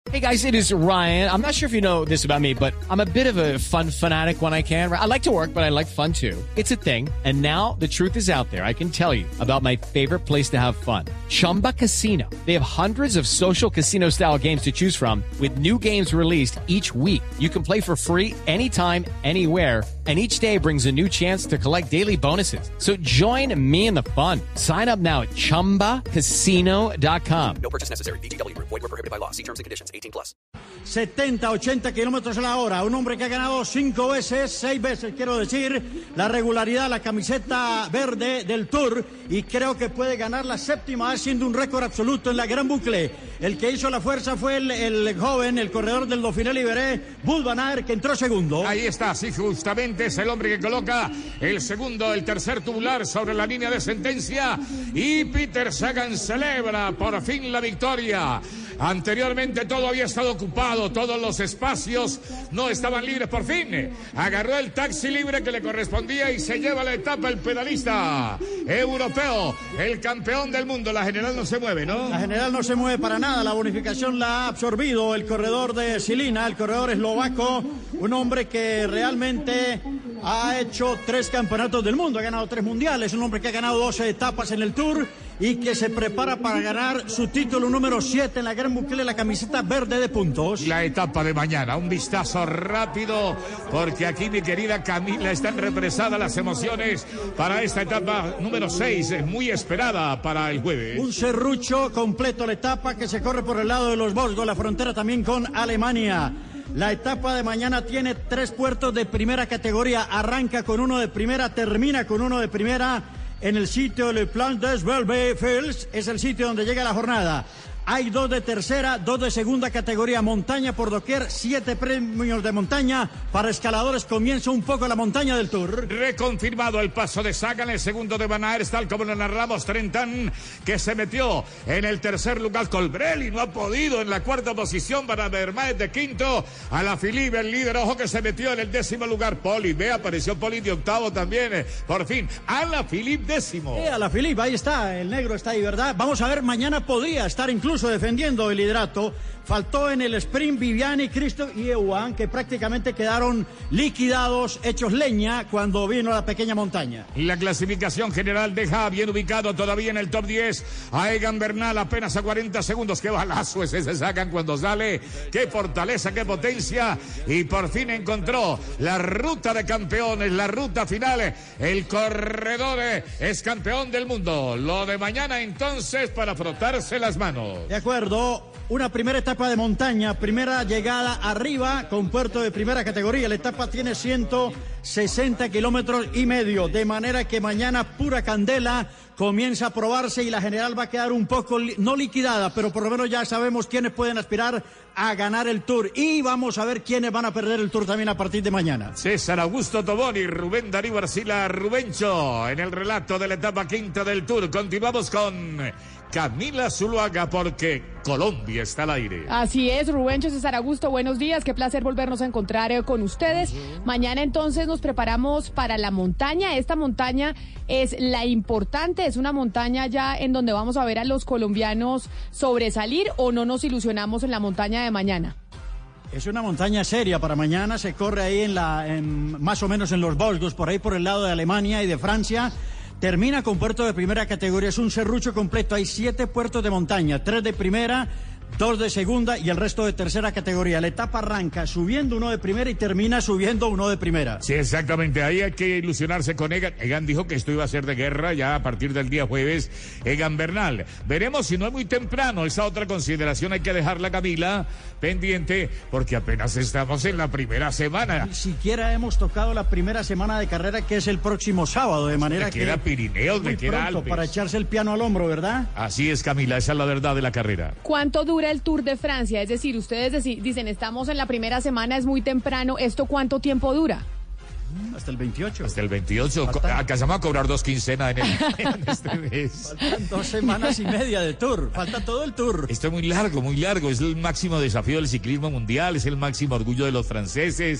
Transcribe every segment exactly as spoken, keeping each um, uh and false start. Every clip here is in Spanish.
Hey guys, it is Ryan. I'm not sure if you know this about me, but I'm a bit of a fun fanatic when I can. I like to work, but I like fun too. It's a thing. And now the truth is out there. I can tell you about my favorite place to have fun. Chumba Casino. They have hundreds of social casino style games to choose from with new games released each week. You can play for free anytime, anywhere. And each day brings a new chance to collect daily bonuses. So join me in the fun. Sign up now at chumba casino dot com. No purchase necessary. V G W. Void where prohibited by law. See terms and conditions. eighteen plus. setenta, ochenta kilómetros a la hora. Un hombre que ha ganado cinco veces, seis veces, quiero decir, la regularidad, la camiseta verde del Tour. Y creo que puede ganar la séptima vez siendo un récord absoluto en la Gran Boucle. El que hizo la fuerza fue el, el joven, el corredor del Dauphiné Libéré, Wout van Aert, que entró segundo. Ahí está, sí, justamente es el hombre que coloca el segundo, el tercer tubular sobre la línea de sentencia. Y Peter Sagan celebra por fin la victoria. Anteriormente todo había estado ocupado, todos los espacios no estaban libres. Por fin agarró el taxi libre que le correspondía y se lleva la etapa el pedalista europeo, el campeón del mundo. La general no se mueve, ¿no? La general no se mueve para nada, la bonificación la ha absorbido el corredor de Žilina, el corredor eslovaco, un hombre que realmente ha hecho tres campeonatos del mundo, ha ganado tres mundiales, un hombre que ha ganado doce etapas en el Tour y que se prepara para ganar su título número siete en la Gran Boucle, la camiseta verde de puntos. La etapa de mañana, un vistazo rápido, porque aquí mi querida Camila están represadas las emociones para esta etapa número seis, muy esperada para el jueves. Un serrucho completo la etapa que se corre por el lado de los Vosgos, la frontera también con Alemania. La etapa de mañana tiene tres puertos de primera categoría, arranca con uno de primera, termina con uno de primera en el sitio Le Plan des Belbefels, es el sitio donde llega la jornada. Hay dos de tercera, dos de segunda categoría, montaña por doquier, siete premios de montaña. Para escaladores comienza un poco la montaña del Tour. Reconfirmado el paso de Sagan, el segundo de Van Aert, tal como lo narramos, Trentin, que se metió en el tercer lugar. Colbrelli no ha podido en la cuarta posición, para Vermaet de quinto. Alaphilippe, el líder, ojo que se metió en el décimo lugar. Poli, ve, apareció Poli de octavo también, eh, por fin. Alaphilippe décimo. Eh, Alaphilippe, ahí está, el negro está ahí, ¿verdad? Vamos a ver, mañana podía estar incluso defendiendo el liderato. Faltó en el sprint Viviani, Cristo y Ewan, que prácticamente quedaron liquidados, hechos leña cuando vino la pequeña montaña. La clasificación general deja bien ubicado todavía en el top diez a Egan Bernal, apenas a cuarenta segundos. Qué balazo ese se sacan cuando sale, qué fortaleza, qué potencia, y por fin encontró la ruta de campeones, la ruta final. El corredor es campeón del mundo. Lo de mañana entonces para frotarse las manos. De acuerdo. Una primera etapa de montaña, primera llegada arriba con puerto de primera categoría. La etapa tiene ciento sesenta kilómetros y medio, de manera que mañana pura candela comienza a probarse y la general va a quedar un poco, no liquidada, pero por lo menos ya sabemos quiénes pueden aspirar a ganar el Tour. Y vamos a ver quiénes van a perder el Tour también a partir de mañana. César Augusto Tobón y Rubén Darío Arcila Rubencho en el relato de la etapa quinta del Tour. Continuamos con Camila Zuluaga porque Colombia está al aire. Así es, Rubencho, César Augusto, buenos días, qué placer volvernos a encontrar eh, con ustedes. Uh-huh. Mañana entonces nos preparamos para la montaña. Esta montaña es la importante, es una montaña ya en donde vamos a ver a los colombianos sobresalir, o no nos ilusionamos en la montaña de mañana. Es una montaña seria para mañana, se corre ahí en la, en, más o menos en los Vosgos, por ahí por el lado de Alemania y de Francia. Termina con puerto de primera categoría, es un serrucho completo, hay siete puertos de montaña, tres de primera, dos de segunda y el resto de tercera categoría. La etapa arranca subiendo uno de primera y termina subiendo uno de primera. Sí, exactamente, ahí hay que ilusionarse con Egan. Egan dijo que esto iba a ser de guerra ya a partir del día jueves. Egan Bernal, veremos si no es muy temprano. Esa otra consideración hay que dejarla, Camila, pendiente, porque apenas estamos en la primera semana. Ni siquiera hemos tocado la primera semana de carrera, que es el próximo sábado, de manera me que... queda Pirineos, me queda Alpes. Para echarse el piano al hombro, ¿verdad? Así es, Camila, esa es la verdad de la carrera. ¿Cuánto dura el Tour de Francia? Es decir, ustedes deci- dicen, estamos en la primera semana, es muy temprano. ¿Esto cuánto tiempo dura? Hasta el veintiocho. Hasta el veintiocho. Faltan... Alcanzamos a cobrar dos quincenas en, el, en este mes. Faltan dos semanas y media de Tour. Falta todo el Tour. Esto es muy largo, muy largo. Es el máximo desafío del ciclismo mundial. Es el máximo orgullo de los franceses.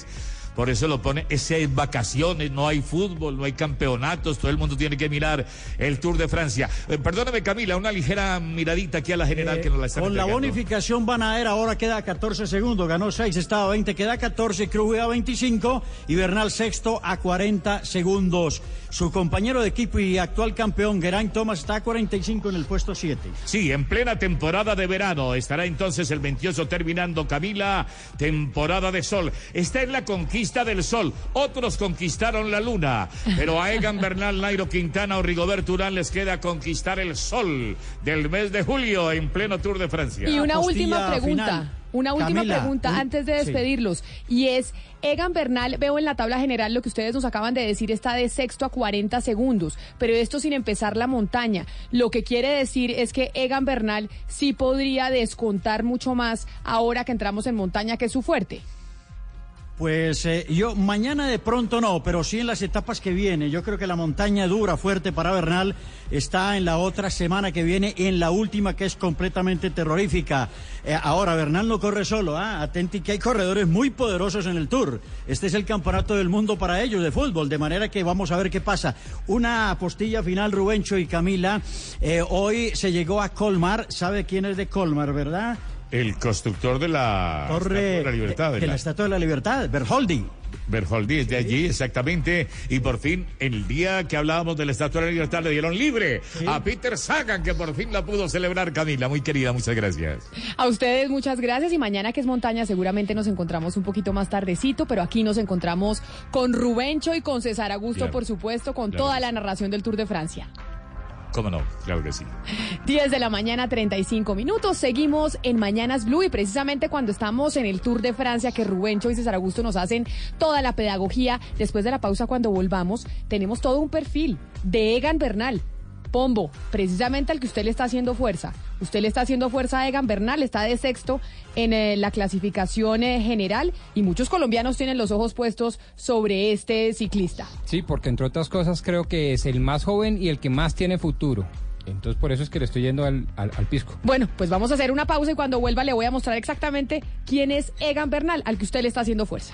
por eso lo pone, ese es vacaciones, no hay fútbol, no hay campeonatos, todo el mundo tiene que mirar el Tour de Francia. Eh, perdóname, Camila, una ligera miradita aquí a la general eh, que nos la están Con entregando. La bonificación Van Aert ahora queda catorce segundos, ganó seis, estaba a veinte, queda catorce, Krug a veinticinco y Bernal sexto a cuarenta segundos. Su compañero de equipo y actual campeón, Geraint Thomas, está a cuarenta y cinco en el puesto siete. Sí, en plena temporada de verano, estará entonces el veintiocho terminando, Camila, temporada de sol. Está en la conquista del sol, otros conquistaron la luna, pero a Egan Bernal, Nairo Quintana o Rigoberto Urán les queda conquistar el sol del mes de julio en pleno Tour de Francia. Y una última pregunta. Final. Una última Camila, pregunta un, antes de despedirlos, sí. Y es, Egan Bernal, veo en la tabla general lo que ustedes nos acaban de decir, está de sexto a cuarenta segundos, pero esto sin empezar la montaña. Lo que quiere decir es que Egan Bernal sí podría descontar mucho más ahora que entramos en montaña, que es su fuerte. Pues eh, yo mañana de pronto no, pero sí en las etapas que vienen. Yo creo que la montaña dura, fuerte para Bernal está en la otra semana que viene, en la última, que es completamente terrorífica. Eh, ahora, Bernal no corre solo, ¿eh? Atenti que hay corredores muy poderosos en el Tour. Este es el campeonato del mundo para ellos de fútbol, de manera que vamos a ver qué pasa. Una postilla final, Rubencho y Camila. Eh, hoy se llegó a Colmar, ¿sabe quién es de Colmar, verdad? El constructor de la Torre Estatua de la Libertad. De, de la... la Estatua de la Libertad, Bertholdi. Bertholdi es de allí, exactamente. Y por fin, el día que hablábamos de la Estatua de la Libertad, le dieron libre sí. a Peter Sagan, que por fin la pudo celebrar, Camila. Muy querida, muchas gracias. A ustedes, muchas gracias. Y mañana, que es montaña, seguramente nos encontramos un poquito más tardecito, pero aquí nos encontramos con Rubencho y con César Augusto, claro. por supuesto, con claro. toda la narración del Tour de Francia. ¿Cómo no? Claro que sí. diez de la mañana, treinta y cinco minutos. Seguimos en Mañanas Blue y precisamente cuando estamos en el Tour de Francia, que Rubencho y César Augusto nos hacen toda la pedagogía, después de la pausa, cuando volvamos, tenemos todo un perfil de Egan Bernal. Pombo, precisamente al que usted le está haciendo fuerza. Usted le está haciendo fuerza a Egan Bernal, está de sexto en eh, la clasificación eh, general y muchos colombianos tienen los ojos puestos sobre este ciclista. Sí, porque entre otras cosas creo que es el más joven y el que más tiene futuro. Entonces por eso es que le estoy yendo al, al, al pisco. Bueno, pues vamos a hacer una pausa y cuando vuelva le voy a mostrar exactamente quién es Egan Bernal, al que usted le está haciendo fuerza.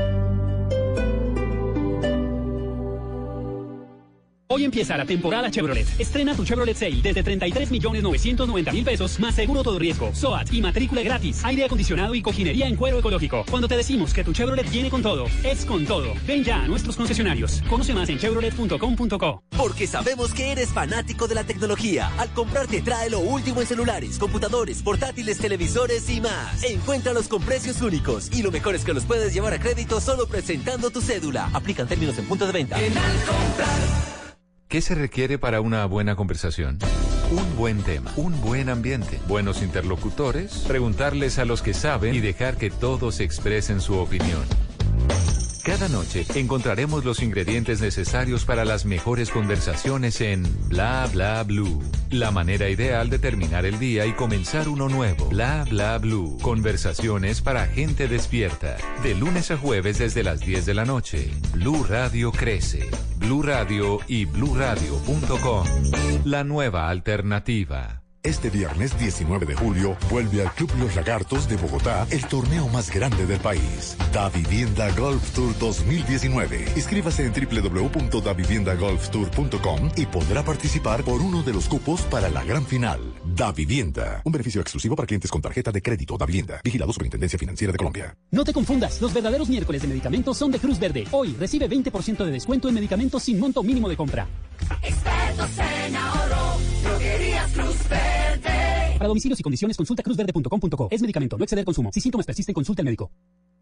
Hoy empieza la temporada Chevrolet. Estrena tu Chevrolet Sail desde treinta y tres millones novecientos noventa mil pesos, más seguro todo riesgo, S O A T y matrícula gratis, aire acondicionado y cojinería en cuero ecológico. Cuando te decimos que tu Chevrolet viene con todo, es con todo. Ven ya a nuestros concesionarios. Conoce más en chevrolet punto com punto co. Porque sabemos que eres fanático de la tecnología. Al comprar te trae lo último en celulares, computadores, portátiles, televisores y más. Encuéntralos con precios únicos. Y lo mejor es que los puedes llevar a crédito solo presentando tu cédula. Aplican términos en punto de venta. En Alcomprar. ¿Qué se requiere para una buena conversación? Un buen tema, un buen ambiente, buenos interlocutores, preguntarles a los que saben y dejar que todos expresen su opinión. Cada noche encontraremos los ingredientes necesarios para las mejores conversaciones en Bla Bla Blue. La manera ideal de terminar el día y comenzar uno nuevo. Bla Bla Blue. Conversaciones para gente despierta. De lunes a jueves desde las diez de la noche. Blue Radio crece. Blue Radio y blue radio punto com. La nueva alternativa. Este viernes diecinueve de julio vuelve al Club Los Lagartos de Bogotá el torneo más grande del país, Davivienda Golf Tour dos mil diecinueve. Inscríbase en doble u doble u doble u punto davivienda golf tour punto com y podrá participar por uno de los cupos para la gran final. Davivienda, un beneficio exclusivo para clientes con tarjeta de crédito Davivienda, vigilado Superintendencia Financiera de Colombia. No te confundas, los verdaderos miércoles de medicamentos son de Cruz Verde. Hoy recibe veinte por ciento de descuento en medicamentos sin monto mínimo de compra. Expertos en ahorro, droguerías Cruz Verde. Para domicilios y condiciones, consulta cruz verde punto com punto co. Es medicamento, no exceder consumo. Si síntomas persisten, consulta al médico.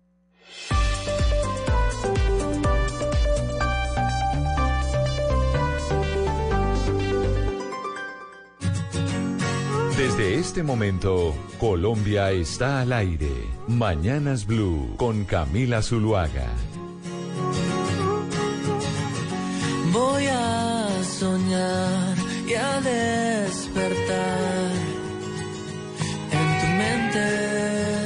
Desde este momento, Colombia está al aire. Mañanas Blue con Camila Zuluaga. Voy a soñar y a despertar en tu mente.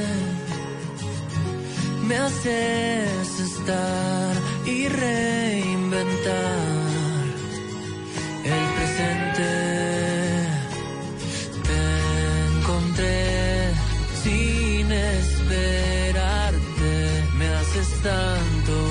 Me haces estar y reinventar el presente. Te encontré sin esperarte. Me haces tanto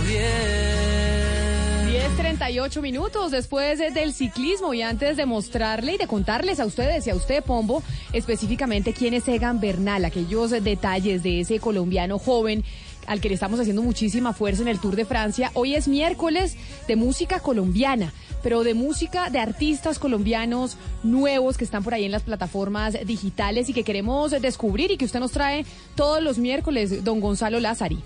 cuarenta y ocho minutos después del ciclismo y antes de mostrarle y de contarles a ustedes y a usted, Pombo, específicamente quién es Egan Bernal, aquellos detalles de ese colombiano joven al que le estamos haciendo muchísima fuerza en el Tour de Francia. Hoy es miércoles de música colombiana, pero de música de artistas colombianos nuevos que están por ahí en las plataformas digitales y que queremos descubrir y que usted nos trae todos los miércoles, don Gonzalo Lázari.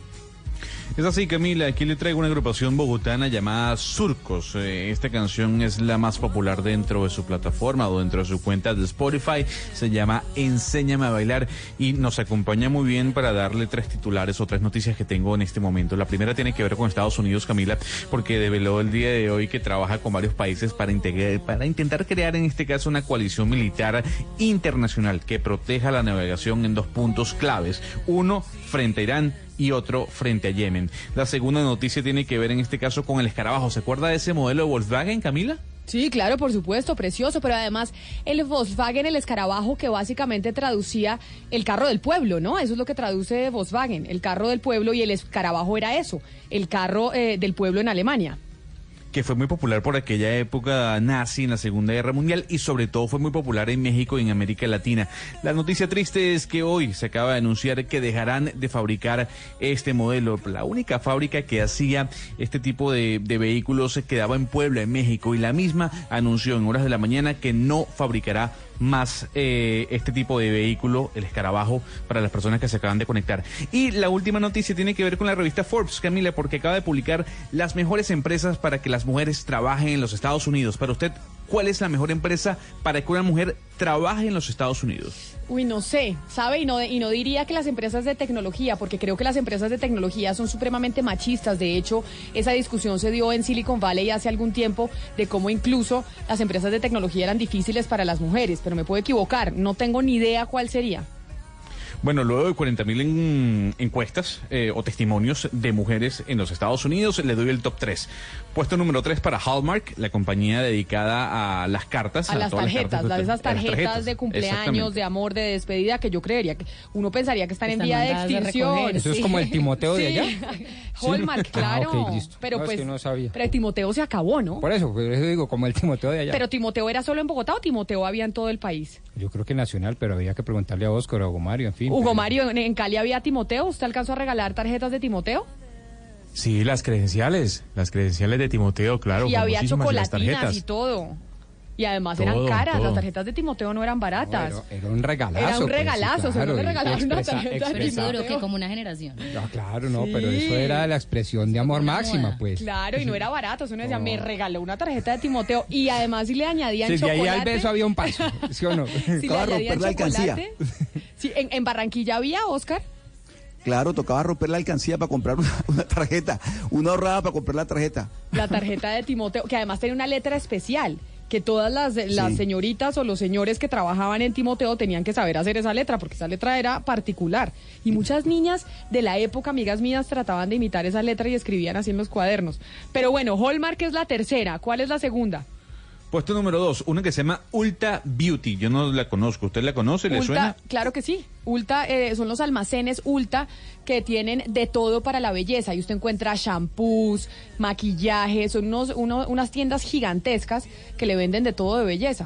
Es así, Camila, aquí le traigo una agrupación bogotana llamada Surcos. Eh, esta canción es la más popular dentro de su plataforma o dentro de su cuenta de Spotify. Se llama Enséñame a bailar y nos acompaña muy bien para darle tres titulares o tres noticias que tengo en este momento. La primera tiene que ver con Estados Unidos, Camila, porque develó el día de hoy que trabaja con varios países para, integrar, para intentar crear en este caso una coalición militar internacional que proteja la navegación en dos puntos claves. Uno, frente a Irán, y otro frente a Yemen. La segunda noticia tiene que ver en este caso con el escarabajo. ¿Se acuerda de ese modelo de Volkswagen, Camila? Sí, claro, por supuesto, precioso, pero además el Volkswagen, el escarabajo, que básicamente traducía el carro del pueblo, ¿no? Eso es lo que traduce Volkswagen, el carro del pueblo, y el escarabajo era eso, el carro eh, del pueblo en Alemania. Que fue muy popular por aquella época nazi en la Segunda Guerra Mundial y sobre todo fue muy popular en México y en América Latina. La noticia triste es que hoy se acaba de anunciar que dejarán de fabricar este modelo. La única fábrica que hacía este tipo de, de vehículos se quedaba en Puebla, en México, y la misma anunció en horas de la mañana que no fabricará más eh, este tipo de vehículo, el escarabajo, para las personas que se acaban de conectar. Y la última noticia tiene que ver con la revista Forbes, Camila, porque acaba de publicar las mejores empresas para que las mujeres trabajen en los Estados Unidos. Para usted, ¿cuál es la mejor empresa para que una mujer trabaje en los Estados Unidos? Uy, no sé, ¿sabe? Y no, y no diría que las empresas de tecnología, porque creo que las empresas de tecnología son supremamente machistas. De hecho, esa discusión se dio en Silicon Valley hace algún tiempo de cómo incluso las empresas de tecnología eran difíciles para las mujeres, pero me puedo equivocar, no tengo ni idea cuál sería. Bueno, luego de cuarenta mil en, encuestas eh, o testimonios de mujeres en los Estados Unidos, le doy el top tres. Puesto número tres para Hallmark, la compañía dedicada a las cartas. A, a las tarjetas, las, esas tarjetas, tarjetas de cumpleaños, de amor, de despedida, que yo creería que uno pensaría que están, están en vía de extinción. De ¿Eso sí. es como el Timoteo de allá? Sí. Hallmark, sí. claro. Ah, okay, listo. Pero no, pues, es que no sabía. Pero el Timoteo se acabó, ¿no? Por eso, por eso digo, como el Timoteo de allá. ¿Pero Timoteo era solo en Bogotá o Timoteo había en todo el país? Yo creo que nacional, pero había que preguntarle a Óscar o a Hugo Mario, en fin. Hugo pero... Mario, en, en Cali había Timoteo. ¿Usted alcanzó a regalar tarjetas de Timoteo? Sí, las credenciales, las credenciales de Timoteo, claro. Y había chocolatinas y todo. Y además todo, eran caras, todo. Las tarjetas de Timoteo no eran baratas. No, era, era un regalazo. Era un regalazo, pues, sí, claro, se regalaron una tarjeta expresa, de Timoteo. duro, que como una generación. No, claro, no, sí. Pero eso era la expresión de amor máxima, moda. Pues. Claro, y no era barato, uno decía, no. me regaló una tarjeta de Timoteo, y además si le añadían sí, chocolate. Sí, de ahí al beso había un paso, ¿sí o no? Si le añadían chocolate. Sí, en, en Barranquilla había, Óscar. Claro, tocaba romper la alcancía para comprar una, una tarjeta, una ahorrada para comprar la tarjeta. La tarjeta de Timoteo, que además tenía una letra especial, que todas las, las sí. señoritas o los señores que trabajaban en Timoteo tenían que saber hacer esa letra, porque esa letra era particular. Y muchas niñas de la época, amigas mías, trataban de imitar esa letra y escribían así en los cuadernos. Pero bueno, Hallmark es la tercera. ¿Cuál es la segunda? Puesto número dos, una que se llama Ulta Beauty. Yo no la conozco. ¿Usted la conoce? ¿Le Ulta, suena? Claro que sí. Ulta eh, son los almacenes Ulta que tienen de todo para la belleza. Y usted encuentra shampoos, maquillaje. Son unos, uno, unas tiendas gigantescas que le venden de todo de belleza.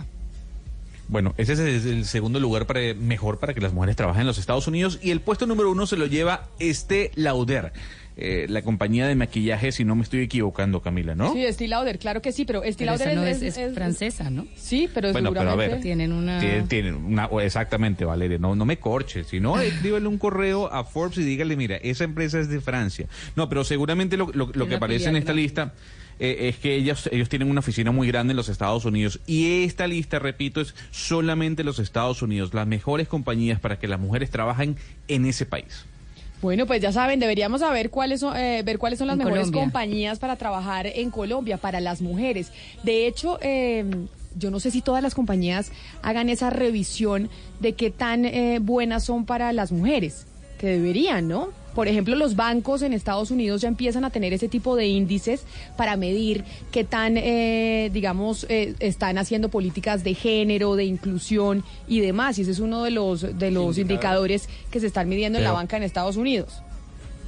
Bueno, ese es el segundo lugar para, mejor para que las mujeres trabajen en los Estados Unidos. Y el puesto número uno se lo lleva Estée Lauder. Eh, la compañía de maquillaje, si no me estoy equivocando, Camila, ¿no? Sí, Estée Lauder, claro que sí, pero Estée Lauder no es, es, es, es francesa, ¿no? Sí, pero bueno, seguramente pero a ver, tienen una... Tienen, tienen una... Exactamente, Valeria, no, no me corche, si no, escríbele un correo a Forbes y dígale, mira, esa empresa es de Francia. No, pero seguramente lo, lo, lo que aparece en esta lista... Eh, es que ellos, ellos tienen una oficina muy grande en los Estados Unidos y esta lista, repito, es solamente los Estados Unidos, las mejores compañías para que las mujeres trabajen en ese país. Bueno, pues ya saben, deberíamos saber cuáles son, eh, ver cuáles son las en mejores Colombia. compañías para trabajar en Colombia, para las mujeres. De hecho, eh, yo no sé si todas las compañías hagan esa revisión de qué tan eh, buenas son para las mujeres, que deberían, ¿no? Por ejemplo, los bancos en Estados Unidos ya empiezan a tener ese tipo de índices para medir qué tan, eh, digamos, eh, están haciendo políticas de género, de inclusión y demás. Y ese es uno de los de los indicadores que se están midiendo Pero, en la banca en Estados Unidos.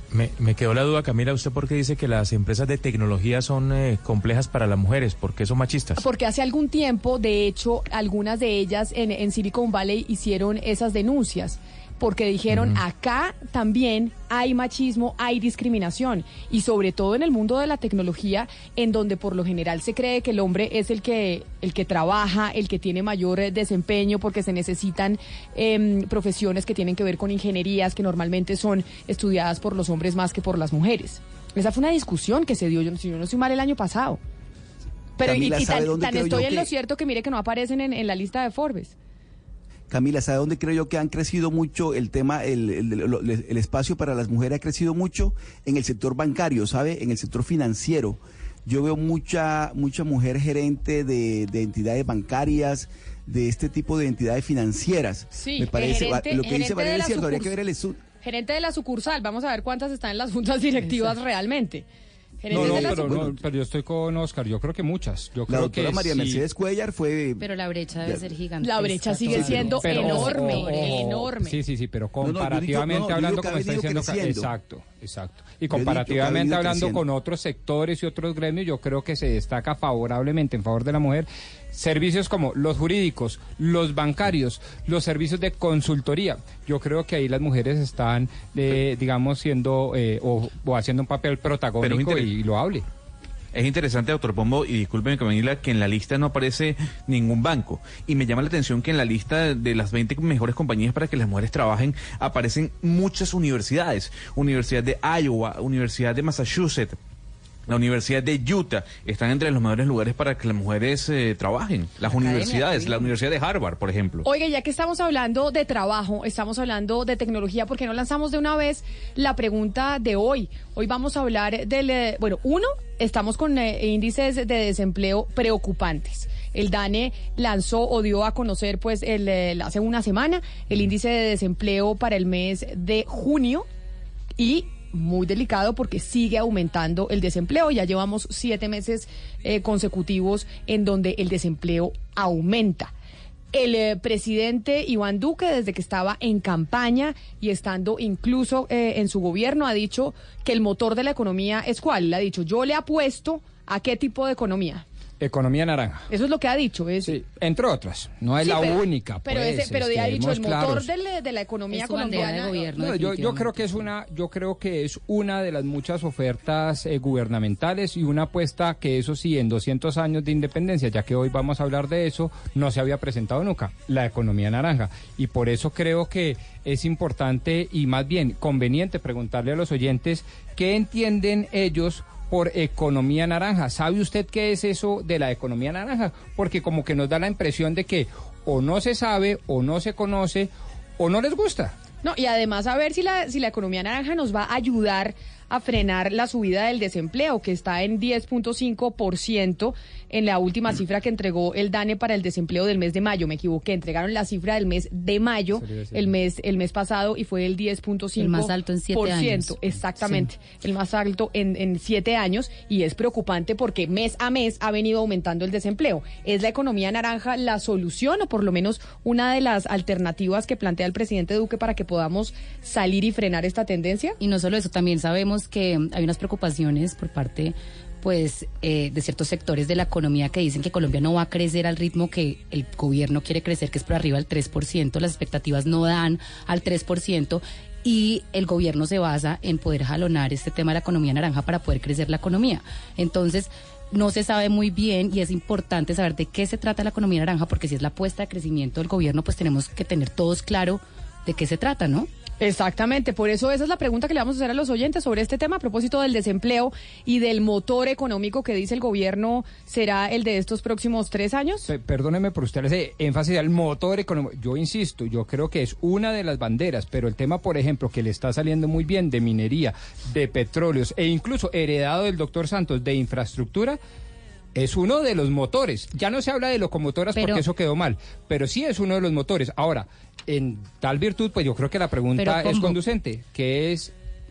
Me, me quedó la duda, Camila, ¿usted por qué dice que las empresas de tecnología son eh, complejas para las mujeres? ¿Por qué son machistas? Porque hace algún tiempo, de hecho, algunas de ellas en, en Silicon Valley hicieron esas denuncias. Porque dijeron, uh-huh. acá también hay machismo, hay discriminación. Y sobre todo en el mundo de la tecnología, en donde por lo general se cree que el hombre es el que, el que trabaja, el que tiene mayor desempeño, porque se necesitan eh, profesiones que tienen que ver con ingenierías, que normalmente son estudiadas por los hombres más que por las mujeres. Esa fue una discusión que se dio, yo, si yo no estoy mal, el año pasado. Pero Camila, y, y tan, tan estoy en que... lo cierto que mire que no aparecen en, en la lista de Forbes. Camila, ¿sabe dónde creo yo que han crecido mucho el tema, el, el, el, el espacio para las mujeres ha crecido mucho? En el sector bancario, ¿sabe? En el sector financiero. Yo veo mucha mucha mujer gerente de, de entidades bancarias, de este tipo de entidades financieras. Sí, me parece, gerente, lo que dice Valeria es cierto, habría sucurs- que ver el estudio. Gerente de la sucursal, vamos a ver cuántas están en las juntas directivas Exacto. realmente. No, no, pero, no, pero yo estoy con Oscar, yo creo que muchas. Yo la creo doctora que María sí. Mercedes Cuellar fue... Pero la brecha debe ser gigante. La brecha sigue siendo pero, enorme, ojo, ojo, enorme. Sí, sí, sí, pero comparativamente no, no, yo digo, no, hablando, como está diciendo... creciendo. Exacto, exacto. Y comparativamente hablando creciendo. con otros sectores y otros gremios, yo creo que se destaca favorablemente en favor de la mujer. Servicios como los jurídicos, los bancarios, los servicios de consultoría. Yo creo que ahí las mujeres están, eh, digamos, siendo eh, o, o haciendo un papel protagónico inter- y loable. Es interesante, doctor Pombo, y discúlpeme, Camila, que en la lista no aparece ningún banco. Y me llama la atención que en la lista de las veinte mejores compañías para que las mujeres trabajen aparecen muchas universidades. Universidad de Iowa, Universidad de Massachusetts, la Universidad de Utah. Están entre los mejores lugares para que las mujeres eh, trabajen. Las Academia, universidades, sí. la Universidad de Harvard, por ejemplo. Oiga, ya que estamos hablando de trabajo, estamos hablando de tecnología, ¿por qué no lanzamos de una vez la pregunta de hoy? Hoy vamos a hablar del, eh, bueno, uno, estamos con eh, índices de desempleo preocupantes. El DANE lanzó o dio a conocer, pues, el, el, hace una semana, el índice de desempleo para el mes de junio y muy delicado porque sigue aumentando el desempleo. Ya llevamos siete meses eh, consecutivos en donde el desempleo aumenta. El eh, presidente Iván Duque, desde que estaba en campaña y estando incluso eh, en su gobierno, ha dicho que el motor de la economía es ¿cuál? Él ha dicho, yo le apuesto a qué tipo de economía. Economía naranja. Eso es lo que ha dicho. Es... Sí, entre otras. No es sí, la pero, única. Pero, pues, ese, pero este, ha dicho el motor claros. de, de la economía es colombiana. De gobierno, no, yo, yo creo que es una, yo creo que es una de las muchas ofertas eh, gubernamentales y una apuesta que eso sí, en doscientos años de independencia, ya que hoy vamos a hablar de eso, no se había presentado nunca, la economía naranja. Y por eso creo que es importante y más bien conveniente preguntarle a los oyentes qué entienden ellos por economía naranja. ¿Sabe usted qué es eso de la economía naranja? Porque como que nos da la impresión de que o no se sabe, o no se conoce, o no les gusta. No, y además a ver si la, si la economía naranja nos va a ayudar a frenar la subida del desempleo, que está en diez punto cinco por ciento en la última cifra que entregó el DANE para el desempleo del mes de mayo. Me equivoqué, entregaron la cifra del mes de mayo, el mes el mes pasado, y fue el diez punto cinco por ciento. El más alto en siete años. Exactamente, sí. El más alto en, en siete años, y es preocupante porque mes a mes ha venido aumentando el desempleo. ¿Es la economía naranja la solución, o por lo menos una de las alternativas que plantea el presidente Duque para que podamos salir y frenar esta tendencia? Y no solo eso, también sabemos que hay unas preocupaciones por parte pues eh, de ciertos sectores de la economía que dicen que Colombia no va a crecer al ritmo que el gobierno quiere crecer, que es por arriba del tres por ciento, las expectativas no dan al tres por ciento, y el gobierno se basa en poder jalonar este tema de la economía naranja para poder crecer la economía. Entonces, no se sabe muy bien y es importante saber de qué se trata la economía naranja, porque si es la apuesta de crecimiento del gobierno, pues tenemos que tener todos claro de qué se trata, ¿no? Exactamente, por eso esa es la pregunta que le vamos a hacer a los oyentes sobre este tema a propósito del desempleo y del motor económico que dice el gobierno será el de estos próximos tres años. P- perdóneme por usted ese énfasis al motor económico. Yo insisto, yo creo que es una de las banderas, pero el tema, por ejemplo, que le está saliendo muy bien de minería, de petróleos e incluso heredado del doctor Santos de infraestructura, es uno de los motores. Ya no se habla de locomotoras pero, porque eso quedó mal, pero sí es uno de los motores. Ahora, en tal virtud, pues yo creo que la pregunta es conducente, que es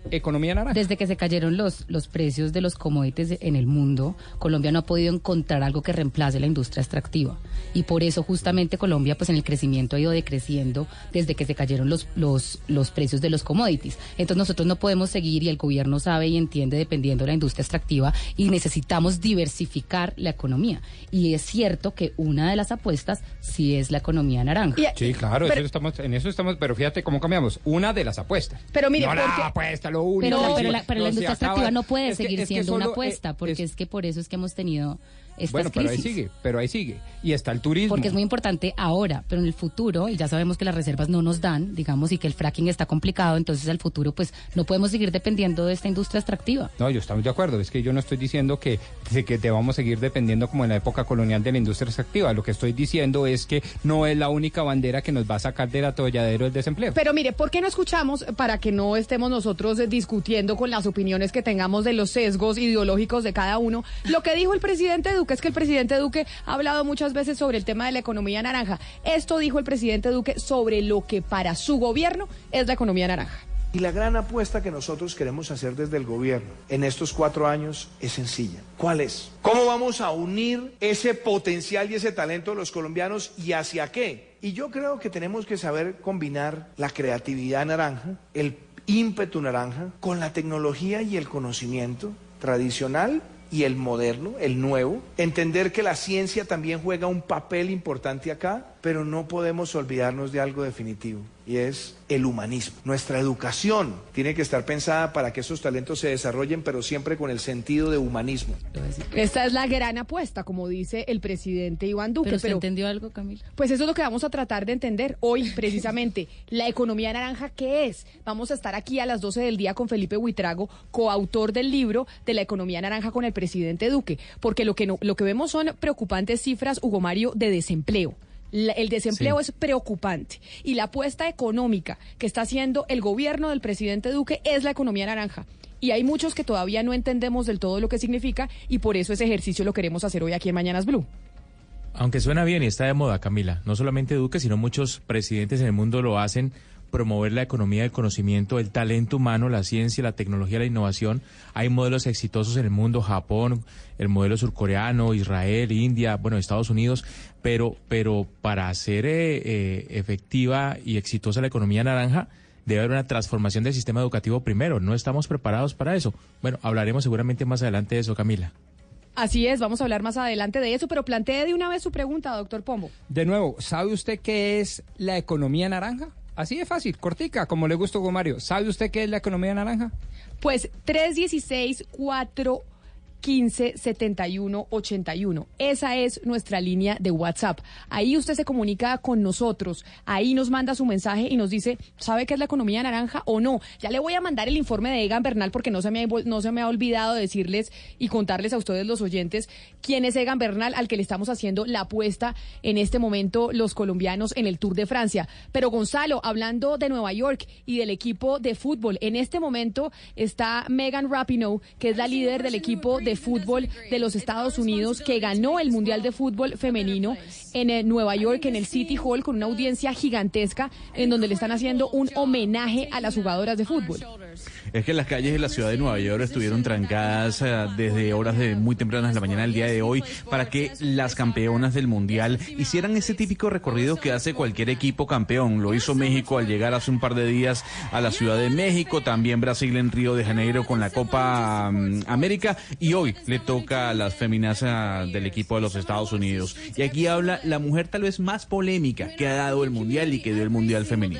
economía naranja. Desde que se cayeron los, los precios de los commodities en el mundo, Colombia no ha podido encontrar algo que reemplace la industria extractiva. Y por eso justamente Colombia, pues en el crecimiento ha ido decreciendo desde que se cayeron los, los, los precios de los commodities. Entonces nosotros no podemos seguir, y el gobierno sabe y entiende, dependiendo de la industria extractiva, y necesitamos diversificar la economía. Y es cierto que una de las apuestas sí es la economía naranja. Sí, claro, pero, eso estamos, en eso estamos, pero fíjate cómo cambiamos. Una de las apuestas. Pero mire, no porque, la apuesta, lo único. Pero, pero la, pero la industria extractiva no puede es que, seguir es que siendo solo, una apuesta, eh, porque es, es que por eso es que hemos tenido estas bueno, pero crisis. ahí sigue, pero ahí sigue. Y está el turismo. Porque es muy importante ahora, pero en el futuro, y ya sabemos que las reservas no nos dan, digamos, y que el fracking está complicado, entonces al futuro pues no podemos seguir dependiendo de esta industria extractiva. No, yo estamos de acuerdo, es que yo no estoy diciendo que, que debamos seguir dependiendo como en la época colonial de la industria extractiva, lo que estoy diciendo es que no es la única bandera que nos va a sacar del atolladero del desempleo. Pero mire, ¿por qué no escuchamos, para que no estemos nosotros eh, discutiendo con las opiniones que tengamos de los sesgos ideológicos de cada uno, lo que dijo el presidente Duque? Es que el presidente Duque ha hablado muchas veces sobre el tema de la economía naranja. Esto dijo el presidente Duque sobre lo que para su gobierno es la economía naranja. Y la gran apuesta que nosotros queremos hacer desde el gobierno en estos cuatro años es sencilla. ¿Cuál es? ¿Cómo vamos a unir ese potencial y ese talento de los colombianos y hacia qué? Y yo creo que tenemos que saber combinar la creatividad naranja, el ímpetu naranja, con la tecnología y el conocimiento tradicional y el moderno, el nuevo. Entender que la ciencia también juega un papel importante acá, pero no podemos olvidarnos de algo definitivo, y es el humanismo. Nuestra educación tiene que estar pensada para que esos talentos se desarrollen, pero siempre con el sentido de humanismo. Esta es la gran apuesta, como dice el presidente Iván Duque. ¿Pero usted entendió algo, Camila? Pues eso es lo que vamos a tratar de entender hoy, precisamente. La economía naranja, ¿qué es? Vamos a estar aquí a las doce del día con Felipe Buitrago, coautor del libro de la economía naranja con el presidente Duque, porque lo que, no, lo que vemos son preocupantes cifras, Hugo Mario, de desempleo. La, el desempleo sí. es preocupante, y la apuesta económica que está haciendo el gobierno del presidente Duque es la economía naranja. Y hay muchos que todavía no entendemos del todo lo que significa, y por eso ese ejercicio lo queremos hacer hoy aquí en Mañanas Blue. Aunque suena bien y está de moda, Camila, no solamente Duque, sino muchos presidentes en el mundo lo hacen, promover la economía del conocimiento, el talento humano, la ciencia, la tecnología, la innovación. Hay modelos exitosos en el mundo, Japón, el modelo surcoreano, Israel, India, bueno, Estados Unidos, pero, pero para hacer eh, eh, efectiva y exitosa la economía naranja, debe haber una transformación del sistema educativo primero. No estamos preparados para eso. Bueno, hablaremos seguramente más adelante de eso, Camila. Así es, vamos a hablar más adelante de eso, pero plantee de una vez su pregunta, doctor Pombo. De nuevo, ¿sabe usted qué es la economía naranja? Así de fácil, cortica, como le gusta a Hugo Mario. ¿Sabe usted qué es la economía naranja? Pues tres uno seis, cuatro uno cinco, siete uno ocho uno. Esa es nuestra línea de WhatsApp. Ahí usted se comunica con nosotros. Ahí nos manda su mensaje y nos dice, ¿sabe qué es la economía naranja o no? Ya le voy a mandar el informe de Egan Bernal porque no se me ha, no se me ha olvidado decirles y contarles a ustedes, los oyentes, quién es Egan Bernal, al que le estamos haciendo la apuesta en este momento los colombianos en el Tour de Francia. Pero Gonzalo, hablando de Nueva York y del equipo de fútbol, en este momento está Megan Rapinoe, que es la líder del equipo de fútbol de los Estados Unidos, que ganó el Mundial de Fútbol Femenino en el Nueva York, en el City Hall, con una audiencia gigantesca, en donde le están haciendo un homenaje a las jugadoras de fútbol. Es que las calles de la ciudad de Nueva York estuvieron trancadas uh, desde horas de muy tempranas de la mañana del día de hoy para que las campeonas del Mundial hicieran ese típico recorrido que hace cualquier equipo campeón. Lo hizo México al llegar hace un par de días a la Ciudad de México, también Brasil en Río de Janeiro con la Copa um, América, y hoy le toca a las féminas uh, del equipo de los Estados Unidos. Y aquí habla la mujer tal vez más polémica que ha dado el Mundial y que dio el Mundial femenino.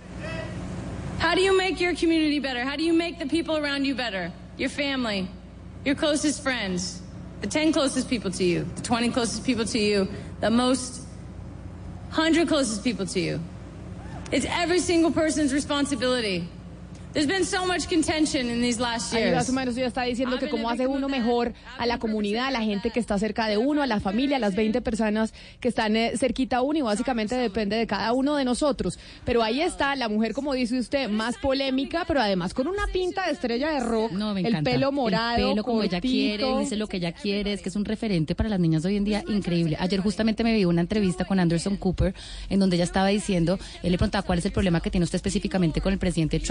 How do you make your community better? How do you make the people around you better? Your family, your closest friends, the ten closest people to you, the twenty closest people to you, the most one hundred closest people to you. It's every single person's responsibility. There's been so much contention in these last years. Ahí más o menos ya está diciendo que cómo hace uno mejor a la comunidad, a la gente que está cerca de uno, a la familia, a las veinte personas que están eh, cerquita a uno, y básicamente depende de cada uno de nosotros. Pero ahí está la mujer, como dice usted, más polémica, pero además con una pinta de estrella de rock, no, me el encanta. pelo morado, el pelo como cortito. ella quiere, dice lo que ella quiere, es que es un referente para las niñas de hoy en día increíble. Ayer justamente me vi una entrevista con Anderson Cooper en donde ella estaba diciendo, él le preguntaba cuál es el problema que tiene usted específicamente con el presidente Trump, y ella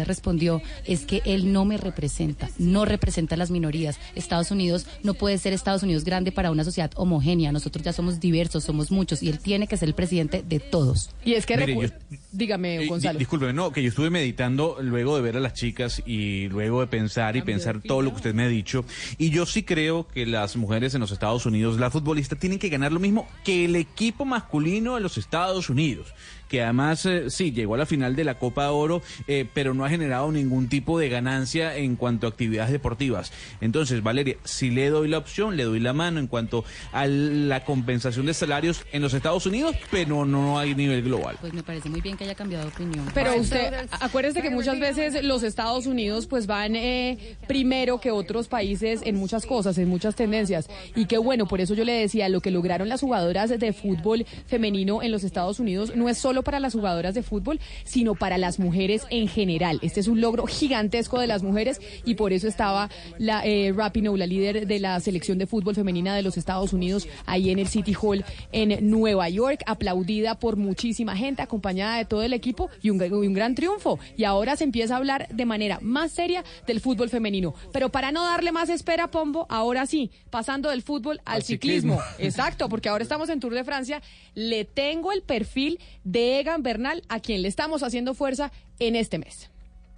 respondió es que él no me representa, no representa a las minorías. Estados Unidos no puede ser Estados Unidos grande para una sociedad homogénea. Nosotros ya somos diversos, somos muchos, y él tiene que ser el presidente de todos. Y es que, Mire, recu- yo- dígame, Eh, Gonzalo. di- discúlpeme, no, que yo estuve meditando luego de ver a las chicas y luego de pensar y pensar todo lo que usted me ha dicho. Y yo sí creo que las mujeres en los Estados Unidos, las futbolistas, tienen que ganar lo mismo que el equipo masculino de los Estados Unidos, que además eh, sí llegó a la final de la Copa Oro, eh, pero no ha generado ningún tipo de ganancia en cuanto a actividades deportivas. Entonces, Valeria, si le doy la opción, le doy la mano en cuanto a la compensación de salarios en los Estados Unidos, pero no hay nivel global. Pues me parece muy bien que haya cambiado de opinión. Pero usted, acuérdese que muchas veces los Estados Unidos pues van eh, primero que otros países en muchas cosas, en muchas tendencias. Y que bueno, por eso yo le decía, lo que lograron las jugadoras de fútbol femenino en los Estados Unidos no es solo para las jugadoras de fútbol, sino para las mujeres en general. Este es un logro gigantesco de las mujeres y por eso estaba la eh, Rapinoe, la líder de la selección de fútbol femenina de los Estados Unidos, ahí en el City Hall en Nueva York, aplaudida por muchísima gente, acompañada de todo el equipo y un, y un gran triunfo. Y ahora se empieza a hablar de manera más seria del fútbol femenino. Pero para no darle más espera, Pombo, ahora sí, pasando del fútbol al, Al ciclismo. ciclismo. Exacto, porque ahora estamos en Tour de Francia. Le tengo el perfil de Egan Bernal, a quien le estamos haciendo fuerza en este mes.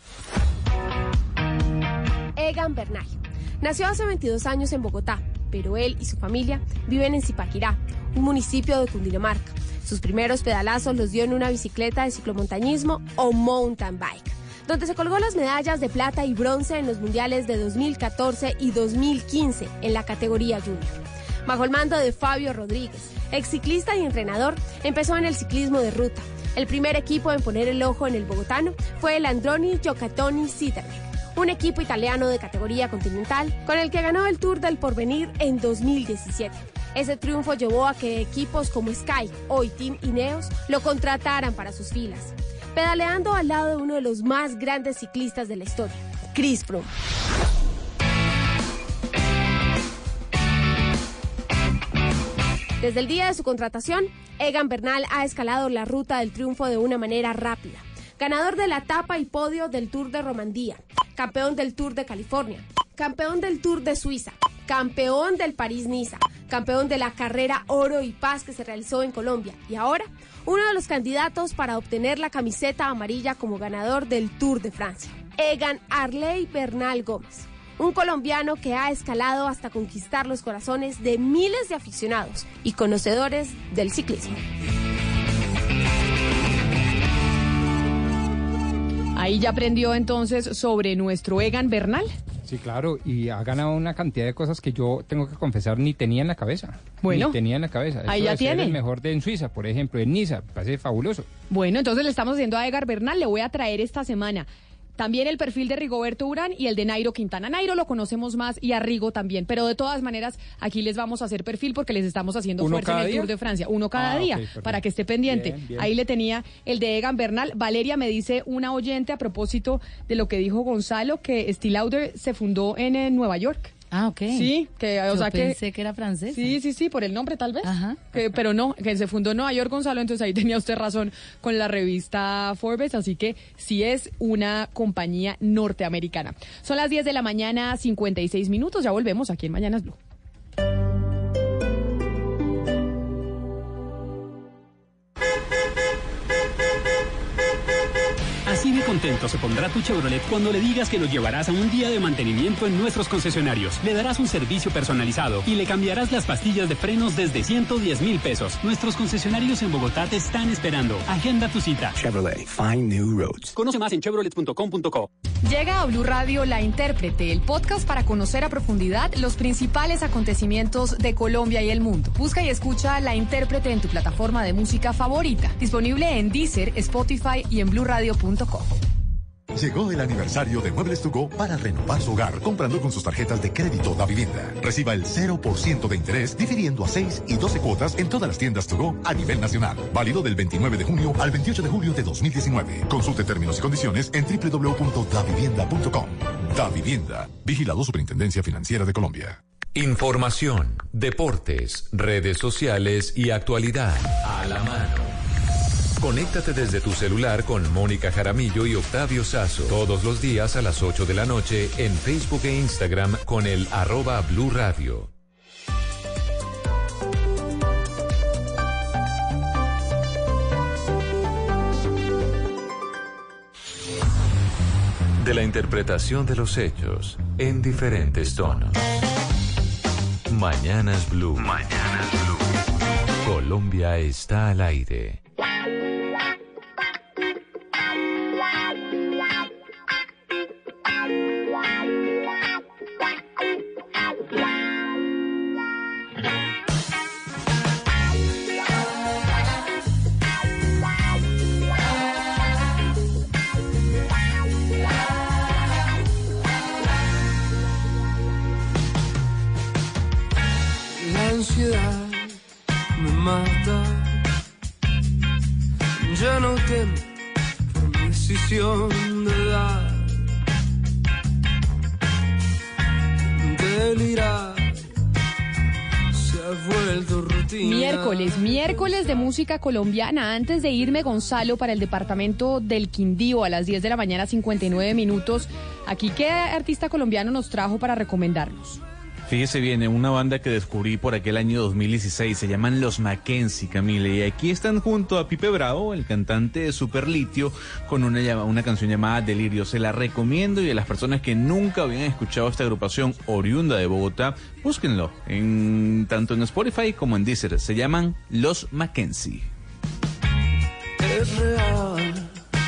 Egan Bernal. Nació hace veintidós años en Bogotá, pero él y su familia viven en Zipaquirá, un municipio de Cundinamarca. Sus primeros pedalazos los dio en una bicicleta de ciclomontañismo o mountain bike, donde se colgó las medallas de plata y bronce en los mundiales de dos mil catorce y dos mil quince en la categoría junior. Bajo el mando de Fabio Rodríguez, ex ciclista y entrenador, empezó en el ciclismo de ruta. El primer equipo en poner el ojo en el bogotano fue el Androni Giocattoni Sidermec, un equipo italiano de categoría continental con el que ganó el Tour del Porvenir en dos mil diecisiete. Ese triunfo llevó a que equipos como Sky, hoy Team Ineos, lo contrataran para sus filas, pedaleando al lado de uno de los más grandes ciclistas de la historia, Chris Froome. Desde el día de su contratación, Egan Bernal ha escalado la ruta del triunfo de una manera rápida. Ganador de la etapa y podio del Tour de Romandía, campeón del Tour de California, campeón del Tour de Suiza, campeón del París-Niza, campeón de la carrera Oro y Paz que se realizó en Colombia y ahora uno de los candidatos para obtener la camiseta amarilla como ganador del Tour de Francia. Egan Arley Bernal Gómez, un colombiano que ha escalado hasta conquistar los corazones de miles de aficionados y conocedores del ciclismo. Ahí ya aprendió entonces sobre nuestro Egan Bernal. Sí, claro, y ha ganado una cantidad de cosas que yo tengo que confesar ni tenía en la cabeza. Bueno, ni tenía en la cabeza. ahí Eso ya de ser tiene. el mejor de en Suiza, por ejemplo, en Niza, me parece fabuloso. Bueno, entonces le estamos haciendo a Egan Bernal, le voy a traer esta semana también el perfil de Rigoberto Urán y el de Nairo Quintana. Nairo lo conocemos más y a Rigo también, pero de todas maneras aquí les vamos a hacer perfil porque les estamos haciendo ¿Uno fuerza en cada el día? Tour de Francia. Uno cada Ah, día, ok, perfecto. para que esté pendiente. Bien, bien. Ahí le tenía el de Egan Bernal. Valeria, me dice una oyente a propósito de lo que dijo Gonzalo, que Steel Lauder se fundó en, eh, Nueva York. Ah, ok. Sí, que o Yo sea que pensé que era francés. Sí, sí, sí, por el nombre tal vez. Ajá. Que- pero no, que se fundó en Nueva York, Gonzalo, entonces ahí tenía usted razón con la revista Forbes, así que sí es una compañía norteamericana. Son las diez de la mañana, cincuenta y seis minutos, ya volvemos aquí en Mañanas Blue. Así de contento se pondrá tu Chevrolet cuando le digas que lo llevarás a un día de mantenimiento en nuestros concesionarios. Le darás un servicio personalizado y le cambiarás las pastillas de frenos desde ciento diez mil pesos. Nuestros concesionarios en Bogotá te están esperando. Agenda tu cita. Chevrolet, find new roads. Conoce más en chevrolet punto com punto co. Llega a Blue Radio La Intérprete, el podcast para conocer a profundidad los principales acontecimientos de Colombia y el mundo. Busca y escucha La Intérprete en tu plataforma de música favorita. Disponible en Deezer, Spotify y en blue radio punto com. Llegó el aniversario de Muebles to Go para renovar su hogar comprando con sus tarjetas de crédito Da Vivienda. Reciba el cero por ciento de interés difiriendo a seis y doce cuotas en todas las tiendas to go a nivel nacional. Válido del veintinueve de junio al veintiocho de julio de dos mil diecinueve. Consulte términos y condiciones en doble u doble u doble u punto da vivienda punto com. Da Vivienda. Vigilado Superintendencia Financiera de Colombia. Información, deportes, redes sociales y actualidad. A la mano. Conéctate desde tu celular con Mónica Jaramillo y Octavio Sazo. Todos los días a las ocho de la noche en Facebook e Instagram con el arroba Blue Radio. De la interpretación de los hechos en diferentes tonos. Mañanas Blue. Mañanas Blue. Colombia está al aire. La ansiedad me mata. Ya no temo por mi decisión de dar. Delirar se ha vuelto rutina. Miércoles, miércoles de música colombiana. Antes de irme, Gonzalo, para el departamento del Quindío a las diez de la mañana, cincuenta y nueve minutos. Aquí, ¿qué artista colombiano nos trajo para recomendarnos? Fíjese bien, una banda que descubrí por aquel año dos mil dieciséis, se llaman Los Mackenzie, Camila, y aquí están junto a Pipe Bravo, el cantante de Super Litio, con una, una canción llamada Delirio. Se la recomiendo, y a las personas que nunca habían escuchado esta agrupación oriunda de Bogotá, búsquenlo, en, tanto en Spotify como en Deezer. Se llaman Los Mackenzie. Es real.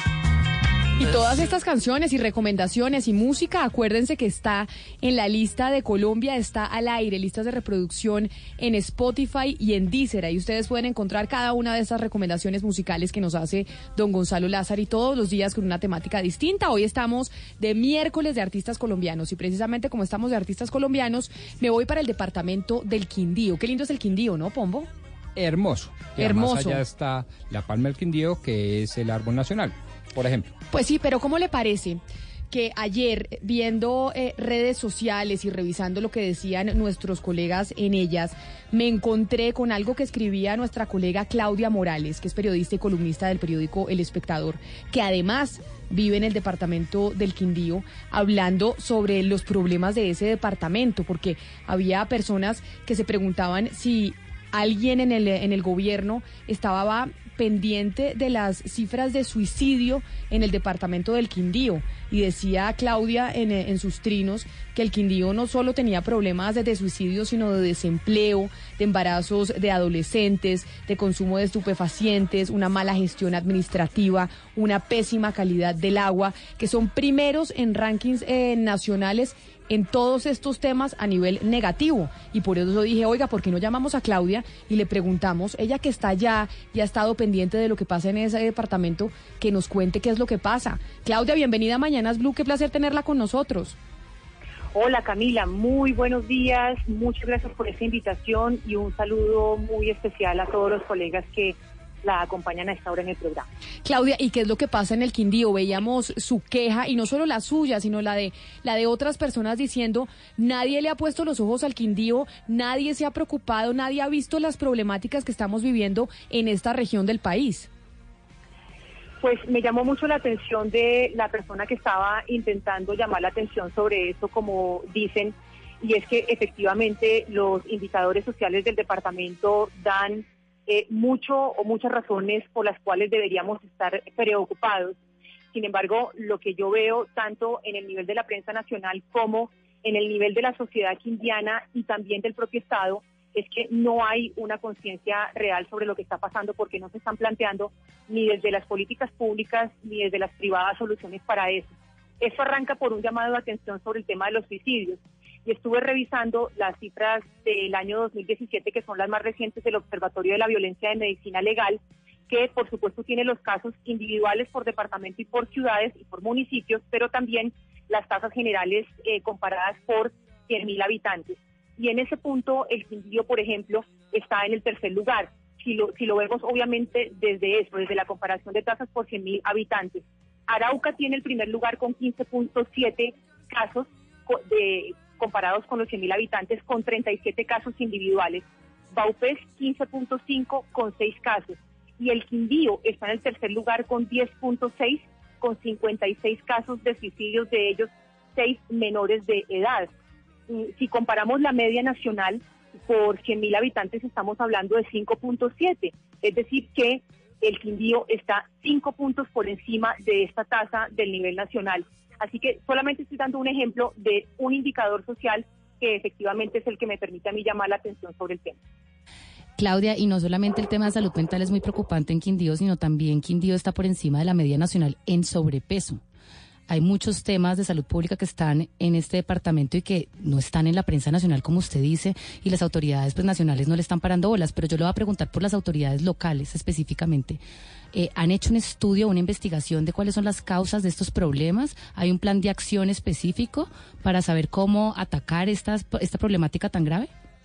Y todas estas canciones y recomendaciones y música, acuérdense que está en la lista de Colombia, está al aire, listas de reproducción en Spotify y en Deezer. Ahí ustedes pueden encontrar cada una de estas recomendaciones musicales que nos hace don Gonzalo Lázari todos los días con una temática distinta. Hoy estamos de miércoles de artistas colombianos, y precisamente como estamos de artistas colombianos, me voy para el departamento del Quindío. Qué lindo es el Quindío, ¿no, Pombo? Hermoso. Y Hermoso. Además allá está la palma del Quindío, que es el árbol nacional, por ejemplo. Pues sí, pero ¿cómo le parece que ayer, viendo eh, redes sociales y revisando lo que decían nuestros colegas en ellas, me encontré con algo que escribía nuestra colega Claudia Morales, que es periodista y columnista del periódico El Espectador, que además vive en el departamento del Quindío, hablando sobre los problemas de ese departamento, porque había personas que se preguntaban si alguien en el, en el gobierno estaba pendiente de las cifras de suicidio en el departamento del Quindío, y decía Claudia en, en sus trinos que el Quindío no solo tenía problemas de suicidio, sino de desempleo, de embarazos de adolescentes, de consumo de estupefacientes, una mala gestión administrativa, una pésima calidad del agua, que son primeros en rankings eh, nacionales en todos estos temas a nivel negativo. Y por eso dije, oiga, ¿por qué no llamamos a Claudia y le preguntamos, ella que está allá y ha estado pendiente de lo que pasa en ese departamento, que nos cuente qué es lo que pasa? Claudia, bienvenida a Mañanas Blue, qué placer tenerla con nosotros. Hola Camila, muy buenos días, muchas gracias por esta invitación y un saludo muy especial a todos los colegas que la acompañan a esta hora en el programa. Claudia, ¿y qué es lo que pasa en el Quindío? Veíamos su queja, y no solo la suya, sino la de la de otras personas diciendo, nadie le ha puesto los ojos al Quindío, nadie se ha preocupado, nadie ha visto las problemáticas que estamos viviendo en esta región del país. Pues me llamó mucho la atención de la persona que estaba intentando llamar la atención sobre eso, como dicen, y es que efectivamente los indicadores sociales del departamento dan Eh, mucho o muchas razones por las cuales deberíamos estar preocupados. Sin embargo, lo que yo veo tanto en el nivel de la prensa nacional como en el nivel de la sociedad quindiana y también del propio Estado es que no hay una conciencia real sobre lo que está pasando, porque no se están planteando ni desde las políticas públicas ni desde las privadas soluciones para eso. Eso arranca por un llamado de atención sobre el tema de los suicidios. Y estuve revisando las cifras del año dos mil diecisiete, que son las más recientes del Observatorio de la Violencia de Medicina Legal, que por supuesto tiene los casos individuales por departamento y por ciudades y por municipios, pero también las tasas generales eh, comparadas por cien mil habitantes. Y en ese punto el Quindío, por ejemplo, está en el tercer lugar. Si lo, si lo vemos obviamente desde eso, desde la comparación de tasas por cien mil habitantes. Arauca tiene el primer lugar con quince punto siete casos de comparados con los cien mil habitantes, con treinta y siete casos individuales. Vaupés quince punto cinco con seis casos. y el Quindío está en el tercer lugar con diez punto seis, con cincuenta y seis casos de suicidios, de ellos seis menores de edad. Si comparamos la media nacional, por cien mil habitantes estamos hablando de cinco punto siete, es decir que el Quindío está cinco puntos por encima de esta tasa del nivel nacional. Así que solamente estoy dando un ejemplo de un indicador social que efectivamente es el que me permite a mí llamar la atención sobre el tema. Claudia, y no solamente el tema de salud mental es muy preocupante en Quindío, sino también Quindío está por encima de la media nacional en sobrepeso. Hay muchos temas de salud pública que están en este departamento y que no están en la prensa nacional, como usted dice, y las autoridades pues, nacionales no le están parando bolas, pero yo le voy a preguntar por las autoridades locales específicamente. Eh, ¿Han hecho un estudio, una investigación de cuáles son las causas de estos problemas? ¿Hay un plan de acción específico para saber cómo atacar estas, esta problemática tan grave?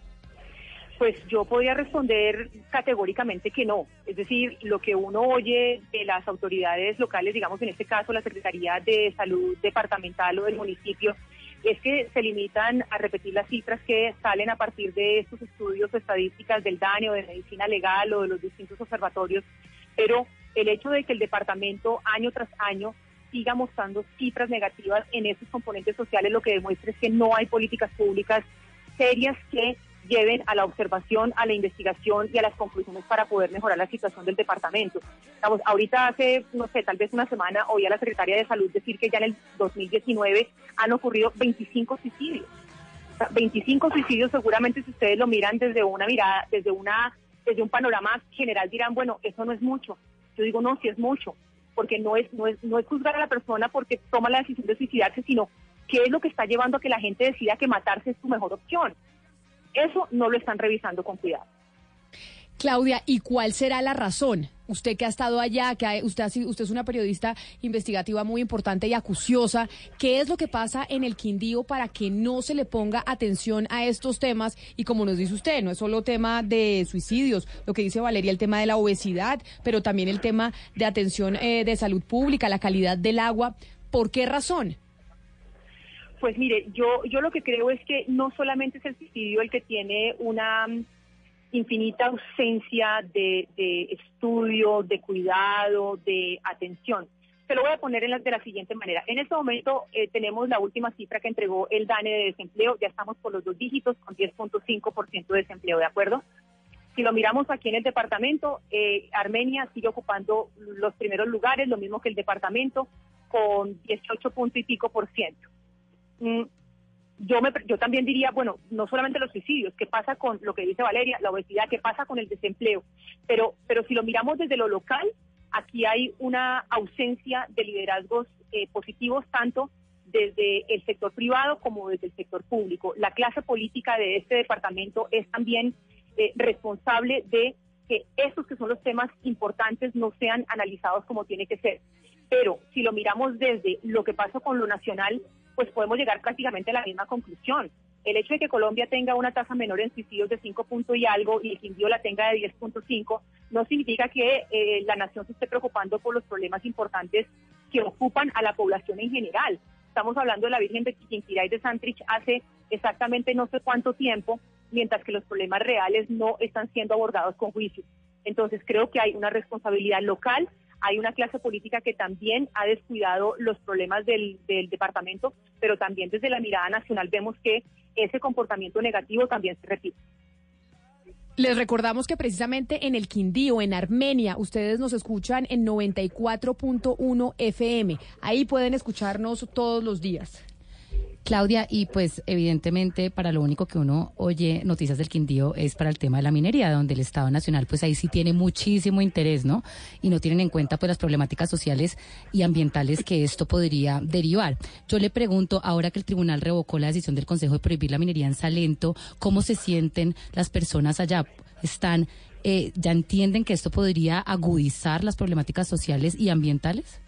Pues yo podría responder categóricamente que no. Es decir, lo que uno oye de las autoridades locales, digamos en este caso la Secretaría de Salud departamental o del municipio, es que se limitan a repetir las cifras que salen a partir de estos estudios o estadísticas del D A N E o de medicina legal o de los distintos observatorios, pero el hecho de que el departamento año tras año siga mostrando cifras negativas en esos componentes sociales, lo que demuestra es que no hay políticas públicas serias que lleven a la observación, a la investigación y a las conclusiones para poder mejorar la situación del departamento. Estamos, ahorita hace, no sé, tal vez una semana oí a la Secretaria de Salud decir que ya en el dos mil diecinueve han ocurrido veinticinco suicidios. O sea, veinticinco suicidios seguramente si ustedes lo miran desde una mirada, desde una, desde un panorama general dirán, bueno, eso no es mucho. Yo digo, no, sí es mucho, porque no es, no es, no es juzgar a la persona porque toma la decisión de suicidarse, sino qué es lo que está llevando a que la gente decida que matarse es su mejor opción. Eso no lo están revisando con cuidado. Claudia, ¿y cuál será la razón? Usted que ha estado allá, que ha, usted, usted es una periodista investigativa muy importante y acuciosa, ¿qué es lo que pasa en el Quindío para que no se le ponga atención a estos temas? Y como nos dice usted, no es solo tema de suicidios, lo que dice Valeria, el tema de la obesidad, pero también el tema de atención eh, de salud pública, la calidad del agua. ¿Por qué razón? Pues mire, yo yo lo que creo es que no solamente es el suicidio el que tiene una infinita ausencia de, de estudio, de cuidado, de atención. Se lo voy a poner en la, de la siguiente manera. En este momento eh, tenemos la última cifra que entregó el D A N E de desempleo, ya estamos por los dos dígitos con diez punto cinco por ciento de desempleo, ¿de acuerdo? Si lo miramos aquí en el departamento, eh, Armenia sigue ocupando los primeros lugares, lo mismo que el departamento, con dieciocho punto y pico por ciento. Yo, me, yo también diría, bueno, no solamente los suicidios, ¿qué pasa con lo que dice Valeria, la obesidad, qué pasa con el desempleo? Pero, pero si lo miramos desde lo local, aquí hay una ausencia de liderazgos eh, positivos, tanto desde el sector privado como desde el sector público. La clase política de este departamento es también eh, responsable de que estos que son los temas importantes no sean analizados como tiene que ser. Pero si lo miramos desde lo que pasó con lo nacional, pues podemos llegar prácticamente a la misma conclusión. El hecho de que Colombia tenga una tasa menor en suicidios de cinco punto y algo y el Quindío la tenga de diez punto cinco, no significa que eh, la nación se esté preocupando por los problemas importantes que ocupan a la población en general. Estamos hablando de la Virgen de Chiquinquirá y de Santrich hace exactamente no sé cuánto tiempo, mientras que los problemas reales no están siendo abordados con juicio. Entonces creo que hay una responsabilidad local. Hay una clase política que también ha descuidado los problemas del, del departamento, pero también desde la mirada nacional vemos que ese comportamiento negativo también se repite. Les recordamos que precisamente en el Quindío, en Armenia, ustedes nos escuchan en noventa y cuatro punto uno F M. Ahí pueden escucharnos todos los días. Claudia, y pues evidentemente para lo único que uno oye noticias del Quindío es para el tema de la minería, donde el Estado Nacional pues ahí sí tiene muchísimo interés, ¿no? Y no tienen en cuenta pues las problemáticas sociales y ambientales que esto podría derivar. Yo le pregunto, ahora que el tribunal revocó la decisión del Consejo de prohibir la minería en Salento, ¿cómo se sienten las personas allá? ¿Están, eh, ya entienden que esto podría agudizar las problemáticas sociales y ambientales?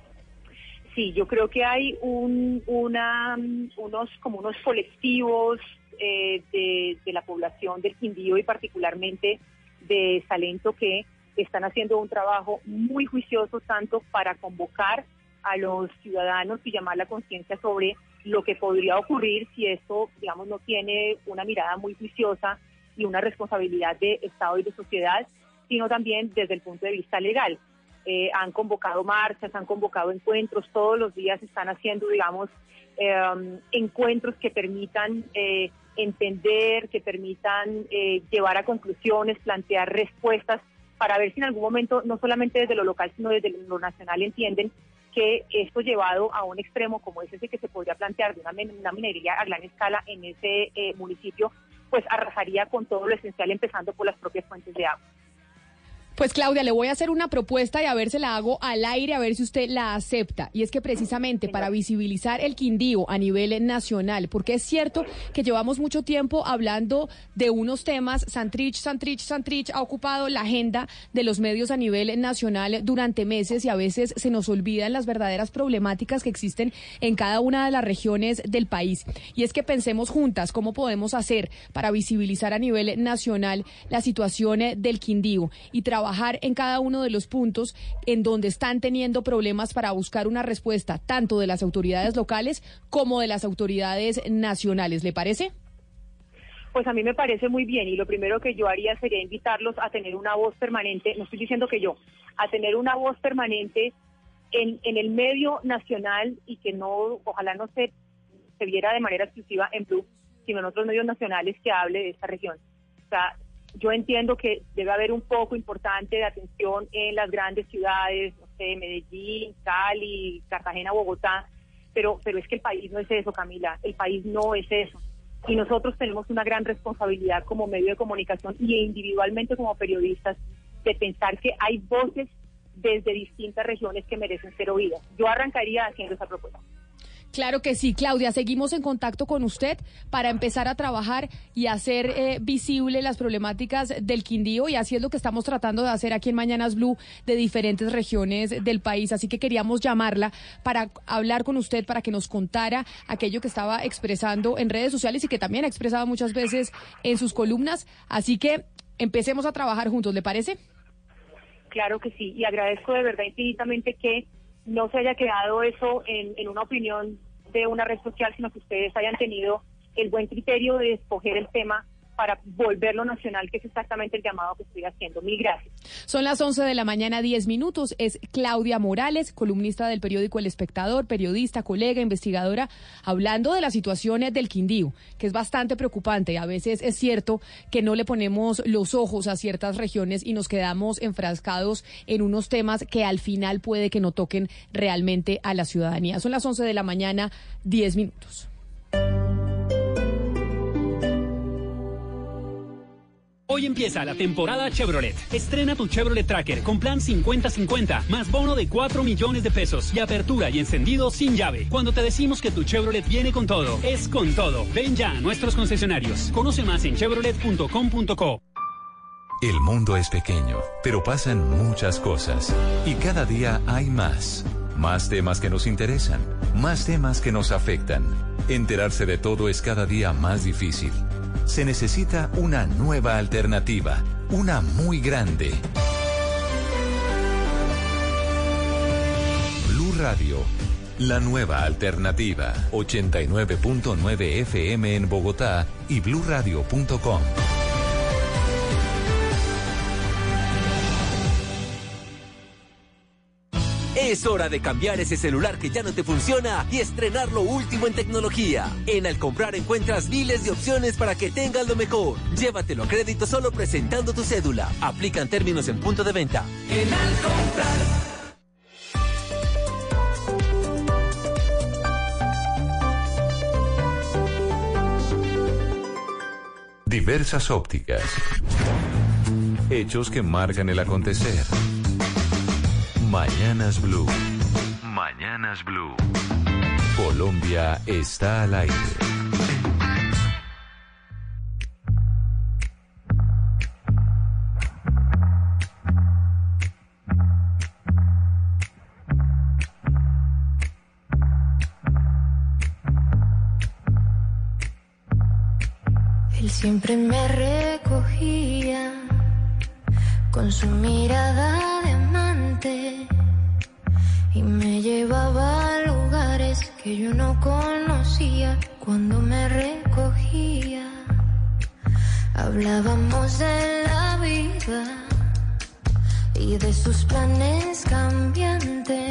Sí, yo creo que hay un, una, unos como unos colectivos eh, de, de la población del Quindío y particularmente de Salento que están haciendo un trabajo muy juicioso tanto para convocar a los ciudadanos y llamar la conciencia sobre lo que podría ocurrir si esto, digamos, no tiene una mirada muy juiciosa y una responsabilidad de Estado y de sociedad. sino también desde el punto de vista legal. Eh, han convocado marchas, han convocado encuentros, todos los días están haciendo, digamos, eh, encuentros que permitan eh, entender, que permitan eh, llevar a conclusiones, plantear respuestas, para ver si en algún momento, no solamente desde lo local, sino desde lo nacional, entienden que esto llevado a un extremo como es ese que se podría plantear de una, una minería a gran escala en ese eh, municipio, pues arrasaría con todo lo esencial, empezando por las propias fuentes de agua. Pues Claudia, le voy a hacer una propuesta y a ver si la hago al aire, a ver si usted la acepta. Y es que precisamente para visibilizar el Quindío a nivel nacional, porque es cierto que llevamos mucho tiempo hablando de unos temas, Santrich, Santrich, Santrich ha ocupado la agenda de los medios a nivel nacional durante meses y a veces se nos olvidan las verdaderas problemáticas que existen en cada una de las regiones del país. Y es que pensemos juntas cómo podemos hacer para visibilizar a nivel nacional la situación del Quindío y trabajar trabajar en cada uno de los puntos en donde están teniendo problemas para buscar una respuesta tanto de las autoridades locales como de las autoridades nacionales. ¿Le parece? Pues a mí me parece muy bien y lo primero que yo haría sería invitarlos a tener una voz permanente, no estoy diciendo que yo, a tener una voz permanente en, en el medio nacional y que no, ojalá no se, se viera de manera exclusiva en Blue, sino en otros medios nacionales que hable de esta región. O sea, yo entiendo que debe haber un poco importante de atención en las grandes ciudades, no sé, Medellín, Cali, Cartagena, Bogotá, pero, pero es que el país no es eso, Camila, el país no es eso. Y nosotros tenemos una gran responsabilidad como medio de comunicación y individualmente como periodistas de pensar que hay voces desde distintas regiones que merecen ser oídas. Yo arrancaría haciendo esa propuesta. Claro que sí, Claudia, seguimos en contacto con usted para empezar a trabajar y hacer eh, visible las problemáticas del Quindío, y así es lo que estamos tratando de hacer aquí en Mañanas Blue de diferentes regiones del país. Así que queríamos llamarla para hablar con usted, para que nos contara aquello que estaba expresando en redes sociales y que también ha expresado muchas veces en sus columnas. Así que empecemos a trabajar juntos, ¿le parece? Claro que sí, y agradezco de verdad infinitamente que no se haya quedado eso en, en una opinión de una red social, sino que ustedes hayan tenido el buen criterio de escoger el tema para volverlo nacional, que es exactamente el llamado que estoy haciendo. Mil gracias. Son las once de la mañana, diez minutos. Es Claudia Morales, columnista del periódico El Espectador, periodista, colega, investigadora, hablando de la situación del Quindío, que es bastante preocupante. A veces es cierto que no le ponemos los ojos a ciertas regiones y nos quedamos enfrascados en unos temas que al final puede que no toquen realmente a la ciudadanía. Son las once de la mañana, diez minutos. Hoy empieza la temporada Chevrolet. Estrena tu Chevrolet Tracker con plan cincuenta cincuenta, más bono de cuatro millones de pesos y apertura y encendido sin llave. Cuando te decimos que tu Chevrolet viene con todo, es con todo. Ven ya a nuestros concesionarios. Conoce más en chevrolet punto com punto co. El mundo es pequeño, pero pasan muchas cosas. Y cada día hay más. Más temas que nos interesan. Más temas que nos afectan. Enterarse de todo es cada día más difícil. Se necesita una nueva alternativa, una muy grande. Blue Radio, la nueva alternativa. ochenta y nueve punto nueve F M en Bogotá y blue radio punto com. Es hora de cambiar ese celular que ya no te funciona y estrenar lo último en tecnología. En Al Comprar encuentras miles de opciones para que tengas lo mejor. Llévatelo a crédito solo presentando tu cédula. Aplican términos en punto de venta. En Al Comprar. Diversas ópticas. Hechos que marcan el acontecer. Mañanas Blue. Mañanas Blue. Colombia está al aire. Él siempre me recogía con su mirada de amante y me llevaba a lugares que yo no conocía. Cuando me recogía hablábamos de la vida y de sus planes cambiantes.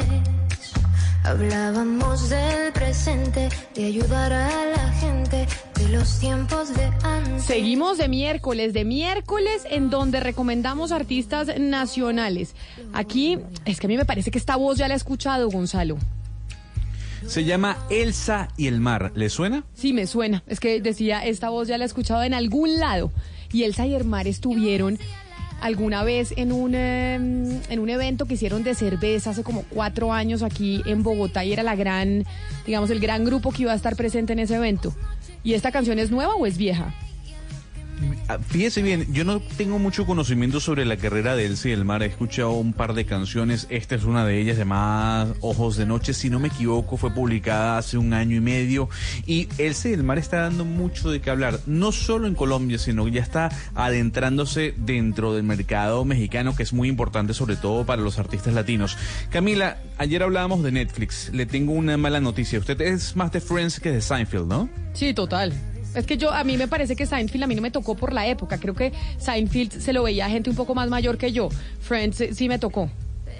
Hablábamos del presente, de ayudar a la gente, de los tiempos de antes. Seguimos de miércoles, de miércoles en donde recomendamos artistas nacionales. Aquí, es que a mí me parece que esta voz ya la he escuchado, Gonzalo. Se llama Elsa y el mar. ¿Le suena? Sí, me suena. Es que decía, esta voz ya la he escuchado en algún lado. Y Elsa y el mar estuvieron alguna vez en un, eh, en un evento que hicieron de cerveza hace como cuatro años aquí en Bogotá y era la gran, digamos, el gran grupo que iba a estar presente en ese evento. ¿Y esta canción es nueva o es vieja? Fíjese bien, yo no tengo mucho conocimiento sobre la carrera de Elsa y el mar. He escuchado un par de canciones. Esta es una de ellas, llamada Ojos de Noche. Si no me equivoco, fue publicada hace un año y medio. Y Elsa y el mar está dando mucho de qué hablar. No solo en Colombia, sino que ya está adentrándose dentro del mercado mexicano, que es muy importante, sobre todo para los artistas latinos. Camila, ayer hablábamos de Netflix. Le tengo una mala noticia. Usted es más de Friends que de Seinfeld, ¿no? Sí, total. Es que yo, a mí me parece que Seinfeld a mí no me tocó por la época. Creo que Seinfeld se lo veía a gente un poco más mayor que yo. Friends sí me tocó.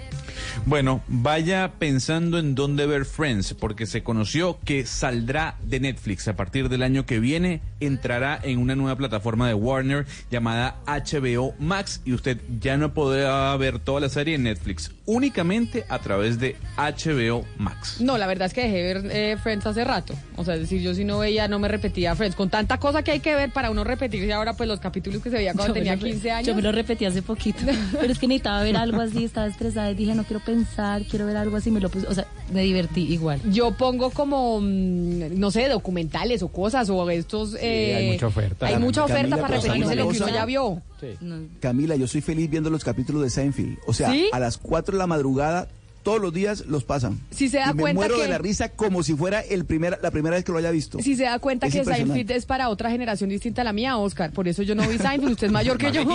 Bueno, vaya pensando en dónde ver Friends, porque se conoció que saldrá de Netflix a partir del año que viene, entrará en una nueva plataforma de Warner llamada H B O Max y usted ya no podrá ver toda la serie en Netflix, únicamente a través de H B O Max. No, la verdad es que dejé de ver eh, Friends hace rato. O sea, es decir, yo si no veía, no me repetía Friends. Con tanta cosa que hay que ver para uno repetirse ahora, pues los capítulos que se veía cuando yo tenía quince años. Yo me lo repetí hace poquito, pero es que necesitaba ver algo así, estaba estresada y dije, no quiero pensar, quiero ver algo así, me lo puse, o sea, me divertí igual. Yo pongo como, no sé, documentales o cosas, o estos... Eh, sí, hay mucha oferta. Hay mucha oferta Camila, para repetirse lo que uno ya vio. Sí. Camila, yo soy feliz viendo los capítulos de Seinfeld. O sea, ¿sí? A las cuatro de la madrugada, todos los días los pasan. Si se da y me cuenta muero que... de la risa como si fuera el primer, la primera vez que lo haya visto. Si se da cuenta Es que impresionante. Seinfeld es para otra generación distinta a la mía, Oscar. Por eso yo no vi Seinfeld, usted es mayor que yo.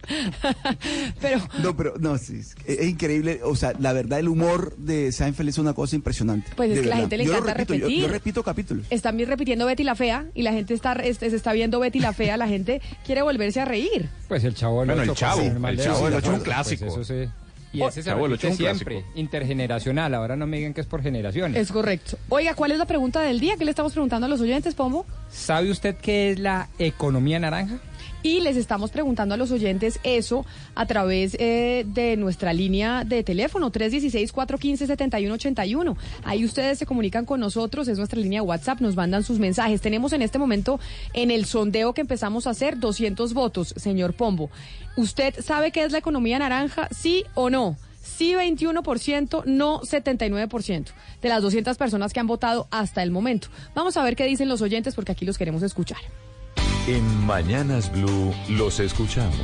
Pero... No, pero no, sí, es, es increíble. O sea, la verdad, el humor de Seinfeld es una cosa impresionante. Pues es de que la verdad. gente le Yo lo encanta repito, yo- repetir. Yo, repito capítulos. Están repitiendo Betty la Fea y la gente está, este, se está viendo Betty la Fea, la gente quiere volverse a reír. Pues el Chavo del Bueno, el Ocho, Chavo, pues, el mal de Chavo decir, del Ocho es un pues, clásico. eso sí. Y O- ese se Chavo del repite Ocho es un siempre, clásico. intergeneracional. Ahora no me digan que es por generaciones. Es correcto. Oiga, ¿cuál es la pregunta del día? ¿Qué le estamos preguntando a los oyentes, Pombo? ¿Sabe usted qué es la economía naranja? Y les estamos preguntando a los oyentes eso a través eh, de nuestra línea de teléfono tres uno seis, cuatro uno cinco, siete uno ocho uno. Ahí ustedes se comunican con nosotros, es nuestra línea de WhatsApp, nos mandan sus mensajes. Tenemos en este momento en el sondeo que empezamos a hacer doscientos votos, señor Pombo. ¿Usted sabe qué es la economía naranja? ¿Sí o no? Sí, veintiuno por ciento, no setenta y nueve por ciento de las doscientas personas que han votado hasta el momento. Vamos a ver qué dicen los oyentes porque aquí los queremos escuchar. En Mañanas Blue los escuchamos.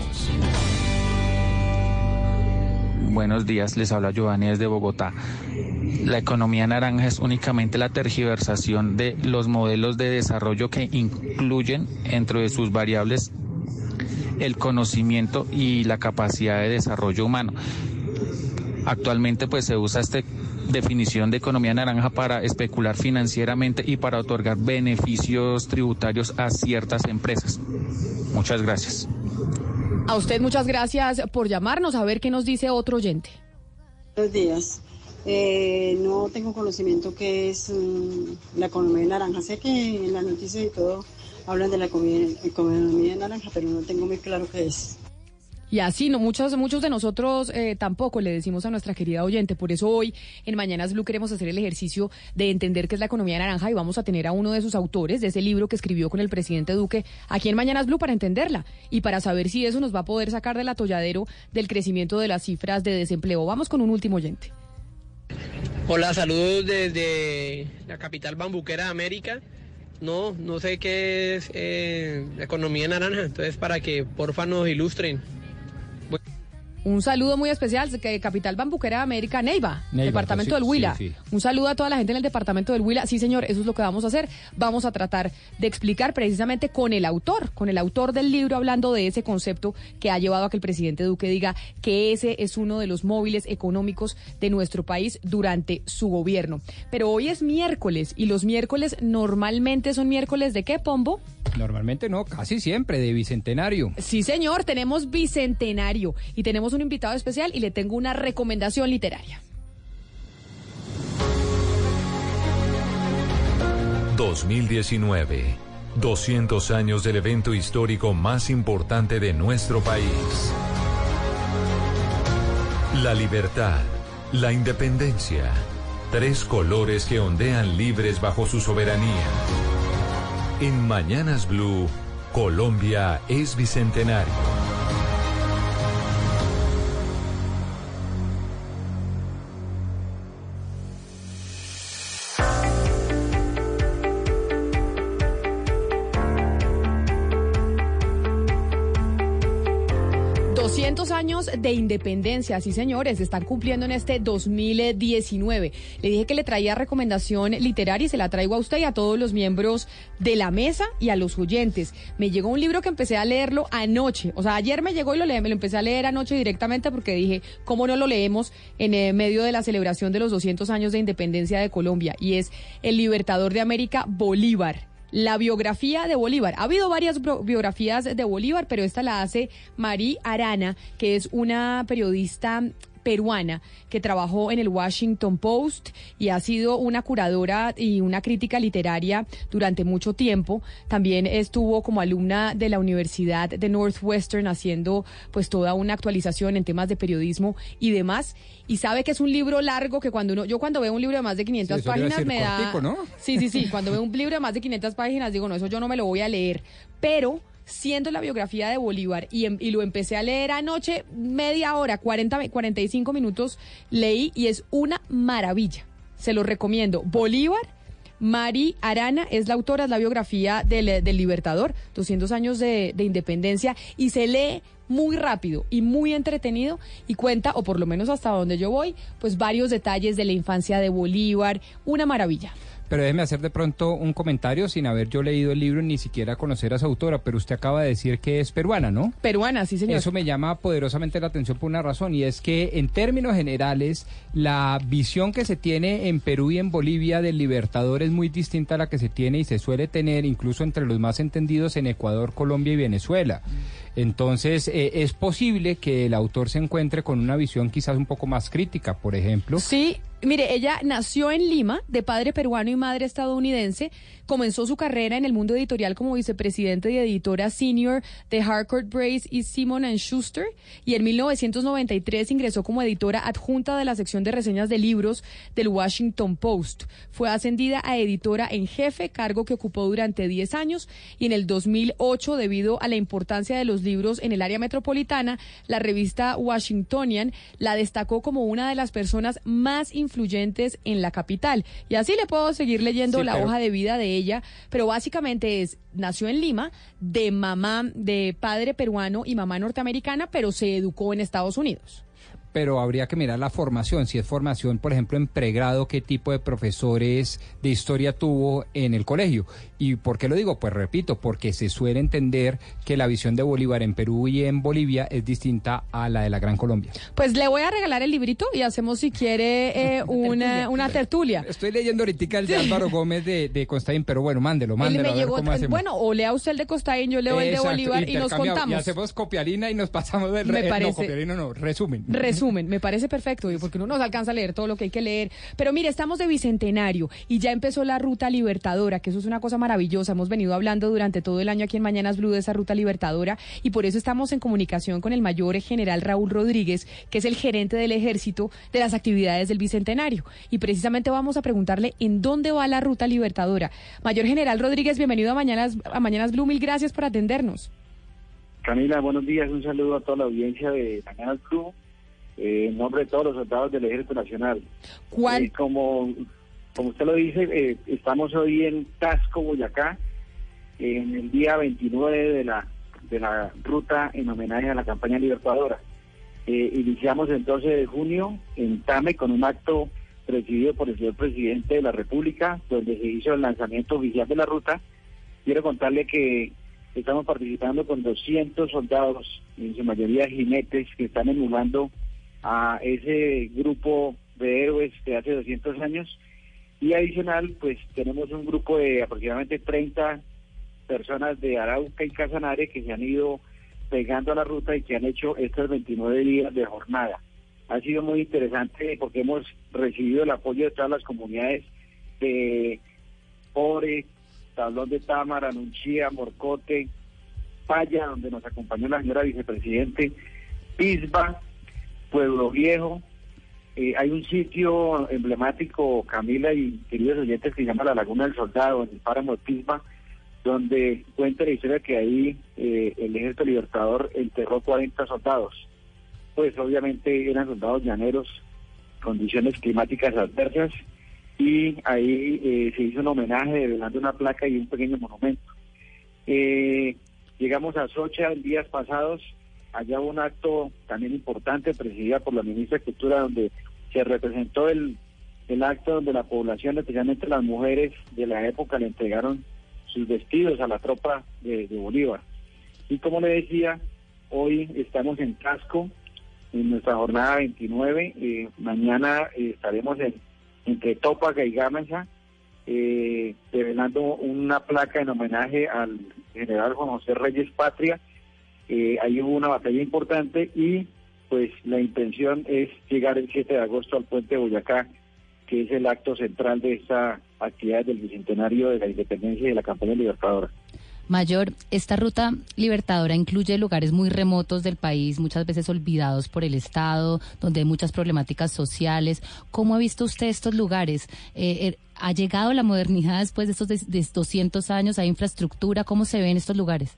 Buenos días, les habla Giovanni desde Bogotá. La economía naranja es únicamente la tergiversación de los modelos de desarrollo que incluyen entre sus variables el conocimiento y la capacidad de desarrollo humano. Actualmente pues se usa esta definición de economía naranja para especular financieramente y para otorgar beneficios tributarios a ciertas empresas. Muchas gracias. A usted muchas gracias por llamarnos a ver qué nos dice otro oyente. Buenos días. Eh, no tengo conocimiento qué es um, la economía naranja. Sé que en las noticias y todo hablan de la economía, economía naranja, pero no tengo muy claro qué es. Y así, no, muchos, muchos de nosotros eh, tampoco le decimos a nuestra querida oyente. Por eso hoy en Mañanas Blue queremos hacer el ejercicio de entender qué es la economía naranja y vamos a tener a uno de sus autores de ese libro que escribió con el presidente Duque aquí en Mañanas Blue para entenderla y para saber si eso nos va a poder sacar del atolladero del crecimiento de las cifras de desempleo. Vamos con un último oyente. Hola, saludos desde la capital bambuquera de América. No, no sé qué es eh, la economía naranja, entonces para que porfa nos ilustren. Un saludo muy especial de Capital Bambuquera de América, Neiva, Neiva, departamento pues sí, del Huila. sí, sí. Un saludo a toda la gente en el departamento del Huila. Sí, señor, eso es lo que vamos a hacer. Vamos a tratar de explicar precisamente con el autor, con el autor del libro, hablando de ese concepto que ha llevado a que el presidente Duque diga que ese es uno de los móviles económicos de nuestro país durante su gobierno. Pero hoy es miércoles y los miércoles normalmente son miércoles ¿de qué, Pombo? Normalmente no, casi siempre, de Bicentenario. Sí, señor, tenemos Bicentenario y tenemos un invitado especial y le tengo una recomendación literaria. dos mil diecinueve. doscientos años del evento histórico más importante de nuestro país. La libertad, la independencia. Tres colores que ondean libres bajo su soberanía. En Mañanas Blue, Colombia es bicentenario. doscientos años de independencia, sí señores, se están cumpliendo en este dos mil diecinueve. Le dije que le traía recomendación literaria y se la traigo a usted y a todos los miembros de la mesa y a los oyentes. Me llegó un libro que empecé a leerlo anoche, o sea, ayer me llegó y lo leí, me lo empecé a leer anoche directamente porque dije, ¿cómo no lo leemos en eh, medio de la celebración de los doscientos años de independencia de Colombia? Y es El Libertador de América, Bolívar. La biografía de Bolívar. Ha habido varias biografías de Bolívar, pero esta la hace Mari Arana, que es una periodista peruana que trabajó en el Washington Post y ha sido una curadora y una crítica literaria durante mucho tiempo. También estuvo como alumna de la Universidad de Northwestern haciendo pues toda una actualización en temas de periodismo y demás. Y sabe que es un libro largo que cuando uno, yo cuando veo un libro de más de quinientas sí, páginas decir, me da... cortico, ¿no? Sí, sí, sí, cuando veo un libro de más de quinientas páginas digo, no, eso yo no me lo voy a leer. Pero siendo la biografía de Bolívar y, y lo empecé a leer anoche, media hora, cuarenta, cuarenta y cinco minutos leí y es una maravilla. Se lo recomiendo. Bolívar, Mari Arana es la autora, es la biografía del, del Libertador, doscientos años de, de independencia, y se lee muy rápido y muy entretenido y cuenta, o por lo menos hasta donde yo voy, pues varios detalles de la infancia de Bolívar. Una maravilla. Pero déjeme hacer de pronto un comentario sin haber yo leído el libro ni siquiera conocer a su autora, pero usted acaba de decir que es peruana, ¿no? Peruana, sí señor. Eso me llama poderosamente la atención por una razón, y es que en términos generales la visión que se tiene en Perú y en Bolivia del Libertador es muy distinta a la que se tiene y se suele tener incluso entre los más entendidos en Ecuador, Colombia y Venezuela. Entonces eh, es posible que el autor se encuentre con una visión quizás un poco más crítica, por ejemplo. Sí. Mire, ella nació en Lima, de padre peruano y madre estadounidense. Comenzó su carrera en el mundo editorial como vicepresidente y editora senior de Harcourt Brace y Simon and Schuster, y en mil novecientos noventa y tres ingresó como editora adjunta de la sección de reseñas de libros del Washington Post. Fue ascendida a editora en jefe, cargo que ocupó durante diez años, y en el dos mil ocho, debido a la importancia de los libros en el área metropolitana, la revista Washingtonian la destacó como una de las personas más influyentes influyentes en la capital. Y así le puedo seguir leyendo sí, la pero... hoja de vida de ella, pero básicamente es, nació en Lima, de mamá, de padre peruano y mamá norteamericana, pero se educó en Estados Unidos. Pero habría que mirar la formación, si es formación, por ejemplo, en pregrado, qué tipo de profesores de historia tuvo en el colegio. ¿Y por qué lo digo? Pues repito, porque se suele entender que la visión de Bolívar en Perú y en Bolivia es distinta a la de la Gran Colombia. Pues le voy a regalar el librito y hacemos, si quiere, eh, una, una tertulia. Estoy leyendo ahorita el de Álvaro Gómez de, de Costaín, pero bueno, mándelo, mándelo, a ver llegó, cómo hacemos. Bueno, o lea usted el de Costaín, yo leo Exacto, el de Bolívar y nos contamos. Y hacemos copialina y nos pasamos del... Re, parece, no, copialina no, resumen. Resumen, me parece perfecto, porque uno no se alcanza a leer todo lo que hay que leer. Pero mire, estamos de bicentenario y ya empezó la Ruta Libertadora, que eso es una cosa maravillosa. Hemos venido hablando durante todo el año aquí en Mañanas Blue de esa Ruta Libertadora, y por eso estamos en comunicación con el mayor general Raúl Rodríguez, que es el gerente del Ejército de las actividades del bicentenario. Y precisamente vamos a preguntarle en dónde va la Ruta Libertadora. Mayor general Rodríguez, bienvenido a Mañanas, a Mañanas Blue, mil gracias por atendernos. Camila, buenos días, un saludo a toda la audiencia de Mañanas Blue. Eh, en nombre de todos los soldados del Ejército Nacional. ¿Cuál? Eh, como, como usted lo dice, eh, estamos hoy en Tasco, Boyacá, en el día veintinueve de la de la ruta en homenaje a la campaña libertadora. Eh, iniciamos el doce de junio en Tame con un acto presidido por el señor presidente de la República, donde se hizo el lanzamiento oficial de la ruta. Quiero contarle que estamos participando con doscientos soldados, en su mayoría jinetes, que están emulando a ese grupo de héroes de hace doscientos años, y adicional pues tenemos un grupo de aproximadamente treinta personas de Arauca y Casanare que se han ido pegando a la ruta y que han hecho estos veintinueve días de jornada. Ha sido muy interesante porque hemos recibido el apoyo de todas las comunidades de Ore, Tablón de Támara, Nunchía, Morcote, Paya, donde nos acompañó la señora vicepresidente, Pisba, Pueblo Viejo. Eh, hay un sitio emblemático, Camila y queridos oyentes, que se llama la Laguna del Soldado, en el páramo de Pisba, donde cuenta la historia que ahí eh, el Ejército Libertador enterró cuarenta soldados. Pues obviamente eran soldados llaneros, condiciones climáticas adversas, y ahí eh, se hizo un homenaje develando una placa y un pequeño monumento. Eh, llegamos a Socha en días pasados, allá hubo un acto también importante presidida por la ministra de Cultura, donde se representó el, el acto donde la población, especialmente las mujeres de la época, le entregaron sus vestidos a la tropa de, de Bolívar. Y como le decía, hoy estamos en Tasco, en nuestra jornada veintinueve, eh, mañana eh, estaremos en, entre Topaca y Gámeza, eh, revelando una placa en homenaje al general Juan José Reyes Patria. Eh, ahí hubo una batalla importante y pues la intención es llegar el siete de agosto al puente de Boyacá, que es el acto central de esta actividad del bicentenario de la independencia y de la campaña libertadora. Mayor, esta ruta libertadora incluye lugares muy remotos del país, muchas veces olvidados por el Estado, donde hay muchas problemáticas sociales. ¿Cómo ha visto usted estos lugares? Eh, ¿Ha llegado la modernidad después de estos de, de doscientos años? ¿Hay infraestructura? ¿Cómo se ven estos lugares?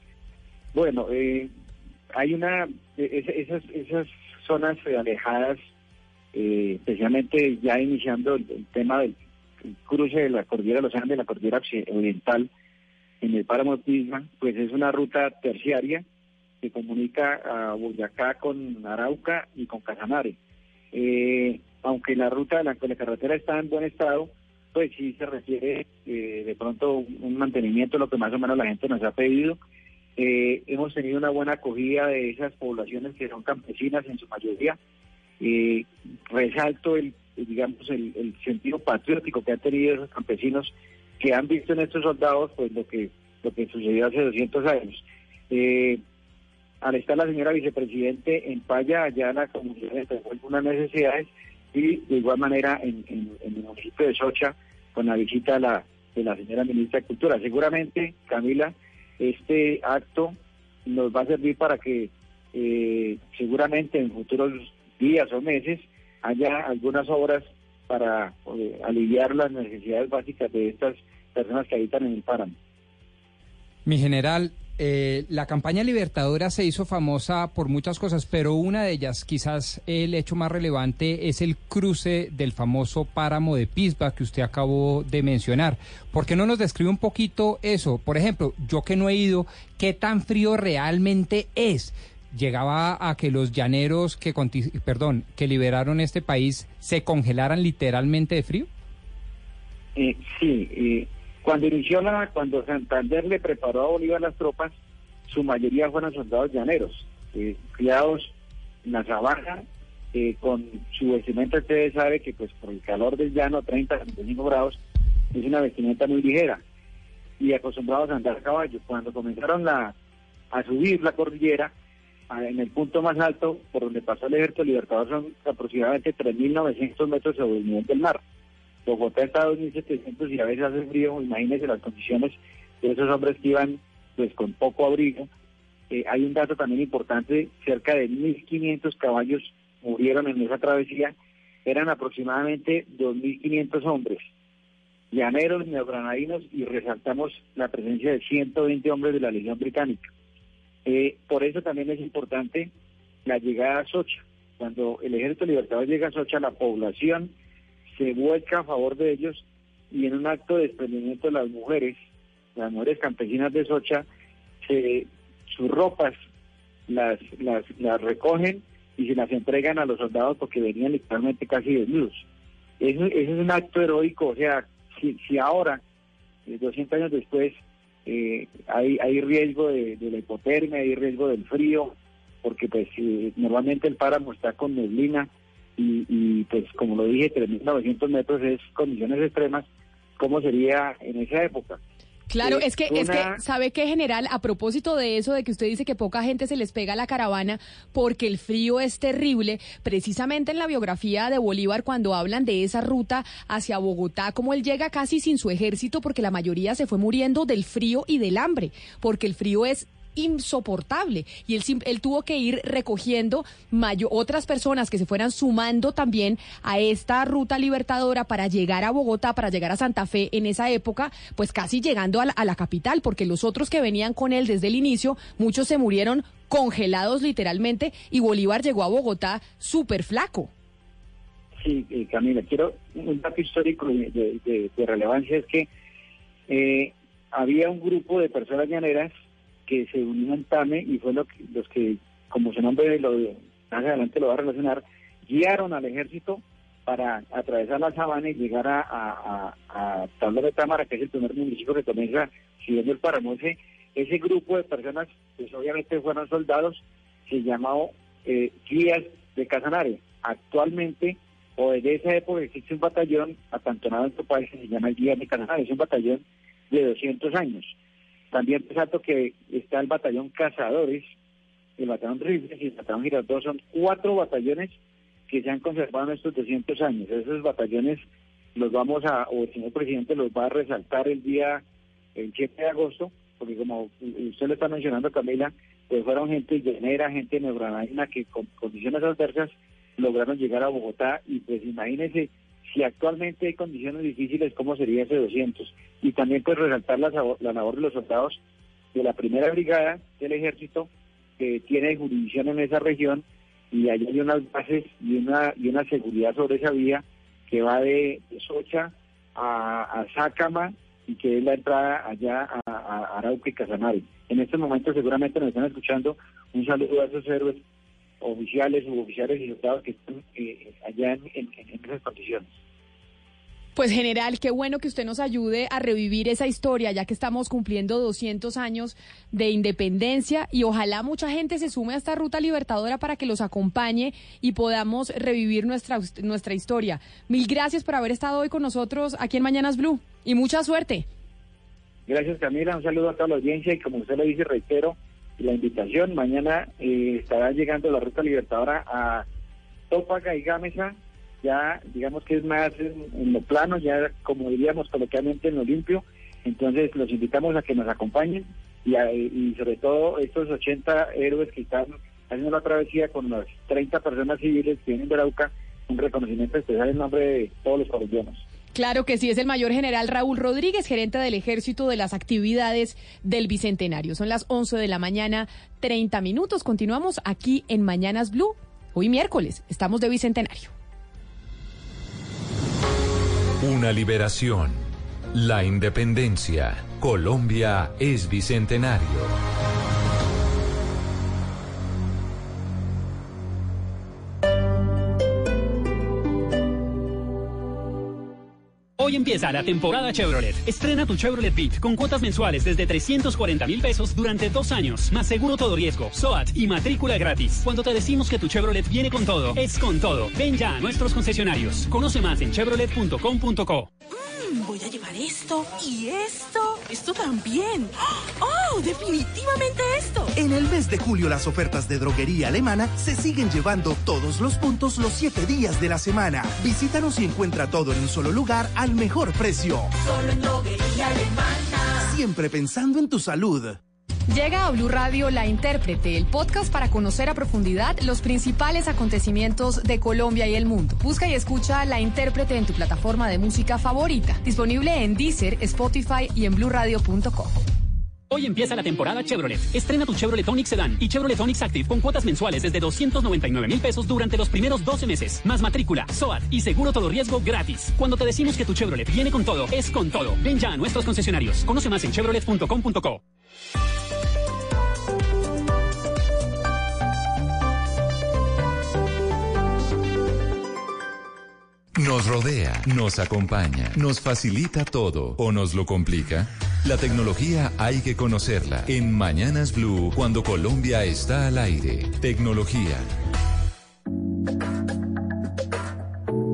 Bueno, eh, hay una, es, esas, esas zonas alejadas, eh, especialmente ya iniciando el, el tema del el cruce de la cordillera de los Andes, la cordillera oriental, en el páramo de Pisba, pues es una ruta terciaria que comunica a Boyacá con Arauca y con Casanare. Eh, aunque la ruta de la, de la carretera está en buen estado, pues sí se requiere eh, de pronto un, un mantenimiento, lo que más o menos la gente nos ha pedido. Eh, hemos tenido una buena acogida de esas poblaciones que son campesinas en su mayoría. Eh, resalto el, digamos, el, el sentido patriótico que han tenido esos campesinos que han visto en estos soldados pues lo que lo que sucedió hace doscientos años. Eh, al estar la señora vicepresidente en Paya, allá la comunidad entregó algunas necesidades, y de igual manera en, en, en el municipio de Socha, con la visita de la, de la señora ministra de Cultura. Seguramente, Camila, este acto nos va a servir para que eh, seguramente en futuros días o meses haya algunas obras para eh, aliviar las necesidades básicas de estas personas que habitan en el páramo. Mi general, eh, la campaña libertadora se hizo famosa por muchas cosas, pero una de ellas, quizás el hecho más relevante, es el cruce del famoso páramo de Pisba que usted acabó de mencionar. ¿Por qué no nos describe un poquito eso? Por ejemplo, yo que no he ido, ¿qué tan frío realmente es? ¿Llegaba a que los llaneros que, perdón, que liberaron este país se congelaran literalmente de frío? Eh, sí, eh, cuando inició la, cuando Santander le preparó a Bolívar las tropas, su mayoría fueron soldados llaneros, eh, criados en la sabana, eh, con su vestimenta. Ustedes saben que pues por el calor del llano, treinta, treinta y cinco grados, es una vestimenta muy ligera, y acostumbrados a andar a caballo. Cuando comenzaron la, a subir la cordillera, en el punto más alto por donde pasó el Ejército Libertador son aproximadamente tres mil novecientos metros sobre el nivel del mar. Bogotá está a dos mil setecientos y a veces hace frío. Imagínense las condiciones de esos hombres que iban pues con poco abrigo. Eh, hay un dato también importante: cerca de mil quinientos caballos murieron en esa travesía. Eran aproximadamente dos mil quinientos hombres, llaneros, neogranadinos, y resaltamos la presencia de ciento veinte hombres de la Legión Británica. Eh, por eso también es importante la llegada a Socha. Cuando el Ejército Libertador llega a Socha, la población se vuelca a favor de ellos, y en un acto de desprendimiento de las mujeres, las mujeres campesinas de Socha, se, sus ropas las, las, las recogen y se las entregan a los soldados porque venían literalmente casi desnudos. Eso, eso es un acto heroico. O sea, si, si ahora, doscientos años después, Eh, hay hay riesgo de, de la hipotermia, hay riesgo del frío, porque pues eh, normalmente el páramo está con neblina y, y pues como lo dije, tres mil novecientos metros es condiciones extremas. ¿Cómo sería en esa época? Claro, Eh, es que, una... es que, ¿sabe qué, general? A propósito de eso, de que usted dice que poca gente se les pega a la caravana porque el frío es terrible, precisamente en la biografía de Bolívar, cuando hablan de esa ruta hacia Bogotá, como él llega casi sin su ejército, porque la mayoría se fue muriendo del frío y del hambre, porque el frío es insoportable y él, él tuvo que ir recogiendo mayor, otras personas que se fueran sumando también a esta ruta libertadora para llegar a Bogotá, para llegar a Santa Fe en esa época, pues casi llegando a la, a la capital, porque los otros que venían con él desde el inicio, muchos se murieron congelados literalmente y Bolívar llegó a Bogotá súper flaco. Sí, eh, Camila, quiero un dato histórico de, de, de, de relevancia, es que eh, había un grupo de personas llaneras que se unió en Tame y fue lo que, los que, como su nombre lo, más adelante lo va a relacionar, guiaron al ejército para atravesar la sabana y llegar a, a, a, a Tabla de Támara, que es el primer municipio que comienza siguiendo el páramo. Ese, ese grupo de personas, pues obviamente fueron soldados, se llamó eh, guías de Casanare. Actualmente, o desde esa época, existe un batallón acantonado en este país que se llama el Guía de Casanare, es un batallón de doscientos años. También resalto que está el batallón Cazadores, el batallón Rifles y el batallón Girardot. Son cuatro batallones que se han conservado en estos doscientos años. Esos batallones los vamos a, o el señor presidente los va a resaltar el día, el siete de agosto, porque como usted lo está mencionando, Camila, pues fueron gente llanera, gente neogranadina que con condiciones adversas lograron llegar a Bogotá y pues imagínense, si actualmente hay condiciones difíciles, ¿cómo sería ese doscientos? Y también pues resaltar la, la labor de los soldados de la primera brigada del ejército que tiene jurisdicción en esa región y allá hay unas bases y una y una seguridad sobre esa vía que va de Socha a, a Sácama y que es la entrada allá a, a Arauca y Casanare. En este momento seguramente nos están escuchando. Un saludo a esos héroes oficiales, suboficiales y soldados que están eh, allá en, en, en esas condiciones. Pues general, qué bueno que usted nos ayude a revivir esa historia, ya que estamos cumpliendo doscientos años de independencia y ojalá mucha gente se sume a esta ruta libertadora para que los acompañe y podamos revivir nuestra, nuestra historia. Mil gracias por haber estado hoy con nosotros aquí en Mañanas Blue y mucha suerte. Gracias, Camila, un saludo a toda la audiencia y como usted lo dice, reitero la invitación. Mañana eh, estará llegando la ruta libertadora a Tópaga y Gámeza, ya digamos que es más en, en lo plano, ya como diríamos coloquialmente en lo limpio. Entonces los invitamos a que nos acompañen y, a, y sobre todo estos ochenta héroes que están haciendo la travesía con las treinta personas civiles que vienen de Arauca, un reconocimiento especial en nombre de todos los colombianos. Claro que sí, es el mayor general Raúl Rodríguez, gerente del Ejército de las actividades del Bicentenario. Son las once de la mañana, treinta minutos. Continuamos aquí en Mañanas Blue. Hoy miércoles, estamos de Bicentenario. Una liberación. La independencia. Colombia es Bicentenario. Hoy empieza la temporada Chevrolet. Estrena tu Chevrolet Beat con cuotas mensuales desde trescientos cuarenta mil pesos durante dos años, más seguro todo riesgo, S O A T y matrícula gratis. Cuando te decimos que tu Chevrolet viene con todo, es con todo. Ven ya a nuestros concesionarios. Conoce más en chevrolet punto com punto co. Mm, voy a llevar esto y esto, esto también. ¡Oh, definitivamente esto! En el mes de julio las ofertas de Droguería Alemana se siguen llevando todos los puntos los siete días de la semana. Visítanos y encuentra todo en un solo lugar al mejor precio. Solo en Droguería Alemana. Siempre pensando en tu salud. Llega a Blue Radio La Intérprete, el podcast para conocer a profundidad los principales acontecimientos de Colombia y el mundo. Busca y escucha La Intérprete en tu plataforma de música favorita. Disponible en Deezer, Spotify y en blue radio punto com. Hoy empieza la temporada Chevrolet. Estrena tu Chevrolet Onix Sedan y Chevrolet Onix Active con cuotas mensuales desde doscientos noventa y nueve mil pesos durante los primeros doce meses, más matrícula, S O A T y seguro todo riesgo gratis. Cuando te decimos que tu Chevrolet viene con todo, es con todo. Ven ya a nuestros concesionarios. Conoce más en chevrolet punto com punto co. Nos rodea, nos acompaña, nos facilita todo o nos lo complica. La tecnología hay que conocerla. En Mañanas Blue, cuando Colombia está al aire. Tecnología.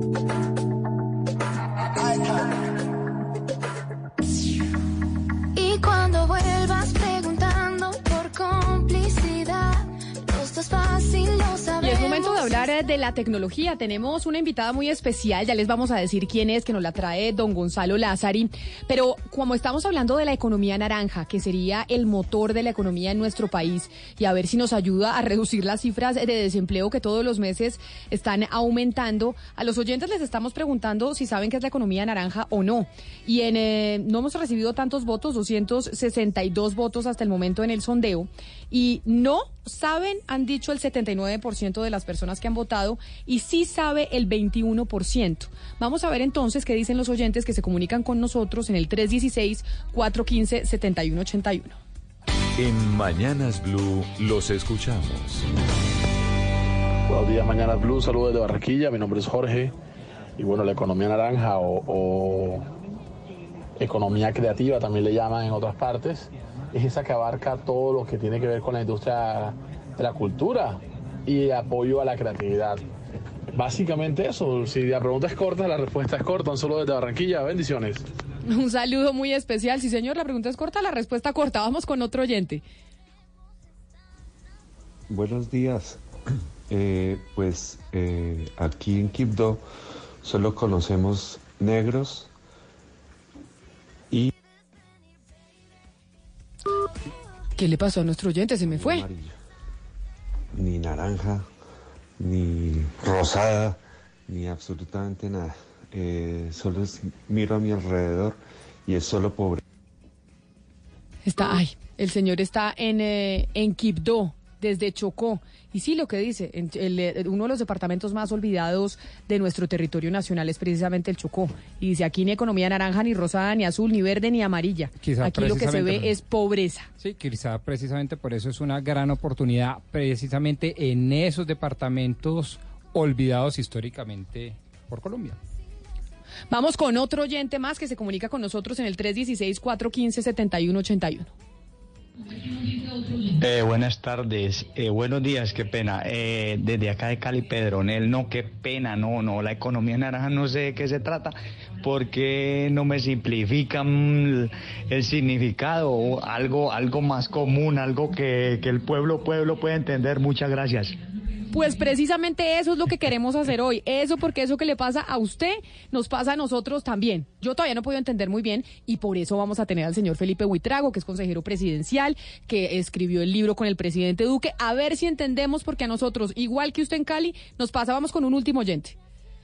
Y Y cuando vuelvas preguntando por complicidad, los dos fácil lo sabemos. Y es momento de hablar eh, de la tecnología. Tenemos una invitada muy especial, ya les vamos a decir quién es, que nos la trae don Gonzalo Lázari. Pero como estamos hablando de la economía naranja, que sería el motor de la economía en nuestro país, y a ver si nos ayuda a reducir las cifras de desempleo que todos los meses están aumentando, a los oyentes les estamos preguntando si saben qué es la economía naranja o no. Y en eh, no hemos recibido tantos votos, doscientos sesenta y dos votos hasta el momento en el sondeo, y no saben, han dicho el setenta y nueve por ciento de las personas que han votado, y sí sabe el veintiuno por ciento. Vamos a ver entonces qué dicen los oyentes que se comunican con nosotros en el tres uno seis, cuatro uno cinco, siete uno ocho uno. En Mañanas Blue los escuchamos. Buenos días, Mañanas Blue, saludos desde Barranquilla, mi nombre es Jorge, y bueno, la economía naranja o, o economía creativa también le llaman en otras partes, es esa que abarca todo lo que tiene que ver con la industria de la cultura y apoyo a la creatividad. Básicamente eso, si la pregunta es corta, la respuesta es corta, un saludo desde Barranquilla, bendiciones. Un saludo muy especial, sí señor, la pregunta es corta, la respuesta corta. Vamos con otro oyente. Buenos días, eh, pues eh, aquí en Quibdó solo conocemos negros y... ¿Qué le pasó a nuestro oyente? Se me fue. Amarillo. Ni naranja, ni rosada, ni absolutamente nada. Eh, solo es, miro a mi alrededor y es solo pobre. Está, ay, el señor está en, eh, en Quibdó, desde Chocó. Y sí, lo que dice, en el, uno de los departamentos más olvidados de nuestro territorio nacional es precisamente el Chocó. Y dice, aquí ni economía naranja, ni rosada, ni azul, ni verde, ni amarilla. Quizá aquí lo que se ve es pobreza. Sí, quizá precisamente por eso es una gran oportunidad, precisamente en esos departamentos olvidados históricamente por Colombia. Vamos con otro oyente más que se comunica con nosotros en el tres uno seis, cuatro uno cinco, siete uno ocho uno. Eh, buenas tardes, eh, buenos días, qué pena, eh, desde acá de Cali, Pedronel, no, qué pena, no, no, la economía naranja no sé de qué se trata, porque no me simplifican el significado, algo, algo más común, algo que, que el pueblo, pueblo puede entender, muchas gracias. Pues precisamente eso es lo que queremos hacer hoy. Eso porque eso que le pasa a usted nos pasa a nosotros también. Yo todavía no puedo entender muy bien y por eso vamos a tener al señor Felipe Buitrago, que es consejero presidencial, que escribió el libro con el presidente Duque. A ver si entendemos, porque a nosotros, igual que usted en Cali, nos pasa. Vamos con un último oyente.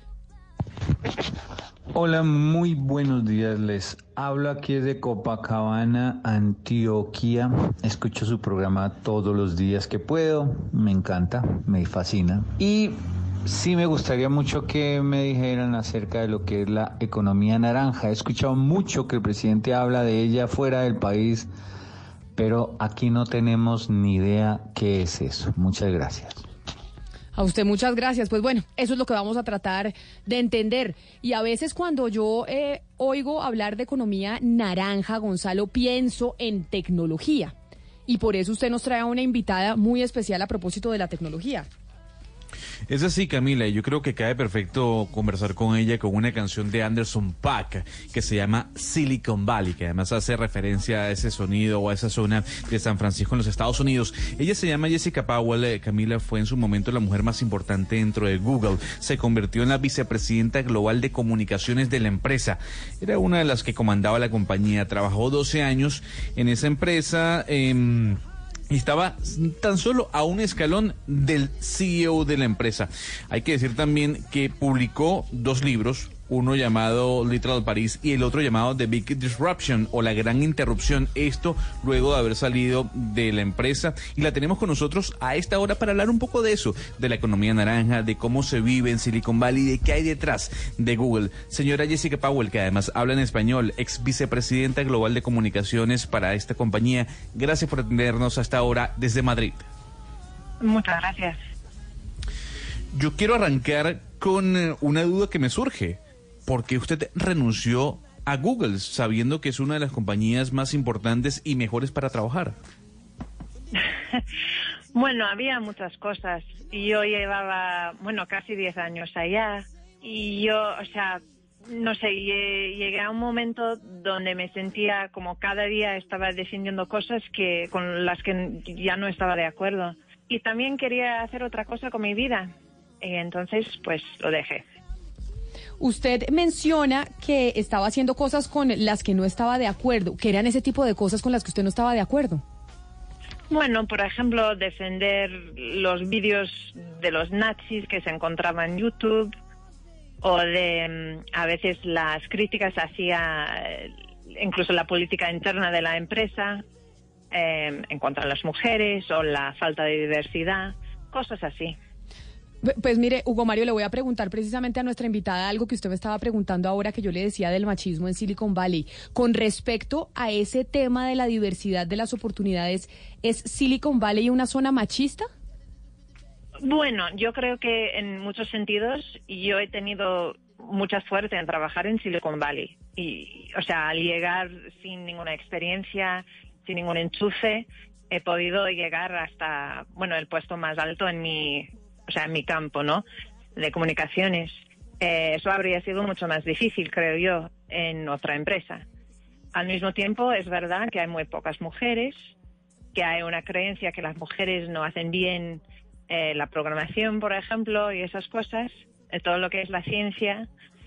Hola, muy buenos días. Les hablo aquí desde Copacabana, Antioquia. Escucho su programa todos los días que puedo. Me encanta, me fascina. Y sí me gustaría mucho que me dijeran acerca de lo que es la economía naranja. He escuchado mucho que el presidente habla de ella fuera del país, pero aquí no tenemos ni idea qué es eso. Muchas gracias. A usted muchas gracias. Pues bueno, eso es lo que vamos a tratar de entender. Y a veces cuando yo eh, oigo hablar de economía naranja, Gonzalo, pienso en tecnología. Y por eso usted nos trae a una invitada muy especial a propósito de la tecnología. Es así, Camila, y yo creo que cae perfecto conversar con ella con una canción de Anderson .Paak que se llama Silicon Valley, que además hace referencia a ese sonido o a esa zona de San Francisco en los Estados Unidos. Ella se llama Jessica Powell. eh, Camila, fue en su momento la mujer más importante dentro de Google. Se convirtió en la vicepresidenta global de comunicaciones de la empresa. Era una de las que comandaba la compañía. Trabajó doce años en esa empresa. Eh, Y estaba tan solo a un escalón del C E O de la empresa. Hay que decir también que publicó dos libros, uno llamado Literal Paris y el otro llamado The Big Disruption o La Gran Interrupción. Esto luego de haber salido de la empresa, y la tenemos con nosotros a esta hora para hablar un poco de eso, de la economía naranja, de cómo se vive en Silicon Valley, de qué hay detrás de Google. Señora Jessica Powell, que además habla en español, ex vicepresidenta global de comunicaciones para esta compañía, gracias por atendernos hasta ahora desde Madrid. Muchas gracias. Yo quiero arrancar con una duda que me surge. ¿Por qué usted renunció a Google, sabiendo que es una de las compañías más importantes y mejores para trabajar? Bueno, había muchas cosas. Y yo llevaba, bueno, casi diez años allá. Y yo, o sea, no sé, llegué a un momento donde me sentía como cada día estaba defendiendo cosas que con las que ya no estaba de acuerdo. Y también quería hacer otra cosa con mi vida. Y entonces, pues, lo dejé. Usted menciona que estaba haciendo cosas con las que no estaba de acuerdo. ¿Qué eran ese tipo de cosas con las que usted no estaba de acuerdo? Bueno, por ejemplo, defender los vídeos de los nazis que se encontraban en YouTube, o de a veces las críticas hacia incluso la política interna de la empresa eh, en cuanto a las mujeres o la falta de diversidad, cosas así. Pues mire, Hugo Mario, le voy a preguntar precisamente a nuestra invitada algo que usted me estaba preguntando ahora, que yo le decía del machismo en Silicon Valley. Con respecto a ese tema de la diversidad de las oportunidades, ¿es Silicon Valley una zona machista? Bueno, yo creo que en muchos sentidos yo he tenido mucha suerte en trabajar en Silicon Valley. Y, o sea, al llegar sin ninguna experiencia, sin ningún enchufe, he podido llegar hasta, bueno, el puesto más alto en mi... o sea, en mi campo, ¿no?, de comunicaciones. Eh, eso habría sido mucho más difícil, creo yo, en otra empresa. Al mismo tiempo, es verdad que hay muy pocas mujeres, que hay una creencia que las mujeres no hacen bien eh, la programación, por ejemplo, y esas cosas, eh, todo lo que es la ciencia.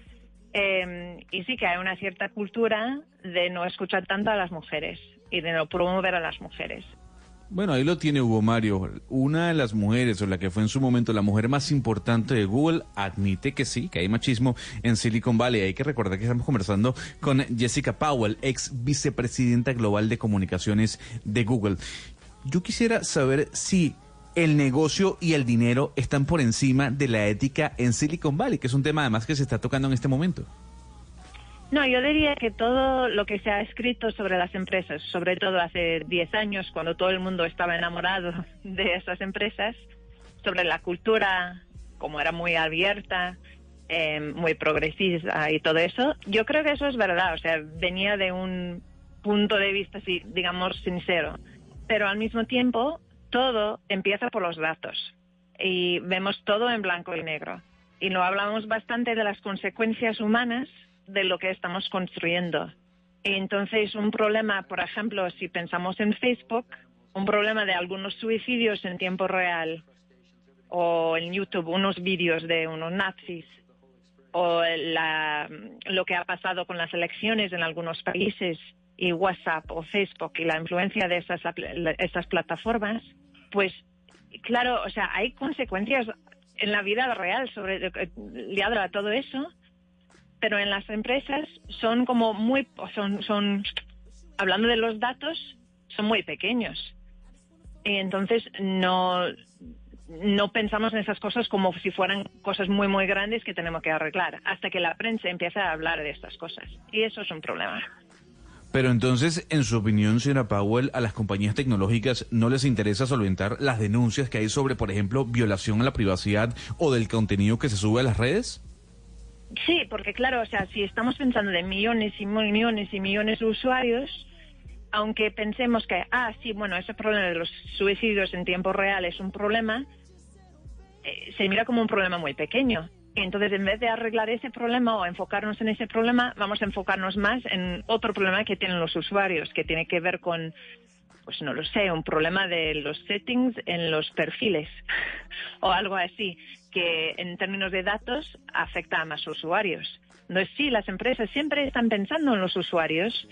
Eh, y sí que hay una cierta cultura de no escuchar tanto a las mujeres y de no promover a las mujeres. Bueno, ahí lo tiene Hugo Mario. Una de las mujeres, o la que fue en su momento la mujer más importante de Google, admite que sí, que hay machismo en Silicon Valley. Hay que recordar que estamos conversando con Jessica Powell, ex vicepresidenta global de comunicaciones de Google. Yo quisiera saber si el negocio y el dinero están por encima de la ética en Silicon Valley, que es un tema además que se está tocando en este momento. No, yo diría que todo lo que se ha escrito sobre las empresas, sobre todo hace diez años, cuando todo el mundo estaba enamorado de esas empresas, sobre la cultura, como era muy abierta, eh, muy progresista y todo eso, yo creo que eso es verdad. O sea, venía de un punto de vista, sí, digamos, sincero. Pero al mismo tiempo, todo empieza por los datos. Y vemos todo en blanco y negro. Y no hablamos bastante de las consecuencias humanas de lo que estamos construyendo. Y entonces un problema, por ejemplo, si pensamos en Facebook, un problema de algunos suicidios en tiempo real, o en YouTube unos vídeos de unos nazis, o la, lo que ha pasado con las elecciones en algunos países, y WhatsApp o Facebook y la influencia de esas, esas plataformas, pues claro, o sea, hay consecuencias en la vida real sobre liado a todo eso. Pero en las empresas son como muy, son, son, hablando de los datos, son muy pequeños. Y entonces no, no pensamos en esas cosas como si fueran cosas muy, muy grandes que tenemos que arreglar, hasta que la prensa empieza a hablar de estas cosas. Y eso es un problema. Pero entonces, en su opinión, señora Powell, ¿a las compañías tecnológicas no les interesa solventar las denuncias que hay sobre, por ejemplo, violación a la privacidad o del contenido que se sube a las redes? Sí, porque claro, o sea, si estamos pensando de millones y millones y millones de usuarios, aunque pensemos que, ah, sí, bueno, ese problema de los suicidios en tiempo real es un problema, eh, se mira como un problema muy pequeño. Entonces, en vez de arreglar ese problema o enfocarnos en ese problema, vamos a enfocarnos más en otro problema que tienen los usuarios, que tiene que ver con, pues no lo sé, un problema de los settings en los perfiles o algo así, que en términos de datos afecta a más usuarios. Entonces sí, las empresas siempre están pensando en los usuarios,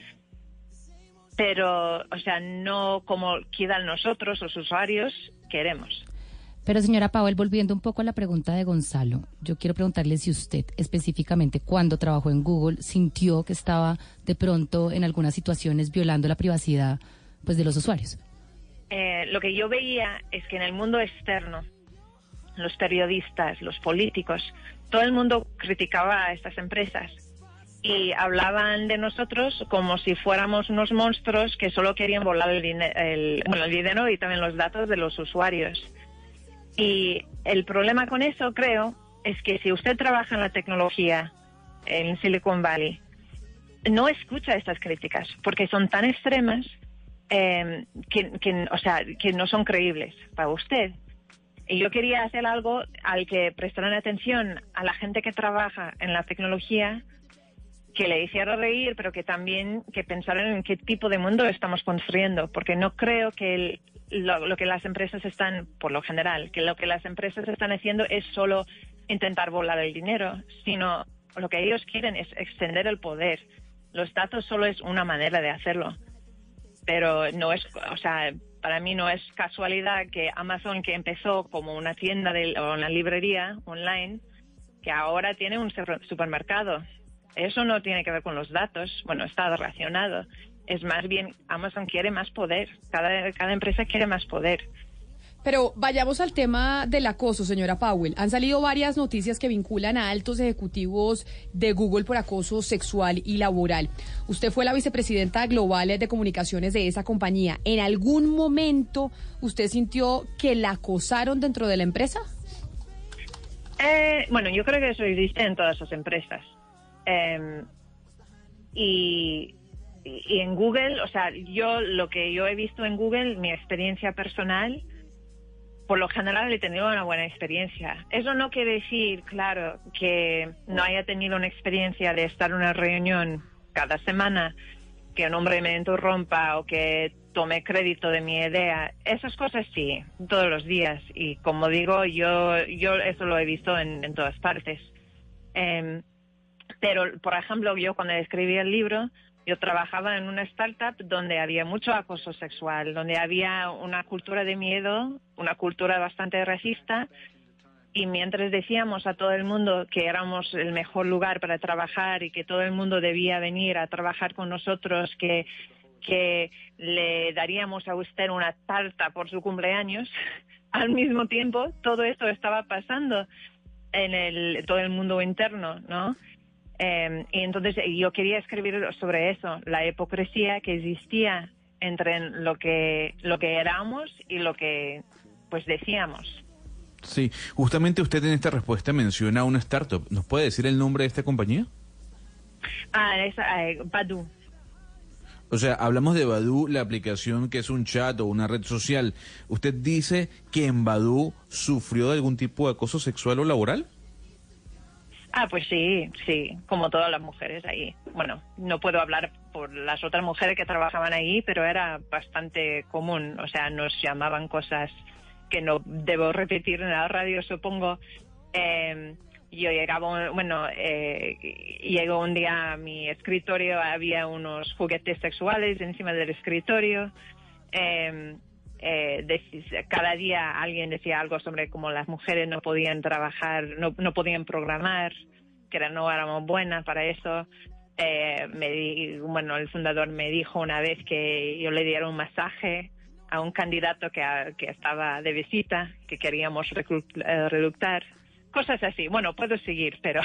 pero, o sea, no como quizá nosotros, los usuarios, queremos. Pero señora Powell, volviendo un poco a la pregunta de Gonzalo, yo quiero preguntarle si usted específicamente cuando trabajó en Google sintió que estaba de pronto en algunas situaciones violando la privacidad, pues, de los usuarios. Eh, lo que yo veía es que en el mundo externo, los periodistas, los políticos, todo el mundo criticaba a estas empresas y hablaban de nosotros como si fuéramos unos monstruos que solo querían volar el, el, bueno, el dinero y también los datos de los usuarios. Y el problema con eso, creo, es que si usted trabaja en la tecnología en Silicon Valley, no escucha estas críticas porque son tan extremas eh, que, que, o sea, que no son creíbles para usted. Y yo quería hacer algo al que prestaran atención a la gente que trabaja en la tecnología que le hiciera reír, pero que también que pensaran en qué tipo de mundo estamos construyendo, porque no creo que el, lo, lo que las empresas están, por lo general, que lo que las empresas están haciendo es solo intentar volar el dinero, sino lo que ellos quieren es extender el poder. Los datos solo es una manera de hacerlo, pero no es, o sea, para mí no es casualidad que Amazon, que empezó como una tienda de, o una librería online, que ahora tiene un supermercado. Eso no tiene que ver con los datos, bueno, está relacionado. Es más bien, Amazon quiere más poder, cada, cada empresa quiere más poder. Pero vayamos al tema del acoso, señora Powell. Han salido varias noticias que vinculan a altos ejecutivos de Google por acoso sexual y laboral. Usted fue la vicepresidenta global de comunicaciones de esa compañía. ¿En algún momento usted sintió que la acosaron dentro de la empresa? Eh, bueno, yo creo que eso existe en todas las empresas. Eh, y, y en Google, o sea, yo lo que yo he visto en Google, mi experiencia personal, por lo general he tenido una buena experiencia. Eso no quiere decir, claro, que no haya tenido una experiencia de estar en una reunión cada semana, que un hombre me interrumpa o que tome crédito de mi idea. Esas cosas sí, todos los días. Y como digo, yo yo eso lo he visto en, en todas partes. Eh, pero, por ejemplo, yo cuando escribí el libro, yo trabajaba en una startup donde había mucho acoso sexual, donde había una cultura de miedo, una cultura bastante racista, y mientras decíamos a todo el mundo que éramos el mejor lugar para trabajar y que todo el mundo debía venir a trabajar con nosotros, que, que le daríamos a usted una tarta por su cumpleaños, al mismo tiempo todo esto estaba pasando en el todo el mundo interno, ¿no? Eh, y entonces yo quería escribir sobre eso, la hipocresía que existía entre lo que lo que éramos y lo que pues decíamos. Sí, justamente usted en esta respuesta menciona una startup. ¿Nos puede decir el nombre de esta compañía? Ah, es eh, Badoo. O sea, hablamos de Badoo, la aplicación que es un chat o una red social. ¿Usted dice que en Badoo sufrió de algún tipo de acoso sexual o laboral? Ah, pues sí, sí, como todas las mujeres ahí. Bueno, no puedo hablar por las otras mujeres que trabajaban ahí, pero era bastante común. O sea, nos llamaban cosas que no debo repetir en la radio, supongo. Eh, yo llegaba, bueno, eh, llegó un día a mi escritorio, había unos juguetes sexuales encima del escritorio. Eh, Eh, de, cada día alguien decía algo sobre cómo las mujeres no podían trabajar, no, no podían programar, que era, no éramos buenas para eso. Eh, me di, bueno, el fundador me dijo una vez que yo le diera un masaje a un candidato que, que estaba de visita, que queríamos reclutar, cosas así. Bueno, puedo seguir, pero...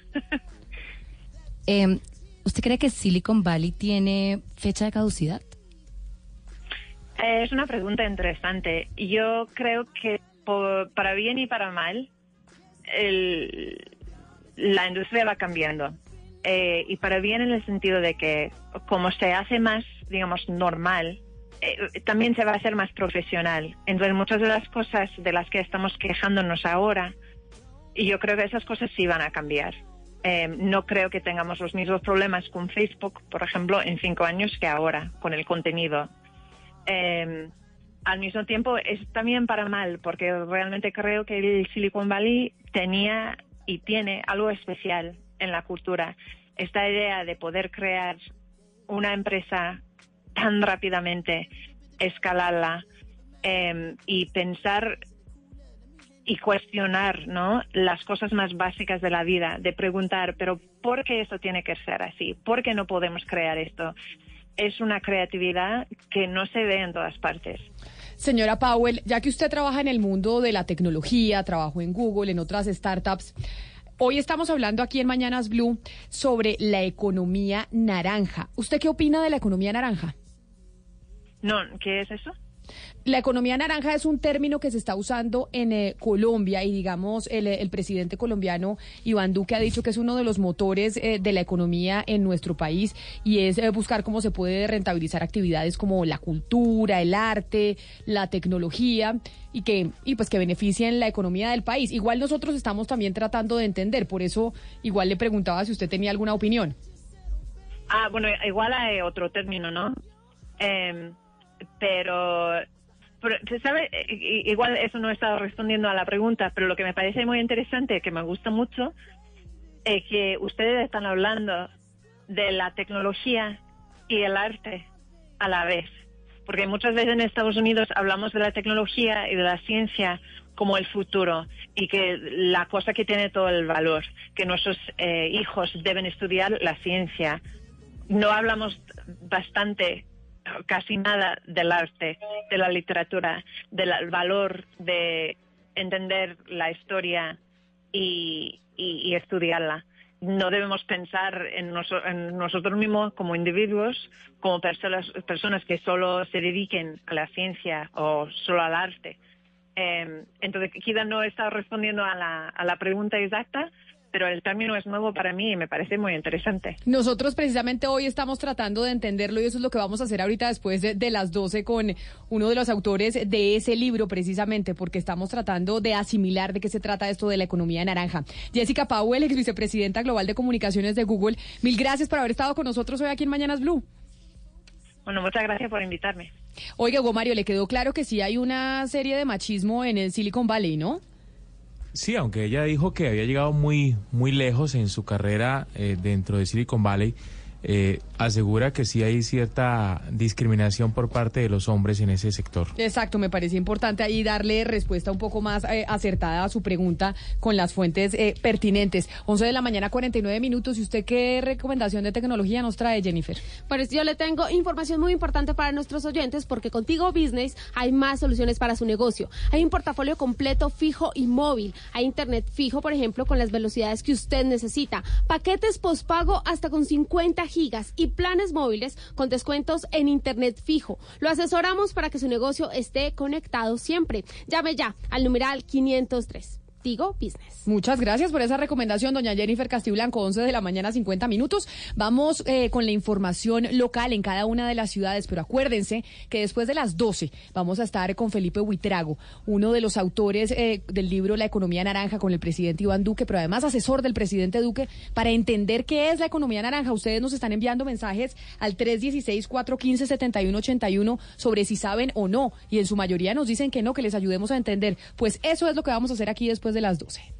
eh, ¿Usted cree que Silicon Valley tiene fecha de caducidad? Es una pregunta interesante. Yo creo que por, para bien y para mal, el, la industria va cambiando. Eh, y para bien en el sentido de que como se hace más, digamos, normal, eh, también se va a hacer más profesional. Entonces muchas de las cosas de las que estamos quejándonos ahora, y yo creo que esas cosas sí van a cambiar. Eh, no creo que tengamos los mismos problemas con Facebook, por ejemplo, en cinco años que ahora, con el contenido. Eh, al mismo tiempo es también para mal, porque realmente creo que el Silicon Valley tenía y tiene algo especial en la cultura. Esta idea de poder crear una empresa tan rápidamente, escalarla eh, y pensar y cuestionar, ¿no?, las cosas más básicas de la vida, de preguntar, pero ¿por qué esto tiene que ser así? ¿Por qué no podemos crear esto? Es una creatividad que no se ve en todas partes. Señora Powell, ya que usted trabaja en el mundo de la tecnología, trabajó en Google, en otras startups, hoy estamos hablando aquí en Mañanas Blue sobre la economía naranja. ¿Usted qué opina de la economía naranja? No, ¿qué es eso? La economía naranja es un término que se está usando en eh, Colombia y digamos el, el presidente colombiano Iván Duque ha dicho que es uno de los motores eh, de la economía en nuestro país y es eh, buscar cómo se puede rentabilizar actividades como la cultura, el arte, la tecnología y que y pues que beneficien la economía del país. Igual nosotros estamos también tratando de entender, por eso igual le preguntaba si usted tenía alguna opinión. Ah, bueno, igual hay otro término, ¿no? Eh, pero, pero, ¿sabe? Igual eso no está respondiendo a la pregunta, pero lo que me parece muy interesante, que me gusta mucho, es que ustedes están hablando de la tecnología y el arte a la vez. Porque muchas veces en Estados Unidos hablamos de la tecnología y de la ciencia como el futuro y que la cosa que tiene todo el valor, que nuestros eh, hijos deben estudiar la ciencia. No hablamos bastante, casi nada del arte, de la literatura, del valor de entender la historia y, y, y estudiarla. No debemos pensar en, noso en nosotros mismos como individuos, como personas, personas que solo se dediquen a la ciencia o solo al arte. Eh, entonces, quizá no está respondiendo a la, a la pregunta exacta, pero el término es nuevo para mí y me parece muy interesante. Nosotros precisamente hoy estamos tratando de entenderlo y eso es lo que vamos a hacer ahorita después de, de las doce con uno de los autores de ese libro precisamente, porque estamos tratando de asimilar de qué se trata esto de la economía naranja. Jessica Powell, ex vicepresidenta global de comunicaciones de Google, mil gracias por haber estado con nosotros hoy aquí en Mañanas Blue. Bueno, muchas gracias por invitarme. Oiga, Hugo Mario, le quedó claro que sí hay una serie de machismo en el Silicon Valley, ¿no? Sí, aunque ella dijo que había llegado muy, muy lejos en su carrera eh, dentro de Silicon Valley, eh, asegura que sí hay cierta discriminación por parte de los hombres en ese sector. Exacto, me parece importante ahí darle respuesta un poco más eh, acertada a su pregunta con las fuentes eh, pertinentes. once de la mañana, cuarenta y nueve minutos. ¿Y usted qué recomendación de tecnología nos trae, Jennifer? Pues yo le tengo información muy importante para nuestros oyentes porque contigo Business hay más soluciones para su negocio. Hay un portafolio completo fijo y móvil. Hay internet fijo, por ejemplo, con las velocidades que usted necesita. Paquetes postpago hasta con cincuenta gigas y planes móviles con descuentos en internet fijo. Lo asesoramos para que su negocio esté conectado siempre. Llame ya al numeral quinientos tres. Tigo Business. Muchas gracias por esa recomendación, doña Jennifer Castiblanco, once de la mañana, cincuenta minutos. Vamos eh, con la información local en cada una de las ciudades, pero acuérdense que después de las doce vamos a estar con Felipe Buitrago, uno de los autores eh, del libro La Economía Naranja, con el presidente Iván Duque, pero además asesor del presidente Duque, para entender qué es la economía naranja. Ustedes nos están enviando mensajes al tres uno seis, cuatro uno cinco, siete uno ocho uno sobre si saben o no, y en su mayoría nos dicen que no, que les ayudemos a entender. Pues eso es lo que vamos a hacer aquí después de las doce.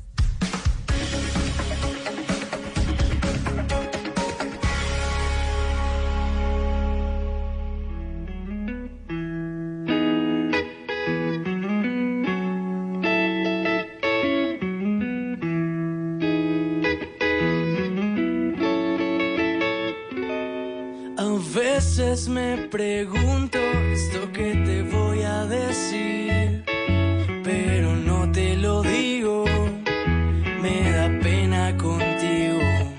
A veces me pregunto esto que te voy a decir, pero no te lo digo, me da pena contigo.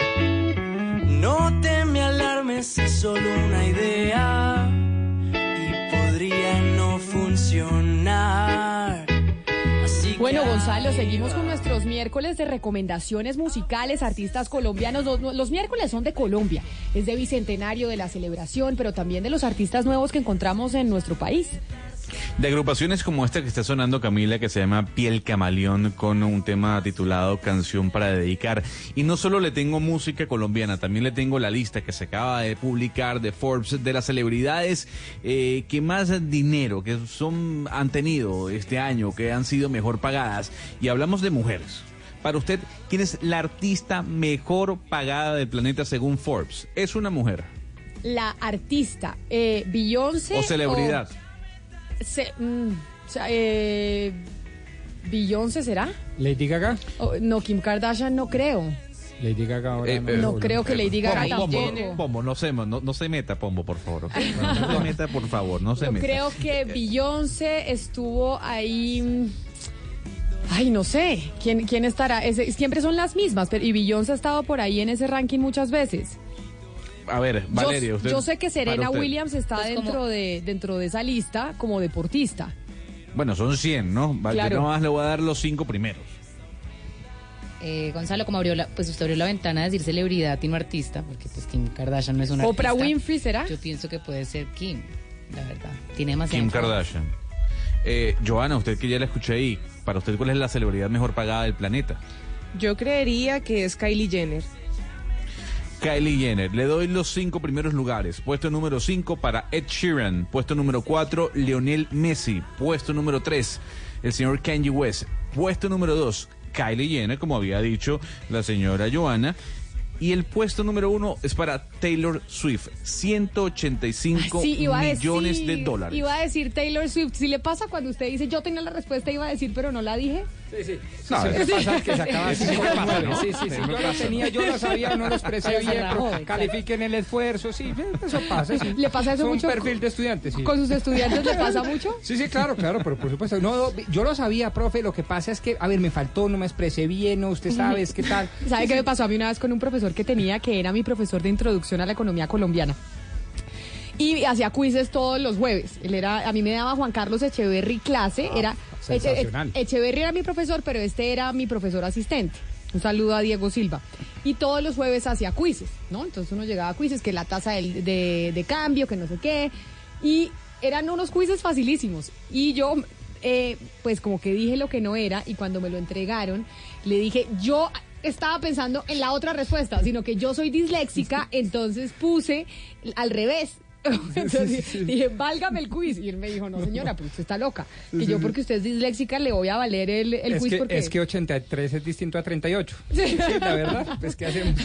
No te me alarmes, es solo una idea y podría no funcionar. Así Bueno, que Gonzalo, ahí seguimos va. con nuestros miércoles de recomendaciones musicales, artistas colombianos. Los, los miércoles son de Colombia, es de bicentenario de la celebración, pero también de los artistas nuevos que encontramos en nuestro país. De agrupaciones como esta que está sonando, Camila, que se llama Piel Camaleón, con un tema titulado Canción para Dedicar. Y no solo le tengo música colombiana, también le tengo la lista que se acaba de publicar de Forbes de las celebridades eh, que más dinero que son han tenido este año, que han sido mejor pagadas. Y hablamos de mujeres. Para usted, ¿quién es la artista mejor pagada del planeta según Forbes? ¿Es una mujer? La artista, eh, Beyoncé. ¿O celebridad? O... Se, mm, o sea, eh, ¿Beyoncé será? ¿Lady Gaga? Oh, no, Kim Kardashian no creo. Lady Gaga ahora Eh, no. eh, No creo que Lady Gaga Pombo, Pombo, tampoco. Pombo, no se, no, no se meta, Pombo, por favor. ¿Okay? No, no se meta, por favor, no se Yo meta. creo que Beyoncé estuvo ahí. mm, Ay, no sé. ¿Quién, quién estará? Ese- siempre son las mismas, pero y Beyoncé ha estado por ahí en ese ranking muchas veces. A ver, Valeria, yo, usted. yo sé que Serena para usted. Williams está Pues dentro como- de dentro de esa lista como deportista. Bueno, son cien, ¿no? Vale, Claro. yo nomás le voy a dar los cinco primeros. Eh, Gonzalo, como abrió la, pues usted abrió la ventana a decir celebridad y no artista, porque pues Kim Kardashian no es una Oprah artista. Winfrey, ¿será? Yo pienso que puede ser Kim, la verdad. Tiene demasiada Kim influencia. Kardashian. Eh, Joana, usted que ya la escuché ahí, para usted, ¿cuál es la celebridad mejor pagada del planeta? Yo creería que es Kylie Jenner. Kylie Jenner. Le doy los cinco primeros lugares. Puesto número cinco para Ed Sheeran. Puesto número cuatro, Lionel Messi. Puesto número tres, el señor Kanye West. Puesto número dos, Kylie Jenner, como había dicho la señora Joana. Y el puesto número uno es para Taylor Swift, ciento ochenta y cinco sí, iba millones decir, de dólares. Iba a decir Taylor Swift. ¿Sí le pasa cuando usted dice yo tenía la respuesta, iba a decir, pero no la dije? Sí, sí. No, siempre sí. pasa que sacaba cinco nueve. Sí, sí, sí. Yo lo pasa. tenía, yo lo sabía, no lo expresé bien, pero Joder, califiquen el esfuerzo. Sí, eso pasa. Sí. ¿Le pasa eso Son mucho? Un perfil de estudiante, sí. ¿Con sus estudiantes le pasa mucho? Sí, sí, claro, claro, pero por supuesto. No, yo lo sabía, profe. Lo que pasa es que, a ver, me faltó, no me expresé bien, ¿no? Usted sabe, es que tal. ¿Sabe Sí, qué sí. me pasó a mí una vez con un profesor que tenía, que era mi profesor de introducción a la economía colombiana? Y hacía quizzes todos los jueves. Él era, a mí me daba Juan Carlos Echeverry clase. Ah, era sensacional. Eche- Echeverry era mi profesor, pero este era mi profesor asistente. Un saludo a Diego Silva. Y todos los jueves hacía quizzes, ¿no? Entonces uno llegaba a quizzes, que la tasa del- de, de cambio, que no sé qué. Y eran unos quizzes facilísimos. Y yo, eh, pues como que dije lo que no era, y cuando me lo entregaron, le dije, yo estaba pensando en la otra respuesta, sino que yo soy disléxica, entonces puse al revés. Entonces Sí, sí, sí. dije, válgame el quiz. Y él me dijo, no señora, pues usted está loca. Que yo porque usted es disléxica le voy a valer el, el es quiz que, porque... es que ochenta y tres es distinto a treinta y ocho. Sí. Sí, la verdad, pues ¿qué hacemos?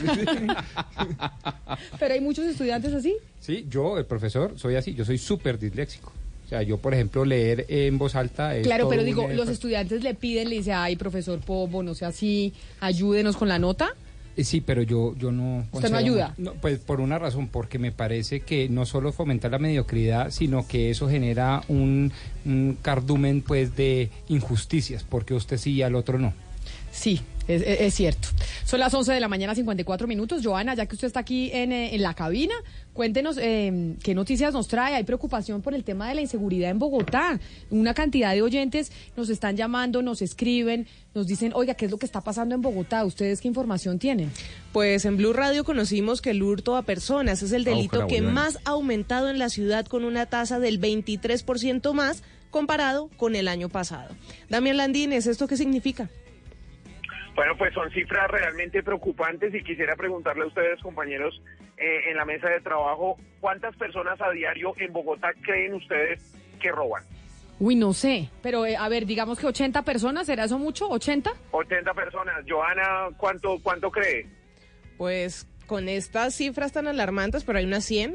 Pero hay muchos estudiantes así. Sí, yo, el profesor, soy así, yo soy súper disléxico. O sea, yo, por ejemplo, leer en voz alta es Claro, todo pero un digo, esfuerzo. los estudiantes le piden, le dice, ay, profesor Pombo, no sea así, ayúdenos con la nota. Eh, Sí, pero yo, yo no... ¿Usted no concedo- ayuda? No, pues por una razón, porque me parece que no solo fomenta la mediocridad, sino que eso genera un, un cardumen pues de injusticias, porque usted sí y al otro no. Sí, es, es- es cierto. Son las once de la mañana, cincuenta y cuatro minutos. Joana, ya que usted está aquí en, eh, en la cabina, cuéntenos eh, qué noticias nos trae. Hay preocupación por el tema de la inseguridad en Bogotá. Una cantidad de oyentes nos están llamando, nos escriben, nos dicen, oiga, ¿qué es lo que está pasando en Bogotá? ¿Ustedes qué información tienen? Pues en Blue Radio conocimos que el hurto a personas es el Ah, delito ojalá que vuelvan. más ha aumentado en la ciudad, con una tasa del veintitrés por ciento más comparado con el año pasado. Damián Landines, ¿esto qué significa? Bueno, pues son cifras realmente preocupantes y quisiera preguntarle a ustedes, compañeros, eh, en la mesa de trabajo, ¿cuántas personas a diario en Bogotá creen ustedes que roban? Uy, no sé, pero eh, a ver, digamos que ochenta personas, ¿será eso mucho? ¿ochenta? ochenta personas. Joana, ¿cuánto, cuánto cree? Pues con estas cifras tan alarmantes, pero hay unas cien.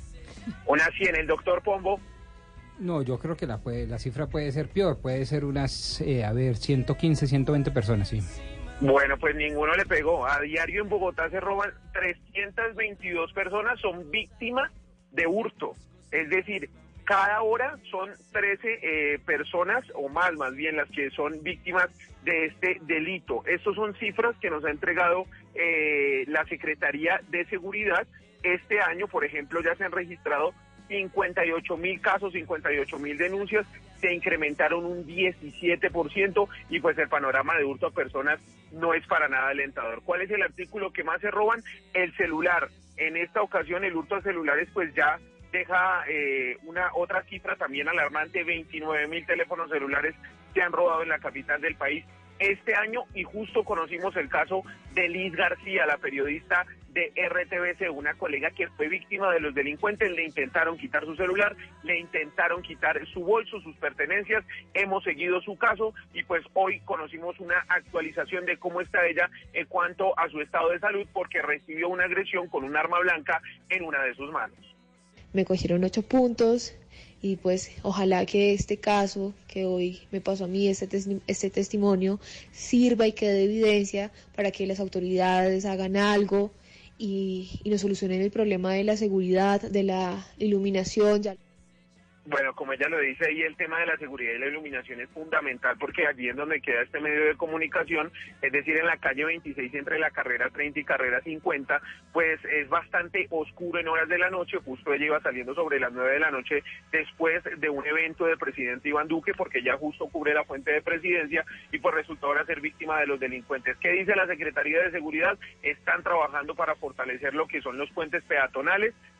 Unas cien. El doctor Pombo. No, yo creo que la, puede- la cifra puede ser peor, puede ser unas, eh, a ver, ciento quince, ciento veinte personas, sí. Bueno, pues ninguno le pegó. A diario en Bogotá se roban trescientas veintidós personas, son víctimas de hurto. Es decir, cada hora son trece eh, personas o más, más bien, las que son víctimas de este delito. Estas son cifras que nos ha entregado eh, la Secretaría de Seguridad. Este año, por ejemplo, ya se han registrado cincuenta y ocho mil casos, cincuenta y ocho mil denuncias, se incrementaron un diecisiete por ciento y pues el panorama de hurto a personas no es para nada alentador. ¿Cuál es el artículo que más se roban? El celular. En esta ocasión el hurto a celulares pues ya deja eh, una otra cifra también alarmante, veintinueve mil teléfonos celulares se han robado en la capital del país este año, y justo conocimos el caso de Liz García, la periodista de R T V C, una colega que fue víctima de los delincuentes. Le intentaron quitar su celular, le intentaron quitar su bolso, sus pertenencias. Hemos seguido su caso y pues hoy conocimos una actualización de cómo está ella en cuanto a su estado de salud, porque recibió una agresión con un arma blanca en una de sus manos. Me cogieron ocho puntos y pues ojalá que este caso que hoy me pasó a mí, este, tes- este testimonio, sirva y quede de evidencia para que las autoridades hagan algo y, y nos solucionen el problema de la seguridad, de la iluminación. Ya... Bueno, como ella lo dice ahí, el tema de la seguridad y la iluminación es fundamental, porque allí en donde queda este medio de comunicación, es decir, en la calle veintiséis entre la carrera treinta y carrera cincuenta, pues es bastante oscuro en horas de la noche. Justo ella iba saliendo sobre las nueve de la noche después de un evento del presidente Iván Duque, porque ella justo cubre la fuente de presidencia y pues resultó ahora ser víctima de los delincuentes. ¿Qué dice la Secretaría de Seguridad? Están trabajando para fortalecer lo que son los puentes peatonales,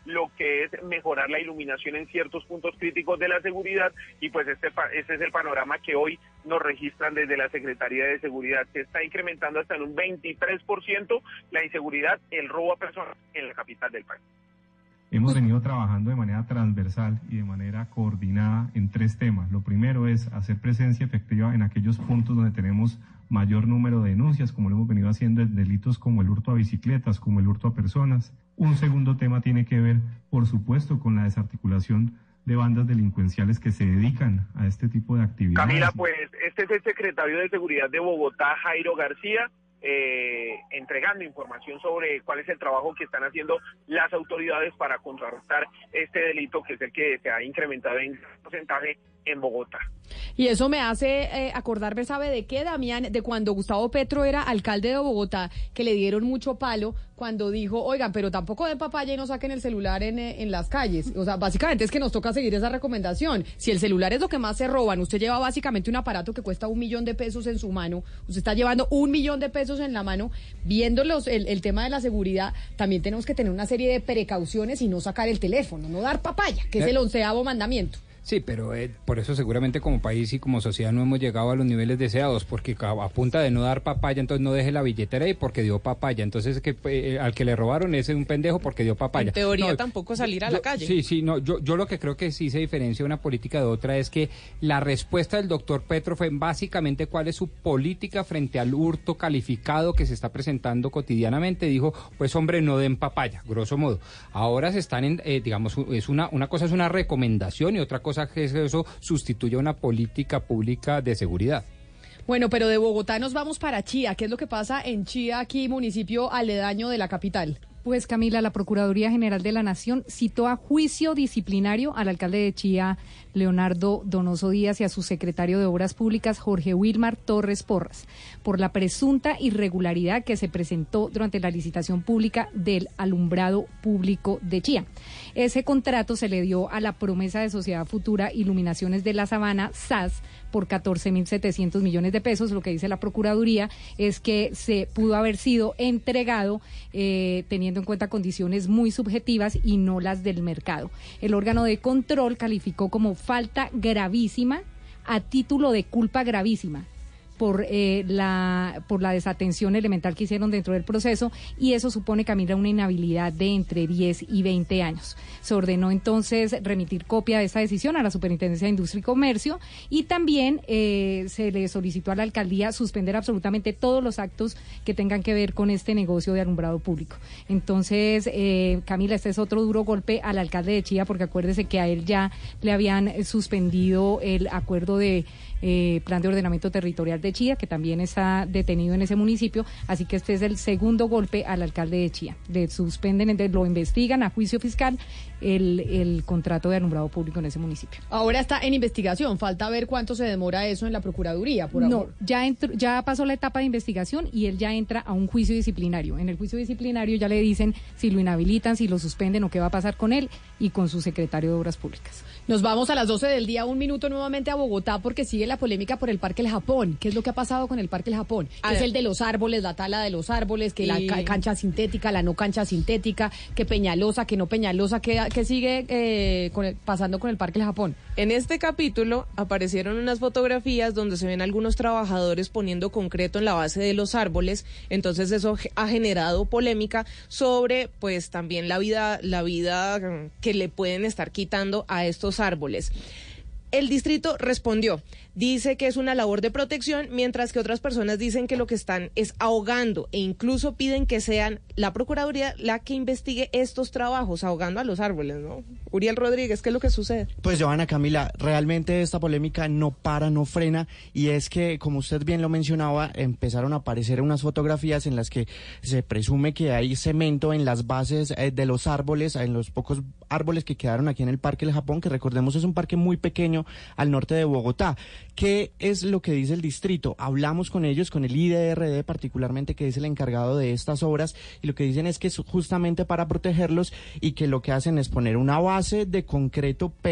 lo que es mejorar la iluminación en ciertos puntos críticos de la seguridad, y pues este, este es el panorama que hoy nos registran desde la Secretaría de Seguridad. Se está incrementando hasta en un veintitrés por ciento la inseguridad, el robo a personas en la capital del país. Hemos venido trabajando de manera transversal y de manera coordinada en tres temas. Lo primero es hacer presencia efectiva en aquellos puntos donde tenemos mayor número de denuncias, como lo hemos venido haciendo en delitos como el hurto a bicicletas, como el hurto a personas. Un segundo tema tiene que ver, por supuesto, con la desarticulación de bandas delincuenciales que se dedican a este tipo de actividades. Camila, pues este es el secretario de Seguridad de Bogotá, Jairo García, eh, entregando información sobre cuál es el trabajo que están haciendo las autoridades para contrarrestar este delito, que es el que se ha incrementado en porcentaje en Bogotá. Y eso me hace eh, acordarme, ¿sabe de qué, Damián? De cuando Gustavo Petro era alcalde de Bogotá, que le dieron mucho palo cuando dijo, oigan, pero tampoco den papaya y no saquen el celular en, en las calles. O sea, básicamente es que nos toca seguir esa recomendación. Si el celular es lo que más se roban, usted lleva básicamente un aparato que cuesta un millón de pesos en su mano, usted está llevando un millón de pesos en la mano, viendo los, el, el tema de la seguridad, también tenemos que tener una serie de precauciones y no sacar el teléfono, no dar papaya, que es el onceavo mandamiento. Sí, pero eh, por eso seguramente como país y como sociedad no hemos llegado a los niveles deseados, porque a, a punta de no dar papaya, entonces no deje la billetera ahí porque dio papaya. Entonces que eh, al que le robaron ese es un pendejo porque dio papaya. En teoría no, tampoco salir a yo, la calle. Sí, sí, no, yo, yo lo que creo que sí se diferencia una política de otra es que la respuesta del doctor Petro fue básicamente cuál es su política frente al hurto calificado que se está presentando cotidianamente. Dijo, pues hombre, no den papaya, grosso modo. Ahora se están, en, eh, digamos, es una, una cosa es una recomendación y otra cosa que eso sustituye una política pública de seguridad. Bueno, pero de Bogotá nos vamos para Chía. ¿Qué es lo que pasa en Chía, aquí municipio aledaño de la capital? Pues Camila, la Procuraduría General de la Nación citó a juicio disciplinario al alcalde de Chía, Leonardo Donoso Díaz, y a su secretario de Obras Públicas, Jorge Wilmar Torres Porras, por la presunta irregularidad que se presentó durante la licitación pública del alumbrado público de Chía. Ese contrato se le dio a la Promesa de Sociedad Futura Iluminaciones de la Sabana, S A S, por catorce mil setecientos millones de pesos. Lo que dice la Procuraduría es que se pudo haber sido entregado eh, teniendo en cuenta condiciones muy subjetivas y no las del mercado. El órgano de control calificó como falta gravísima a título de culpa gravísima por eh, la por la desatención elemental que hicieron dentro del proceso, y eso supone, Camila, una inhabilidad de entre diez y veinte años. Se ordenó entonces remitir copia de esta decisión a la Superintendencia de Industria y Comercio, y también eh, se le solicitó a la alcaldía suspender absolutamente todos los actos que tengan que ver con este negocio de alumbrado público. Entonces, eh, Camila, este es otro duro golpe al alcalde de Chía, porque acuérdese que a él ya le habían suspendido el acuerdo de Eh, plan de ordenamiento territorial de Chía, que también está detenido en ese municipio, así que este es el segundo golpe al alcalde de Chía. Le suspenden, lo investigan a juicio fiscal el, el contrato de alumbrado público en ese municipio. Ahora está en investigación, falta ver cuánto se demora eso en la Procuraduría. Por no, ahora. ya, entró, ya pasó la etapa de investigación y él ya entra a un juicio disciplinario. En el juicio disciplinario ya le dicen si lo inhabilitan, si lo suspenden o qué va a pasar con él y con su secretario de Obras Públicas. Nos vamos a las doce del día, un minuto nuevamente a Bogotá, porque sigue la polémica por el Parque El Japón. ¿Qué es lo que ha pasado con el Parque El Japón? A es ver. el de los árboles, la tala de los árboles, que y... la ca cancha sintética, la no cancha sintética, que Peñalosa, que no Peñalosa, que, que sigue eh, con el, pasando con el Parque El Japón. En este capítulo aparecieron unas fotografías donde se ven algunos trabajadores poniendo concreto en la base de los árboles. Entonces eso ha generado polémica sobre, pues, también la vida, la vida que le pueden estar quitando a estos árboles. El distrito respondió, dice que es una labor de protección, mientras que otras personas dicen que lo que están es ahogando, e incluso piden que sean la Procuraduría la que investigue estos trabajos, ahogando a los árboles, ¿no? Uriel Rodríguez, ¿qué es lo que sucede? Pues, Johanna, Camila, realmente esta polémica no para, no frena, y es que, como usted bien lo mencionaba, empezaron a aparecer unas fotografías en las que se presume que hay cemento en las bases eh, de los árboles, en los pocos árboles que quedaron aquí en el Parque El Japón, que recordemos es un parque muy pequeño al norte de Bogotá. ¿Qué es lo que dice el distrito? Hablamos con ellos, con el I D R D particularmente, que es el encargado de estas obras, y lo que dicen es que es justamente para protegerlos y que lo que hacen es poner una base de concreto, pero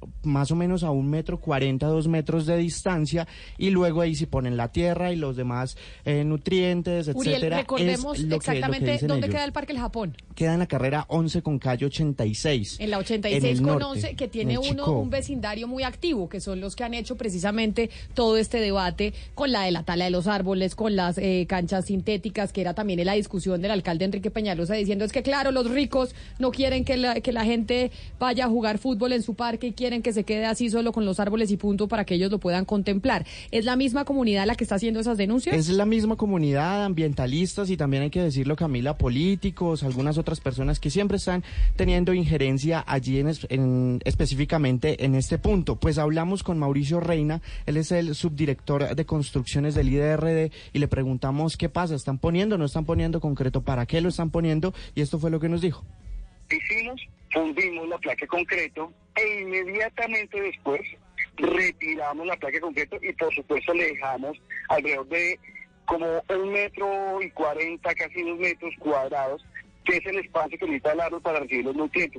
más o menos a un metro cuarenta, dos metros de distancia, y luego ahí sí ponen la tierra y los demás eh, nutrientes, Uriel, etcétera. recordemos es lo exactamente que, lo que dónde ellos. queda el Parque El Japón. Queda en la carrera once con calle ochenta y seis. En la ochenta y en seis el con norte, once, que en tiene el uno Chicó. un vecindario muy activo, que son los que han hecho precisamente todo este debate con la de la tala de los árboles, con las eh, canchas sintéticas, que era también la discusión del alcalde Enrique Peñalosa diciendo es que claro, los ricos no quieren que la, que la gente vaya a jugar fútbol en su parque y quieren que se quede así solo con los árboles y punto para que ellos lo puedan contemplar. ¿Es la misma comunidad la que está haciendo esas denuncias? Es la misma comunidad, ambientalistas y también hay que decirlo, Camila, políticos, algunas otras personas que siempre están teniendo injerencia allí en, en específicamente en este punto. Pues hablamos con Mauricio Reina, él es el subdirector de construcciones del I D R D y le preguntamos qué pasa, ¿están poniendo, no están poniendo concreto, para qué lo están poniendo? Y esto fue lo que nos dijo. Hicimos, fundimos la placa de concreto e inmediatamente después retiramos la placa de concreto y por supuesto le dejamos alrededor de como un metro y cuarenta, casi dos metros cuadrados, que es el espacio que necesita el árbol para recibir los nutrientes.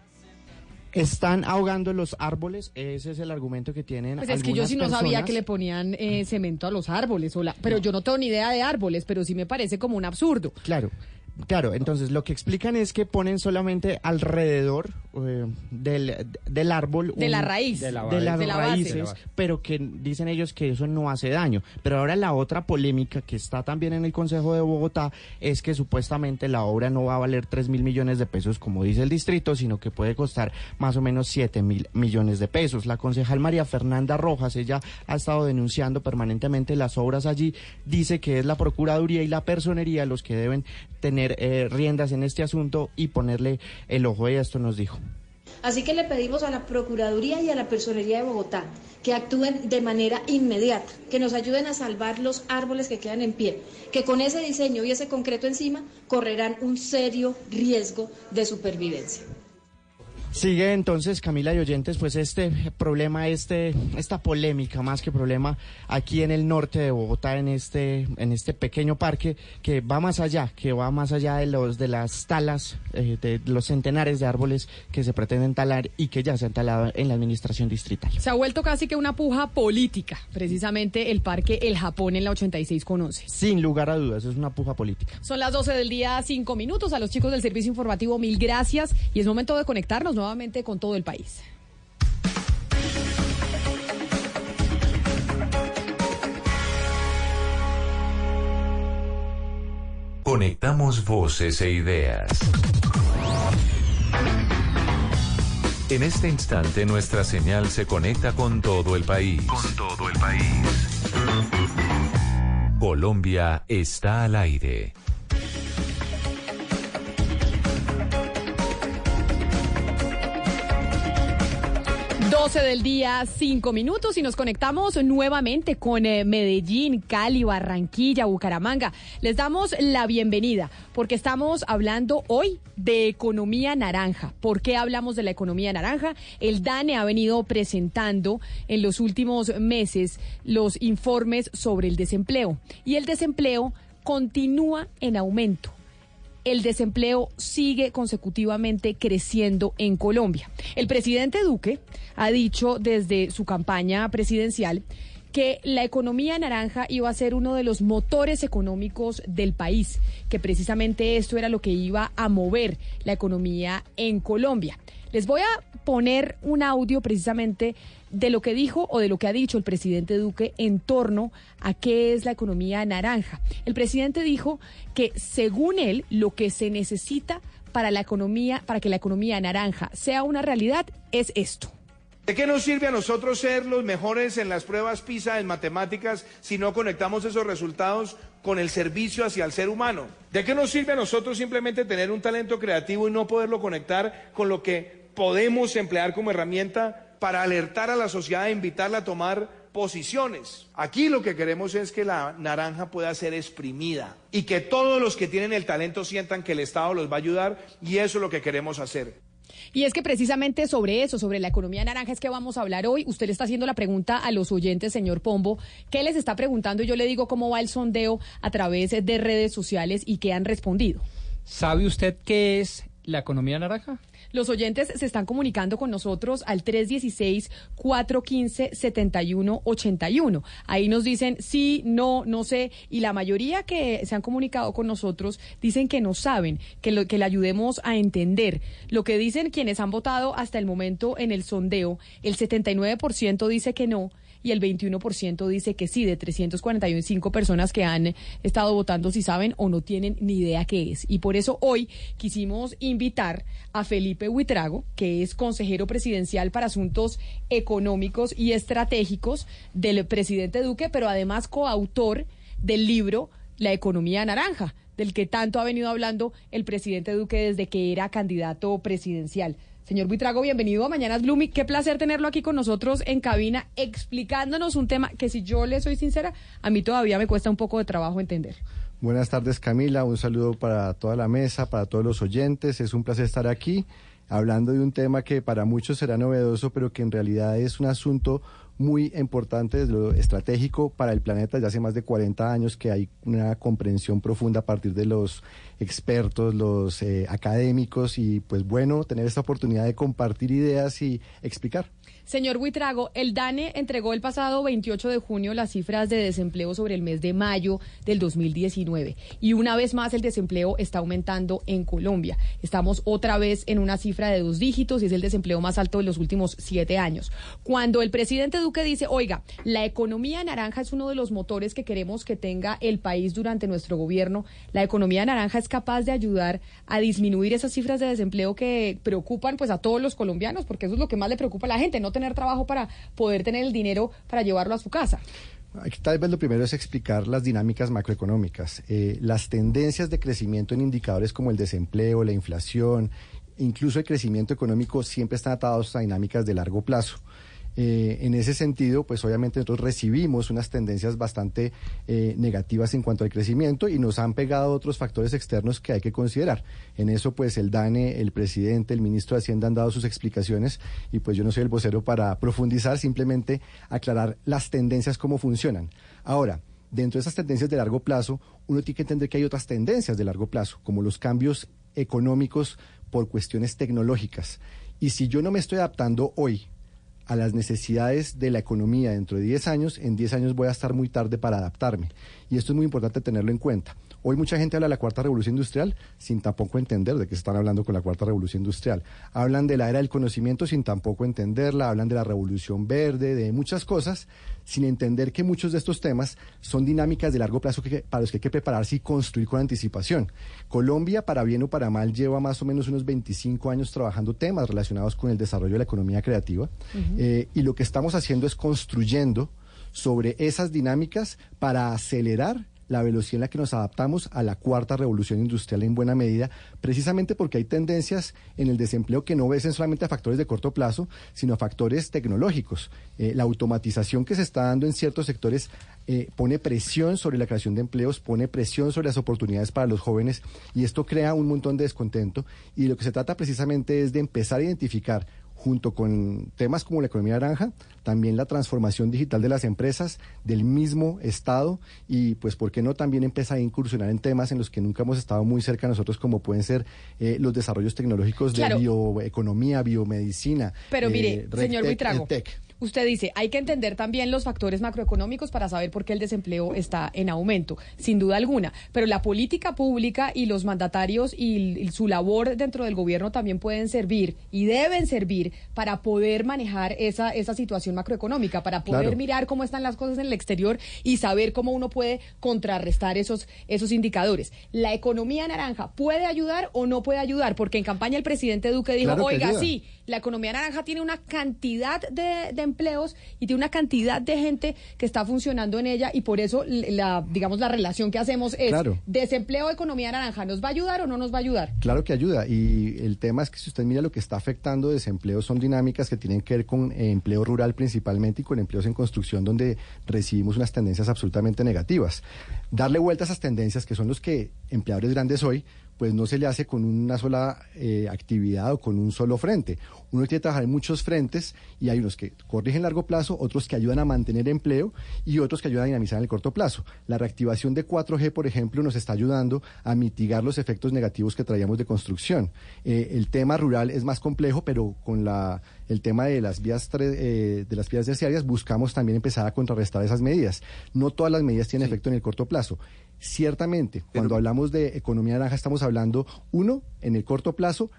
Están ahogando los árboles, ese es el argumento que tienen. Pues es que yo sí no personas. sabía que le ponían eh, cemento a los árboles, o la, pero yo no tengo ni idea de árboles, pero sí me parece como un absurdo. Claro. Claro, entonces lo que explican es que ponen solamente alrededor eh, del, del árbol... De un, la raíz. De, la de las de la raíces, base. pero que dicen ellos que eso no hace daño. Pero ahora la otra polémica que está también en el Consejo de Bogotá es que supuestamente la obra no va a valer tres mil millones de pesos, como dice el distrito, sino que puede costar más o menos siete mil millones de pesos. La concejal María Fernanda Rojas, ella ha estado denunciando permanentemente las obras allí, dice que es la Procuraduría y la Personería los que deben tener eh, riendas en este asunto y ponerle el ojo, y esto nos dijo. Así que le pedimos a la Procuraduría y a la Personería de Bogotá que actúen de manera inmediata, que nos ayuden a salvar los árboles que quedan en pie, que con ese diseño y ese concreto encima correrán un serio riesgo de supervivencia. Sigue entonces, Camila y oyentes, pues este problema, este, esta polémica más que problema aquí en el norte de Bogotá, en este, en este pequeño parque que va más allá, que va más allá de los, de las talas, eh, de los centenares de árboles que se pretenden talar y que ya se han talado en la administración distrital. Se ha vuelto casi que una puja política, precisamente el parque El Japón en la ochenta y seis con once. Sin lugar a dudas, es una puja política. Son las doce del día, cinco minutos. A los chicos del servicio informativo, mil gracias. Y es momento de conectarnos nuevamente con todo el país. Conectamos voces e ideas. En este instante nuestra señal se conecta con todo el país. Con todo el país. Colombia está al aire. doce del día, cinco minutos y nos conectamos nuevamente con eh, Medellín, Cali, Barranquilla, Bucaramanga. Les damos la bienvenida porque estamos hablando hoy de economía naranja. ¿Por qué hablamos de la economía naranja? El DANE ha venido presentando en los últimos meses los informes sobre el desempleo y el desempleo continúa en aumento. El desempleo sigue consecutivamente creciendo en Colombia. El presidente Duque ha dicho desde su campaña presidencial que la economía naranja iba a ser uno de los motores económicos del país, que precisamente esto era lo que iba a mover la economía en Colombia. Les voy a poner un audio precisamente de lo que dijo o de lo que ha dicho el presidente Duque en torno a qué es la economía naranja. El presidente dijo que, según él, lo que se necesita para la economía, para que la economía naranja sea una realidad, es esto. ¿De qué nos sirve a nosotros ser los mejores en las pruebas PISA en matemáticas si no conectamos esos resultados con el servicio hacia el ser humano? ¿De qué nos sirve a nosotros simplemente tener un talento creativo y no poderlo conectar con lo que podemos emplear como herramienta para alertar a la sociedad e invitarla a tomar posiciones? Aquí lo que queremos es que la naranja pueda ser exprimida y que todos los que tienen el talento sientan que el Estado los va a ayudar, y eso es lo que queremos hacer. Y es que precisamente sobre eso, sobre la economía naranja, es que vamos a hablar hoy. Usted le está haciendo la pregunta a los oyentes, señor Pombo. ¿Qué les está preguntando? Y yo le digo cómo va el sondeo a través de redes sociales y qué han respondido. ¿Sabe usted qué es la economía naranja? Los oyentes se están comunicando con nosotros al tres uno seis, cuatro uno cinco, siete uno ocho uno. Ahí nos dicen sí, no, no sé, y la mayoría que se han comunicado con nosotros dicen que no saben, que, lo, que le ayudemos a entender. Lo que dicen quienes han votado hasta el momento en el sondeo, el setenta y nueve por ciento dice que no, y el veintiuno por ciento dice que sí, de trescientas cuarenta y cinco personas que han estado votando, si saben o no tienen ni idea qué es. Y por eso hoy quisimos invitar a Felipe Buitrago, que es consejero presidencial para asuntos económicos y estratégicos del presidente Duque, pero además coautor del libro La Economía Naranja, del que tanto ha venido hablando el presidente Duque desde que era candidato presidencial. Señor Buitrago, bienvenido a Mañanas Blue. Qué placer tenerlo aquí con nosotros en cabina, explicándonos un tema que, si yo le soy sincera, a mí todavía me cuesta un poco de trabajo entender. Buenas tardes, Camila. Un saludo para toda la mesa, para todos los oyentes. Es un placer estar aquí hablando de un tema que para muchos será novedoso, pero que en realidad es un asunto muy importante desde lo estratégico para el planeta. Desde hace más de cuarenta años que hay una comprensión profunda a partir de los expertos, los eh, académicos, y pues bueno, tener esta oportunidad de compartir ideas y explicar. Señor Buitrago, el DANE entregó el pasado veintiocho de junio las cifras de desempleo sobre el mes de mayo del dos mil diecinueve. Y una vez más el desempleo está aumentando en Colombia. Estamos otra vez en una cifra de dos dígitos y es el desempleo más alto de los últimos siete años. Cuando el presidente Duque dice, oiga, la economía naranja es uno de los motores que queremos que tenga el país durante nuestro gobierno, la economía naranja es capaz de ayudar a disminuir esas cifras de desempleo que preocupan pues a todos los colombianos, porque eso es lo que más le preocupa a la gente, no tener trabajo para poder tener el dinero para llevarlo a su casa. Aquí tal vez lo primero es explicar las dinámicas macroeconómicas. Eh, las tendencias de crecimiento en indicadores como el desempleo, la inflación, incluso el crecimiento económico siempre están atados a dinámicas de largo plazo. Eh, en ese sentido, pues obviamente nosotros recibimos unas tendencias bastante eh, negativas en cuanto al crecimiento y nos han pegado otros factores externos que hay que considerar. En eso, pues el DANE, el presidente, el ministro de Hacienda han dado sus explicaciones y pues yo no soy el vocero para profundizar, simplemente aclarar las tendencias, cómo funcionan. Ahora, dentro de esas tendencias de largo plazo, uno tiene que entender que hay otras tendencias de largo plazo, como los cambios económicos por cuestiones tecnológicas. Y si yo no me estoy adaptando hoy a las necesidades de la economía dentro de diez años, en diez años voy a estar muy tarde para adaptarme. Y esto es muy importante tenerlo en cuenta. Hoy mucha gente habla de la cuarta revolución industrial sin tampoco entender de qué están hablando con la cuarta revolución industrial. Hablan de la era del conocimiento sin tampoco entenderla, hablan de la revolución verde, de muchas cosas, sin entender que muchos de estos temas son dinámicas de largo plazo que, para los que hay que prepararse y construir con anticipación. Colombia, para bien o para mal, lleva más o menos unos veinticinco años trabajando temas relacionados con el desarrollo de la economía creativa. Uh-huh. eh, y lo que estamos haciendo es construyendo sobre esas dinámicas para acelerar la velocidad en la que nos adaptamos a la cuarta revolución industrial en buena medida, precisamente porque hay tendencias en el desempleo que no obedecen solamente a factores de corto plazo, sino a factores tecnológicos. Eh, la automatización que se está dando en ciertos sectores eh, pone presión sobre la creación de empleos, pone presión sobre las oportunidades para los jóvenes y esto crea un montón de descontento y de lo que se trata precisamente es de empezar a identificar, junto con temas como la economía naranja, también la transformación digital de las empresas, del mismo Estado y, pues, ¿por qué no también empezar a incursionar en temas en los que nunca hemos estado muy cerca nosotros, como pueden ser eh, los desarrollos tecnológicos de claro. bioeconomía, biomedicina? Pero mire, eh, señor Buitrago, usted dice, hay que entender también los factores macroeconómicos para saber por qué el desempleo está en aumento, sin duda alguna, pero la política pública y los mandatarios y, y su labor dentro del gobierno también pueden servir y deben servir para poder manejar esa, esa situación macroeconómica, para poder claro. mirar cómo están las cosas en el exterior y saber cómo uno puede contrarrestar esos, esos indicadores. ¿La economía naranja puede ayudar o no puede ayudar? Porque en campaña el presidente Duque dijo, claro oiga, ayuda. sí, la economía naranja tiene una cantidad de, de empleos y tiene una cantidad de gente que está funcionando en ella y por eso la, digamos, la relación que hacemos es claro. desempleo, economía naranja, ¿nos va a ayudar o no nos va a ayudar? Claro que ayuda y el tema es que si usted mira lo que está afectando desempleo son dinámicas que tienen que ver con eh, empleo rural principalmente y con empleos en construcción donde recibimos unas tendencias absolutamente negativas. Darle vuelta a esas tendencias que son los que empleadores grandes hoy pues no se le hace con una sola eh, actividad o con un solo frente. Uno tiene que trabajar en muchos frentes y hay unos que corrigen a largo plazo, otros que ayudan a mantener empleo y otros que ayudan a dinamizar en el corto plazo. La reactivación de cuatro G, por ejemplo, nos está ayudando a mitigar los efectos negativos que traíamos de construcción. Eh, el tema rural es más complejo, pero con la, el tema de las vías eh, de las vías terciarias buscamos también empezar a contrarrestar esas medidas. No todas las medidas tienen sí. efecto en el corto plazo. Ciertamente, pero, cuando hablamos de economía naranja estamos hablando, uno, en el corto plazo,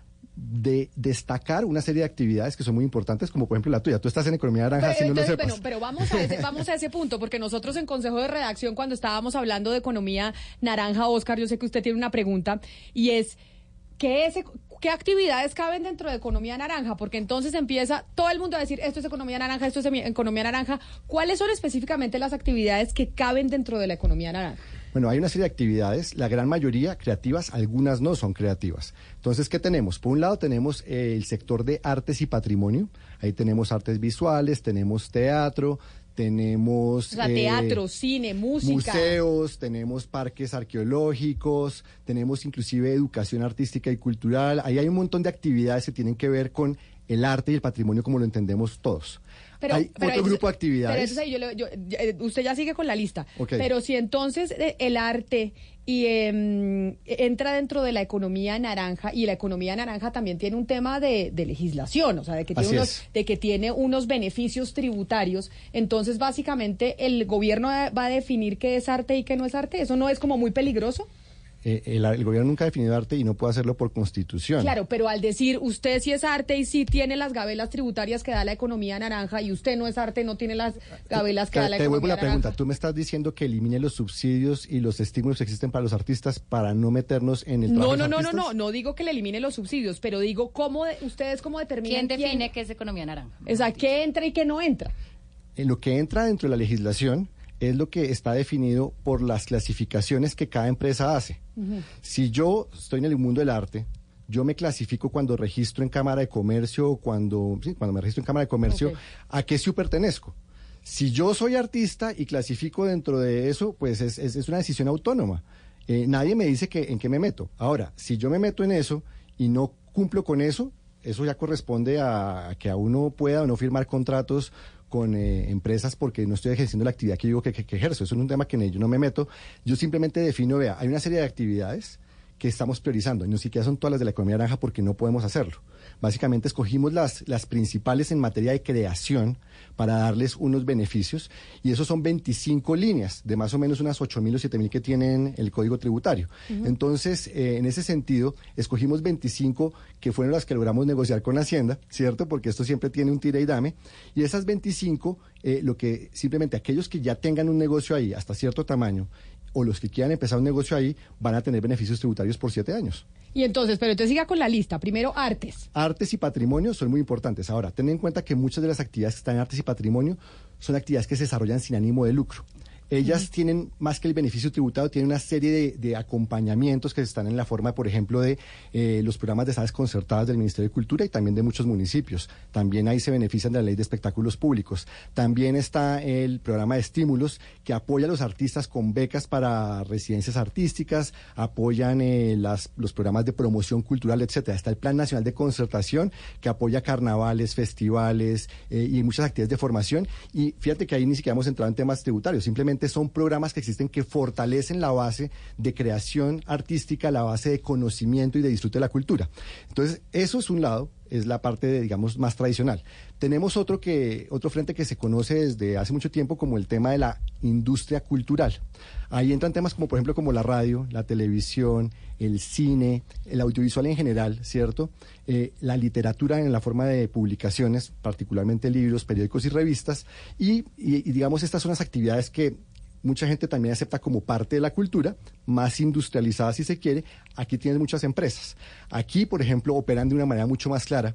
de destacar una serie de actividades que son muy importantes, como por ejemplo la tuya. Tú estás en economía naranja, pero, si no entonces, lo sepas. Bueno, pero vamos a, ese, vamos a ese punto, porque nosotros en Consejo de Redacción, cuando estábamos hablando de economía naranja, Oscar, yo sé que usted tiene una pregunta, y es, ¿qué es... ¿Qué actividades caben dentro de economía naranja? Porque entonces empieza todo el mundo a decir, esto es economía naranja, esto es economía naranja. ¿Cuáles son específicamente las actividades que caben dentro de la economía naranja? Bueno, hay una serie de actividades, la gran mayoría creativas, algunas no son creativas. Entonces, ¿qué tenemos? Por un lado tenemos eh, el sector de artes y patrimonio. Ahí tenemos artes visuales, tenemos teatro, tenemos... O sea, eh, teatro, cine, música. Museos, tenemos parques arqueológicos, tenemos inclusive educación artística y cultural. Ahí hay un montón de actividades que tienen que ver con el arte y el patrimonio como lo entendemos todos. Pero, hay pero otro ahí, grupo de actividades. Pero eso ahí yo, le- yo- yo- usted ya sigue con la lista. Okay. Pero si entonces eh, el arte y em, entra dentro de la economía naranja, y la economía naranja también tiene un tema de, de legislación, o sea, de que, tiene Así unos, es. de que tiene unos beneficios tributarios, entonces básicamente el gobierno va a definir qué es arte y qué no es arte. ¿Eso no es como muy peligroso? Eh, el, el gobierno nunca ha definido arte y no puede hacerlo por constitución. Claro, pero al decir usted sí es arte y sí tiene las gabelas tributarias que da la economía naranja, y usted no es arte, no tiene las gabelas que Te, da la te devuelvo economía la pregunta. naranja. Tú me estás diciendo que elimine los subsidios y los estímulos que existen para los artistas para no meternos en el trabajo No, de no, los no, no, artistas? no, no digo que le elimine los subsidios, pero digo cómo de- ustedes cómo determinan ¿Quién define qué es economía naranja? O sea, qué entra y qué no entra. En lo que entra dentro de la legislación es lo que está definido por las clasificaciones que cada empresa hace. Si yo estoy en el mundo del arte, yo me clasifico cuando registro en Cámara de Comercio, o cuando, sí, cuando me registro en Cámara de Comercio, Ok. ¿a qué ciu pertenezco? Si yo soy artista y clasifico dentro de eso, pues es, es, es una decisión autónoma. Eh, nadie me dice que, en qué me meto. Ahora, si yo me meto en eso y no cumplo con eso, eso ya corresponde a, a que a uno pueda o no firmar contratos con eh, empresas porque no estoy ejerciendo la actividad que digo que, que, que ejerzo. Eso es un tema que en yo no me meto. Yo simplemente defino, vea, hay una serie de actividades que estamos priorizando, y no siquiera son todas las de la economía naranja porque no podemos hacerlo. Básicamente escogimos las, las principales en materia de creación para darles unos beneficios, y esos son veinticinco líneas de más o menos unas ocho mil o siete mil que tienen el Código Tributario. Ujú. Entonces, eh, en ese sentido, escogimos veinticinco que fueron las que logramos negociar con Hacienda, ¿cierto? Porque esto siempre tiene un tira y dame, y esas veinticinco, eh, lo que simplemente aquellos que ya tengan un negocio ahí hasta cierto tamaño, o los que quieran empezar un negocio ahí, van a tener beneficios tributarios por siete años. Y entonces, pero entonces siga con la lista. Primero, artes. Artes y patrimonio son muy importantes. Ahora, ten en cuenta que muchas de las actividades que están en artes y patrimonio son actividades que se desarrollan sin ánimo de lucro. Ellas Ujú. tienen, más que el beneficio tributario, tienen una serie de, de acompañamientos que están en la forma, por ejemplo, de eh, los programas de salas concertadas del Ministerio de Cultura y también de muchos municipios. También ahí se benefician de la ley de espectáculos públicos. También está el programa de estímulos que apoya a los artistas con becas para residencias artísticas, apoyan eh, las, los programas de promoción cultural, etcétera. Está el Plan Nacional de Concertación que apoya carnavales, festivales eh, y muchas actividades de formación. Y fíjate que ahí ni siquiera hemos entrado en temas tributarios, simplemente son programas que existen que fortalecen la base de creación artística, la base de conocimiento y de disfrute de la cultura. Entonces, eso es un lado, es la parte, de, digamos, más tradicional. Tenemos otro, que, otro frente que se conoce desde hace mucho tiempo como el tema de la industria cultural. Ahí entran temas como, por ejemplo, como la radio, la televisión, el cine, el audiovisual en general, ¿cierto? Eh, la literatura en la forma de publicaciones, particularmente libros, periódicos y revistas. Y, y, y digamos, estas son las actividades que mucha gente también acepta como parte de la cultura, más industrializada si se quiere. Aquí tienes muchas empresas. Aquí, por ejemplo, operan de una manera mucho más clara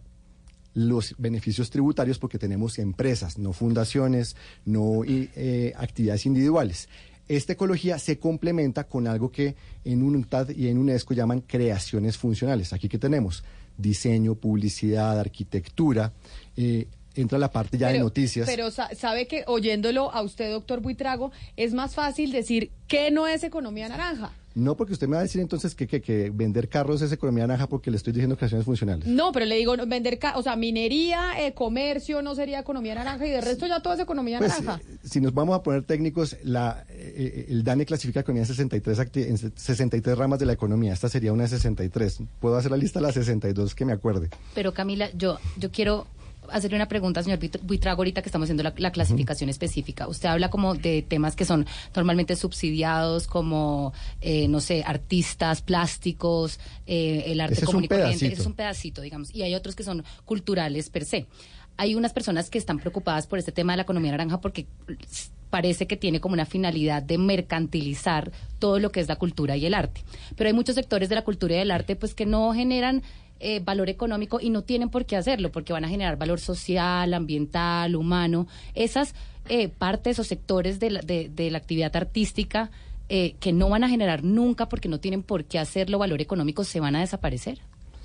los beneficios tributarios porque tenemos empresas, no fundaciones, no y, eh, actividades individuales. Esta ecología se complementa con algo que en UNCTAD y en UNESCO llaman creaciones funcionales. Aquí que tenemos diseño, publicidad, arquitectura. Eh, entra la parte ya pero, de noticias. Pero sabe que oyéndolo a usted, doctor Buitrago, es más fácil decir que no es economía naranja. No, porque usted me va a decir entonces que, que, que vender carros es economía naranja porque le estoy diciendo creaciones funcionales. No, pero le digo, vender, ca o sea, minería, eh, comercio no sería economía naranja y de resto ya todo es economía pues, naranja. Eh, si nos vamos a poner técnicos, la, eh, el DANE clasifica economía en sesenta y tres, en sesenta y tres ramas de la economía. Esta sería una de sesenta y tres. Puedo hacer la lista de las sesenta y dos que me acuerde. Pero Camila, yo, yo quiero hacerle una pregunta, señor Buitrago, ahorita que estamos haciendo la, la clasificación uh-huh. específica. Usted habla como de temas que son normalmente subsidiados, como, eh, no sé, artistas, plásticos, eh, el arte común y corriente. Ese es un pedacito, digamos. Y hay otros que son culturales per se. Hay unas personas que están preocupadas por este tema de la economía naranja porque parece que tiene como una finalidad de mercantilizar todo lo que es la cultura y el arte. Pero hay muchos sectores de la cultura y del arte pues que no generan Eh, valor económico y no tienen por qué hacerlo porque van a generar valor social, ambiental, humano. Esas eh, partes o sectores de la, de, de la actividad artística eh, que no van a generar nunca porque no tienen por qué hacerlo valor económico, ¿se van a desaparecer?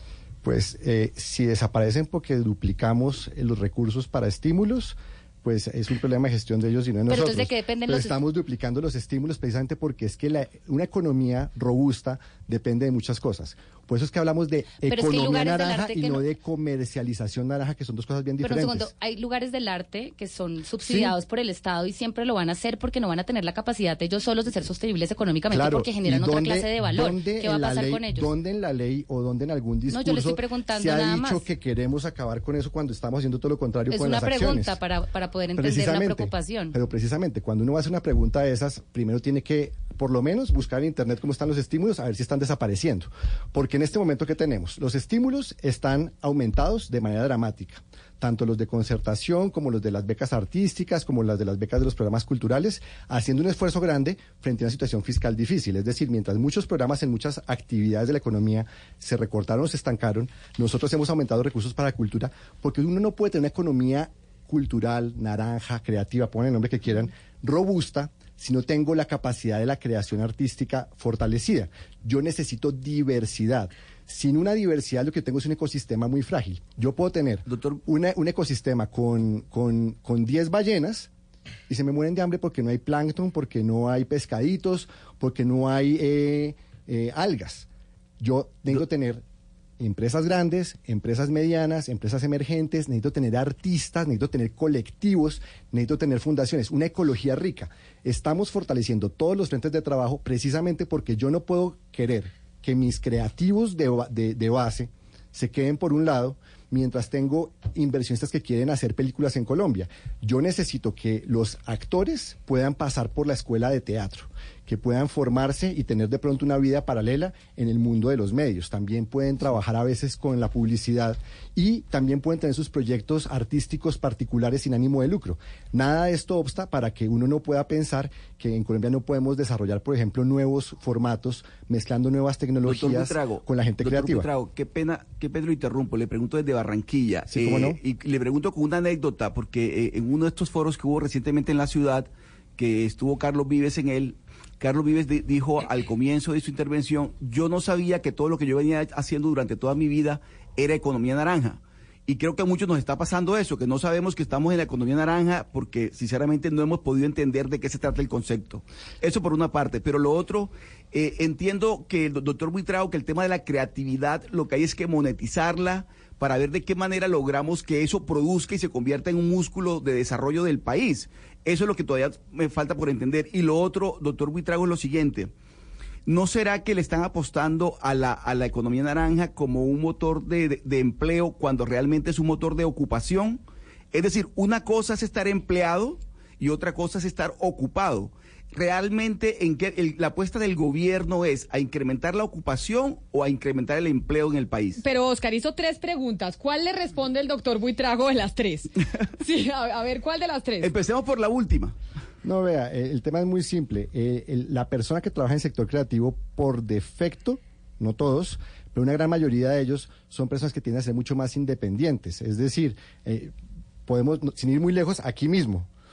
Pues eh, si desaparecen porque duplicamos eh, los recursos para estímulos, pues es un problema de gestión de ellos y no de Pero nosotros. entonces, ¿de qué dependen Pero los... estamos duplicando los estímulos precisamente porque es que la, una economía robusta depende de muchas cosas. Por eso es que hablamos de Pero economía es que naranja y no, no de comercialización naranja, que son dos cosas bien Pero diferentes. un segundo, hay lugares del arte que son subsidiados sí. por el Estado y siempre lo van a hacer porque no van a tener la capacidad de ellos solos de ser sostenibles económicamente claro, porque generan dónde, otra clase de valor. ¿Qué va a pasar ley, con ellos? ¿Dónde en la ley o dónde en algún discurso no, yo le estoy preguntando se ha nada dicho más. que queremos acabar con eso cuando estamos haciendo todo lo contrario es con las acciones? Es una pregunta para, para poder entender la preocupación. Pero precisamente, cuando uno hace una pregunta de esas, primero tiene que, por lo menos, buscar en Internet cómo están los estímulos, a ver si están desapareciendo. Porque en este momento que tenemos, los estímulos están aumentados de manera dramática. Tanto los de concertación, como los de las becas artísticas, como las de las becas de los programas culturales, haciendo un esfuerzo grande frente a una situación fiscal difícil. Es decir, mientras muchos programas en muchas actividades de la economía se recortaron o se estancaron, nosotros hemos aumentado recursos para la cultura, porque uno no puede tener una economía cultural, naranja, creativa, pongan el nombre que quieran, robusta, si no tengo la capacidad de la creación artística fortalecida. Yo necesito diversidad. Sin una diversidad lo que tengo es un ecosistema muy frágil. Yo puedo tener Doctor... una, un ecosistema con, con, con diez ballenas y se me mueren de hambre porque no hay plancton, porque no hay pescaditos, porque no hay eh, eh, algas. Yo tengo que tener empresas grandes, empresas medianas, empresas emergentes, necesito tener artistas, necesito tener colectivos, necesito tener fundaciones, una ecología rica. Estamos fortaleciendo todos los frentes de trabajo precisamente porque yo no puedo querer que mis creativos de, de, de base se queden por un lado, mientras tengo inversionistas que quieren hacer películas en Colombia. Yo necesito que los actores puedan pasar por la escuela de teatro, que puedan formarse y tener de pronto una vida paralela en el mundo de los medios. También pueden trabajar a veces con la publicidad y también pueden tener sus proyectos artísticos particulares sin ánimo de lucro. Nada de esto obsta para que uno no pueda pensar que en Colombia no podemos desarrollar, por ejemplo, nuevos formatos, mezclando nuevas tecnologías Buitrago, con la gente doctor creativa. Buitrago, qué pena, qué pena lo interrumpo, le pregunto desde Barranquilla. Sí, ¿cómo no? Y le pregunto con una anécdota, porque eh, en uno de estos foros que hubo recientemente en la ciudad, que estuvo Carlos Vives en él, Carlos Vives di- dijo al comienzo de su intervención, yo no sabía que todo lo que yo venía haciendo durante toda mi vida era economía naranja. Y creo que a muchos nos está pasando eso, que no sabemos que estamos en la economía naranja porque sinceramente no hemos podido entender de qué se trata el concepto. Eso por una parte. Pero lo otro, eh, entiendo que, doctor Buitrago, que el tema de la creatividad lo que hay es que monetizarla para ver de qué manera logramos que eso produzca y se convierta en un músculo de desarrollo del país. Eso es lo que todavía me falta por entender. Y lo otro, doctor Buitrago, es lo siguiente. ¿No será que le están apostando a la, a la economía naranja como un motor de, de, de empleo cuando realmente es un motor de ocupación? Es decir, una cosa es estar empleado y otra cosa es estar ocupado. ¿Realmente en qué el, la apuesta del gobierno es a incrementar la ocupación o a incrementar el empleo en el país? Pero Oscar hizo tres preguntas. ¿Cuál le responde el doctor Buitrago de las tres? Sí, a, a ver, ¿cuál de las tres? Empecemos por la última. No, vea, eh, el tema es muy simple. Eh, el, la persona que trabaja en el sector creativo, por defecto, no todos, pero una gran mayoría de ellos son personas que tienden a ser mucho más independientes. Es decir, eh, podemos, sin ir muy lejos, aquí mismo.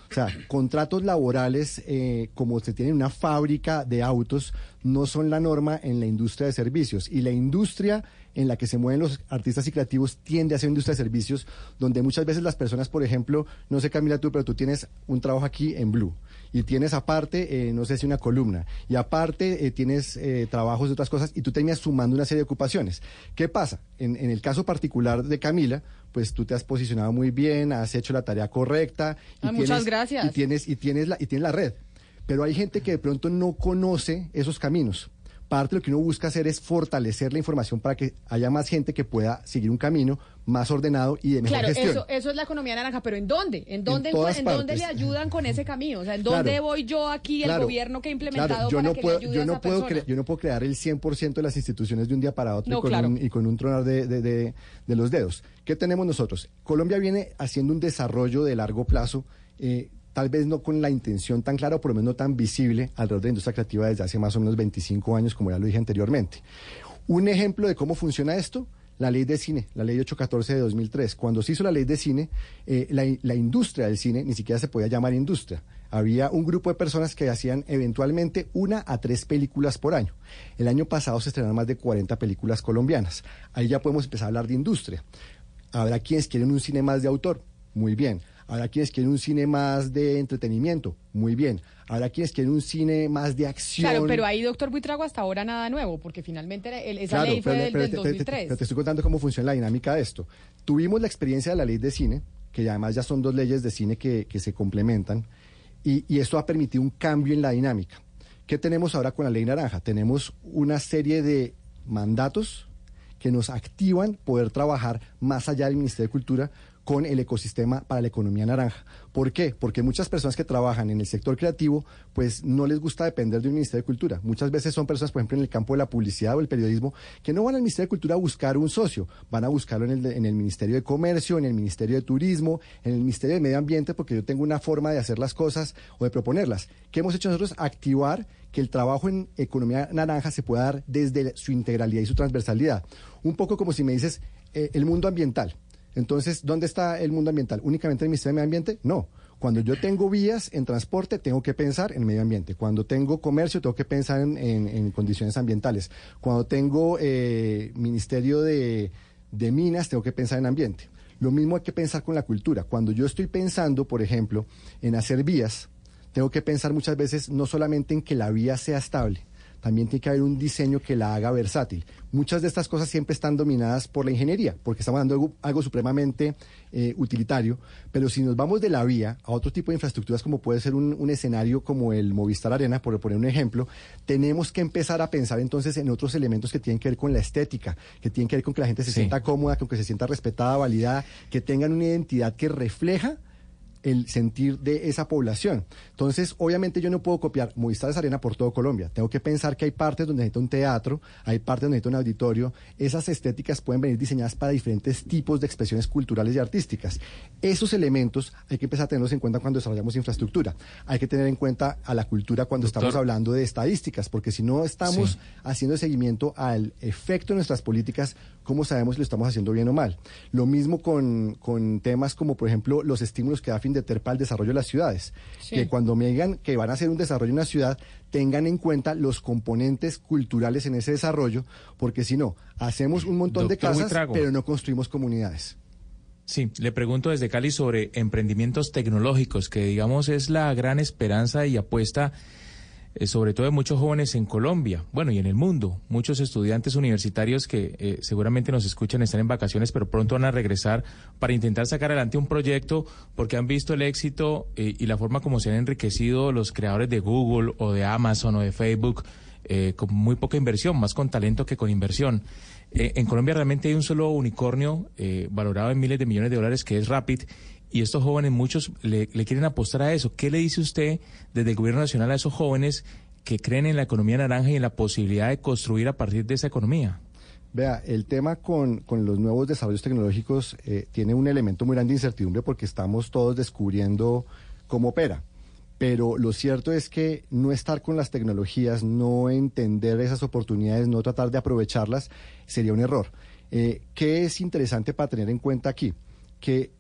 O sea, contratos laborales eh, como se tiene en una fábrica de autos no son la norma en la industria de servicios. Y la industria en la que se mueven los artistas y creativos tiende a ser industria de servicios, donde muchas veces las personas, por ejemplo, no sé Camila tú, pero tú tienes un trabajo aquí en Blue y tienes aparte, eh, no sé si una columna, y aparte eh, tienes eh, trabajos de otras cosas y tú terminas sumando una serie de ocupaciones. ¿Qué pasa? En, en el caso particular de Camila, pues tú te has posicionado muy bien, has hecho la tarea correcta. Y ah, tienes, muchas gracias. Y tienes, y, tienes la, y tienes la red. Pero hay gente que de pronto no conoce esos caminos. Parte de lo que uno busca hacer es fortalecer la información para que haya más gente que pueda seguir un camino más ordenado y de mejor claro, gestión. Eso, eso es la economía naranja, pero ¿en dónde? ¿En dónde, en, en, en dónde le ayudan con ese camino? O sea, ¿en dónde claro, voy yo aquí, el claro, gobierno que ha implementado claro, yo para no que puedo, le ayude yo a no esa puedo persona? Yo no puedo crear el cien por ciento de las instituciones de un día para otro no, y, con claro. un, y con un tronar de, de, de, de los dedos. ¿Qué tenemos nosotros? Colombia viene haciendo un desarrollo de largo plazo, eh, tal vez no con la intención tan clara o por lo menos no tan visible alrededor de la industria creativa desde hace más o menos veinticinco años, como ya lo dije anteriormente. Un ejemplo de cómo funciona esto, la ley de cine, la ley ochocientos catorce de dos mil tres. Cuando se hizo la ley de cine, eh, la, la industria del cine ni siquiera se podía llamar industria. Había un grupo de personas que hacían eventualmente una a tres películas por año. El año pasado se estrenaron más de cuarenta películas colombianas. Ahí ya podemos empezar a hablar de industria. Habrá quienes quieren un cine más de autor, muy bien. Habrá quienes quieren un cine más de entretenimiento, muy bien. Habrá quienes quieren un cine más de acción. Claro, pero ahí, doctor Buitrago, hasta ahora nada nuevo, porque finalmente el, esa claro, ley fue pero, del, pero del te, dos mil tres. Te, te, pero te estoy contando cómo funciona la dinámica de esto. Tuvimos la experiencia de la ley de cine, que además ya son dos leyes de cine que, que se complementan, y, y esto ha permitido un cambio en la dinámica. ¿Qué tenemos ahora con la ley naranja? Tenemos una serie de mandatos que nos activan poder trabajar más allá del Ministerio de Cultura con el ecosistema para la economía naranja. ¿Por qué? Porque muchas personas que trabajan en el sector creativo, pues no les gusta depender de un Ministerio de Cultura. Muchas veces son personas, por ejemplo, en el campo de la publicidad o el periodismo, que no van al Ministerio de Cultura a buscar un socio, van a buscarlo en el, en el Ministerio de Comercio, en el Ministerio de Turismo, en el Ministerio de Medio Ambiente, porque yo tengo una forma de hacer las cosas o de proponerlas. ¿Qué hemos hecho nosotros? Activar que el trabajo en economía naranja se pueda dar desde su integralidad y su transversalidad. Un poco como si me dices eh, el mundo ambiental. Entonces, ¿dónde está el mundo ambiental? ¿Únicamente en el Ministerio de Medio Ambiente? No. Cuando yo tengo vías en transporte, tengo que pensar en medio ambiente. Cuando tengo comercio, tengo que pensar en, en, en condiciones ambientales. Cuando tengo eh, Ministerio de, de Minas, tengo que pensar en ambiente. Lo mismo hay que pensar con la cultura. Cuando yo estoy pensando, por ejemplo, en hacer vías, tengo que pensar muchas veces no solamente en que la vía sea estable, también tiene que haber un diseño que la haga versátil. Muchas de estas cosas siempre están dominadas por la ingeniería, porque estamos dando algo, algo supremamente eh, utilitario, pero si nos vamos de la vía a otro tipo de infraestructuras, como puede ser un, un escenario como el Movistar Arena, por poner un ejemplo, tenemos que empezar a pensar entonces en otros elementos que tienen que ver con la estética, que tienen que ver con que la gente se sí. sienta cómoda, con que se sienta respetada, validada, que tengan una identidad que refleja el sentir de esa población. Entonces, obviamente yo no puedo copiar Movistar Arena por todo Colombia. Tengo que pensar que hay partes donde necesito un teatro, hay partes donde necesito un auditorio. Esas estéticas pueden venir diseñadas para diferentes tipos de expresiones culturales y artísticas. Esos elementos hay que empezar a tenerlos en cuenta cuando desarrollamos infraestructura. Hay que tener en cuenta a la cultura cuando Doctor. estamos hablando de estadísticas, porque si no estamos sí. haciendo seguimiento al efecto de nuestras políticas, ¿cómo sabemos si lo estamos haciendo bien o mal? Lo mismo con, con temas como, por ejemplo, los estímulos que da FINDETER para el desarrollo de las ciudades. Sí. Que cuando me digan que van a hacer un desarrollo en una ciudad, tengan en cuenta los componentes culturales en ese desarrollo, porque si no, hacemos un montón Doctor de casas, Buitrago. pero no construimos comunidades. Sí, le pregunto desde Cali sobre emprendimientos tecnológicos, que digamos es la gran esperanza y apuesta Eh, sobre todo de muchos jóvenes en Colombia, bueno, y en el mundo. Muchos estudiantes universitarios que eh, seguramente nos escuchan están en vacaciones, pero pronto van a regresar para intentar sacar adelante un proyecto porque han visto el éxito eh, y la forma como se han enriquecido los creadores de Google o de Amazon o de Facebook eh, con muy poca inversión, más con talento que con inversión. Eh, en Colombia realmente hay un solo unicornio eh, valorado en miles de millones de dólares que es Rapid. Y estos jóvenes, muchos le, le quieren apostar a eso. ¿Qué le dice usted desde el gobierno nacional a esos jóvenes que creen en la economía naranja y en la posibilidad de construir a partir de esa economía? Vea, el tema con, con los nuevos desarrollos tecnológicos eh, tiene un elemento muy grande de incertidumbre porque estamos todos descubriendo cómo opera. Pero lo cierto es que no estar con las tecnologías, no entender esas oportunidades, no tratar de aprovecharlas, sería un error. Eh, ¿Qué es interesante para tener en cuenta aquí? Que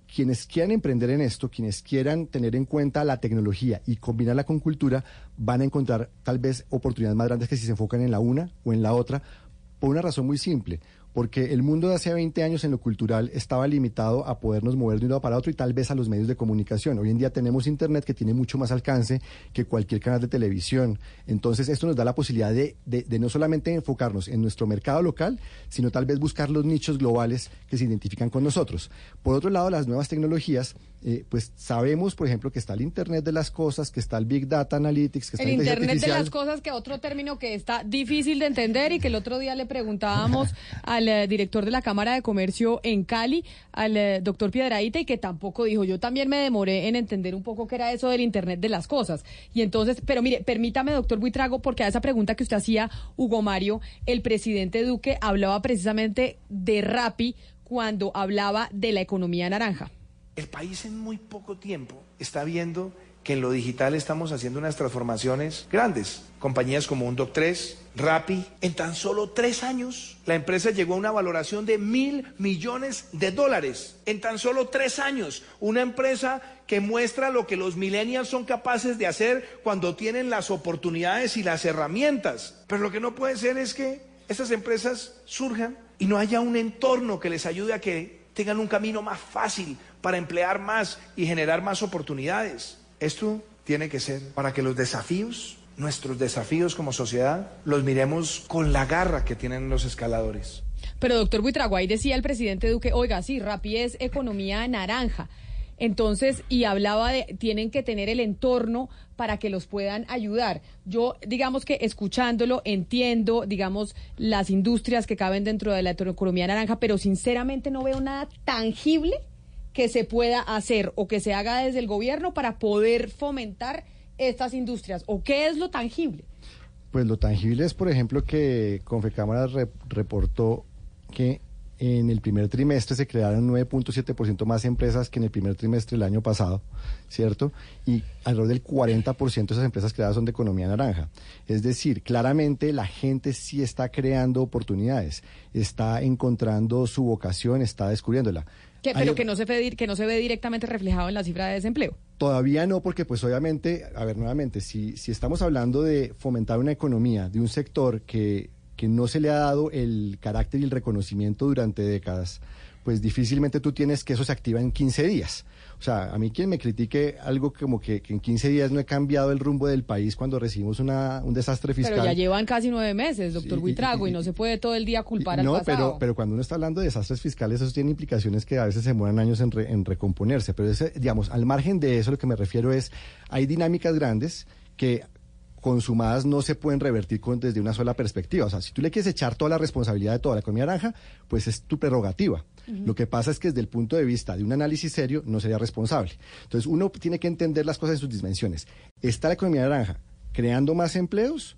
quienes quieran emprender en esto, quienes quieran tener en cuenta la tecnología y combinarla con cultura, van a encontrar tal vez oportunidades más grandes que si se enfocan en la una o en la otra, por una razón muy simple. Porque el mundo de hace veinte años en lo cultural estaba limitado a podernos mover de un lado para otro y tal vez a los medios de comunicación. Hoy en día tenemos Internet que tiene mucho más alcance que cualquier canal de televisión. Entonces esto nos da la posibilidad de, de, de no solamente enfocarnos en nuestro mercado local, sino tal vez buscar los nichos globales que se identifican con nosotros. Por otro lado, las nuevas tecnologías, eh, pues sabemos, por ejemplo, que está el Internet de las cosas, que está el Big Data Analytics, que está el la inteligencia Internet de artificial. las cosas, que otro término que está difícil de entender y que el otro día le preguntábamos al eh, director de la Cámara de Comercio en Cali, al eh, doctor Piedrahíta, y que tampoco dijo. Yo también me demoré en entender un poco qué era eso del Internet de las cosas. Y entonces, pero mire, permítame, doctor Buitrago, porque a esa pregunta que usted hacía, Hugo Mario, el presidente Duque hablaba precisamente de Rappi cuando hablaba de la economía naranja. El país en muy poco tiempo está viendo que en lo digital estamos haciendo unas transformaciones grandes. Compañías como Un Doc tres, Rappi, en tan solo tres años, la empresa llegó a una valoración de mil millones de dólares. En tan solo tres años, una empresa que muestra lo que los millennials son capaces de hacer cuando tienen las oportunidades y las herramientas. Pero lo que no puede ser es que estas empresas surjan y no haya un entorno que les ayude a que tengan un camino más fácil para emplear más y generar más oportunidades. Esto tiene que ser para que los desafíos, nuestros desafíos como sociedad, los miremos con la garra que tienen los escaladores. Pero doctor Buitrago, ahí decía el presidente Duque, oiga, sí, Rappi es economía naranja. Entonces, y hablaba de, tienen que tener el entorno para que los puedan ayudar. Yo, digamos que escuchándolo, entiendo, digamos, las industrias que caben dentro de la economía naranja, pero sinceramente no veo nada tangible que se pueda hacer o que se haga desde el gobierno para poder fomentar estas industrias. ¿O qué es lo tangible? Pues lo tangible es, por ejemplo, que Confecámara re- reportó que en el primer trimestre se crearon nueve punto siete por ciento más empresas que en el primer trimestre del año pasado, ¿cierto? Y alrededor del cuarenta por ciento de esas empresas creadas son de economía naranja. Es decir, claramente la gente sí está creando oportunidades, está encontrando su vocación, está descubriéndola. Que, pero Hay, que no se ve que no se ve directamente reflejado en la cifra de desempleo. Todavía no, porque pues obviamente, a ver, nuevamente, si, si estamos hablando de fomentar una economía de un sector que, que no se le ha dado el carácter y el reconocimiento durante décadas, pues difícilmente tú tienes que eso se activa en quince días. O sea, a mí quien me critique algo como que, que en quince días no he cambiado el rumbo del país cuando recibimos una, un desastre fiscal. Pero ya llevan casi nueve meses, doctor Sí, Buitrago, y, y, y no se puede todo el día culpar al no, pasado. pero, pero cuando uno está hablando de desastres fiscales, eso tiene implicaciones que a veces se demoran años en, re, en recomponerse. Pero, ese, digamos, al margen de eso, lo que me refiero es, hay dinámicas grandes que consumadas no se pueden revertir con, desde una sola perspectiva. O sea, si tú le quieres echar toda la responsabilidad de toda la economía naranja, pues es tu prerrogativa. Uh-huh. Lo que pasa es que desde el punto de vista de un análisis serio no sería responsable. Entonces uno tiene que entender las cosas en sus dimensiones. ¿Está la economía naranja creando más empleos?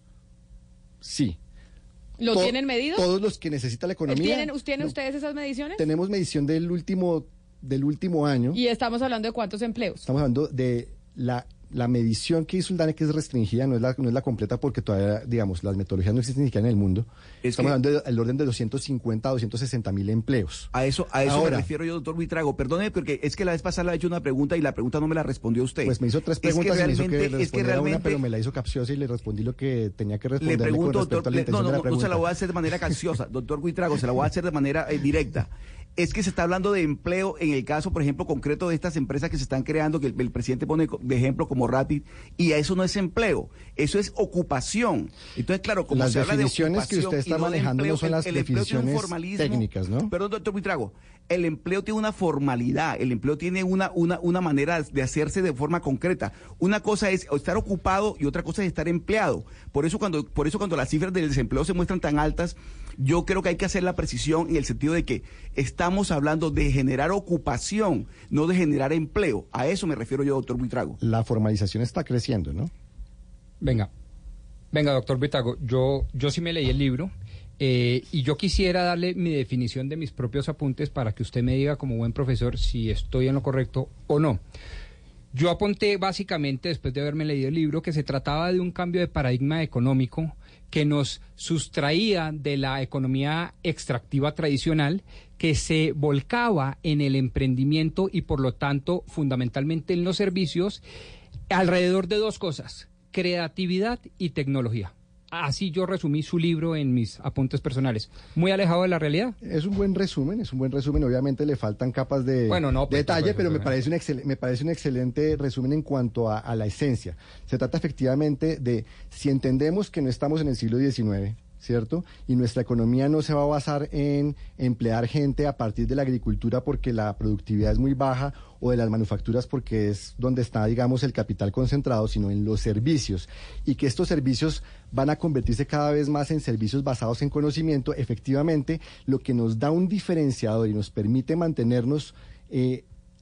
Sí. ¿Lo to- tienen medido? Todos los que necesita la economía. ¿Tienen, ¿tienen no, ustedes esas mediciones? Tenemos medición del último, del último año. ¿Y estamos hablando de cuántos empleos? Estamos hablando de la... La medición que hizo el DANE, que es restringida, no es la, no es la completa porque todavía, digamos, las metodologías no existen ni siquiera en el mundo. Es Estamos que, hablando del orden de doscientos cincuenta a doscientos sesenta mil empleos. A eso, a eso Ahora, me refiero yo, doctor Buitrago. Perdone, porque es que la vez pasada le he hecho una pregunta y la pregunta no me la respondió usted. Pues me hizo tres preguntas es que y me hizo que es respondiera que realmente, una, pero me la hizo capciosa y le respondí lo que tenía que responderle le pregunto, con respecto doctor, a la intención no, no, de la no, pregunta. no se la voy a hacer de manera capciosa, doctor Buitrago, se la voy a hacer de manera eh, directa. Es que se está hablando de empleo en el caso, por ejemplo, concreto de estas empresas que se están creando, que el, el presidente pone de ejemplo como Rappi, y a eso no es empleo, eso es ocupación. Entonces, claro, como las se habla de definiciones que usted está no manejando empleo, no son las el, el definiciones técnicas, ¿no? Perdón, doctor Buitrago, el empleo tiene una formalidad, el empleo tiene una, una, una manera de hacerse de forma concreta. Una cosa es estar ocupado y otra cosa es estar empleado. Por eso cuando, por eso cuando las cifras del desempleo se muestran tan altas, yo creo que hay que hacer la precisión en el sentido de que estamos hablando de generar ocupación, no de generar empleo. A eso me refiero yo, doctor Buitrago. La formalización está creciendo, ¿no? Venga, venga, doctor Buitrago, yo, yo sí me leí el libro. Eh, y yo quisiera darle mi definición de mis propios apuntes para que usted me diga como buen profesor si estoy en lo correcto o no. Yo apunté básicamente, después de haberme leído el libro, que se trataba de un cambio de paradigma económico que nos sustraía de la economía extractiva tradicional, que se volcaba en el emprendimiento y por lo tanto fundamentalmente en los servicios, alrededor de dos cosas: creatividad y tecnología. Así yo resumí su libro en mis apuntes personales. Muy alejado de la realidad. Es un buen resumen, es un buen resumen. Obviamente le faltan capas de, bueno, no, de pues, detalle, pues, pero pues, me parece, un excel, me parece un excelente resumen en cuanto a, a la esencia. Se trata efectivamente de, si entendemos que no estamos en el siglo diecinueve, ¿cierto? Y nuestra economía no se va a basar en emplear gente a partir de la agricultura porque la productividad es muy baja, o de las manufacturas porque es donde está, digamos, el capital concentrado, sino en los servicios, y que estos servicios van a convertirse cada vez más en servicios basados en conocimiento. Efectivamente, lo que nos da un diferenciador y nos permite mantenernos eh,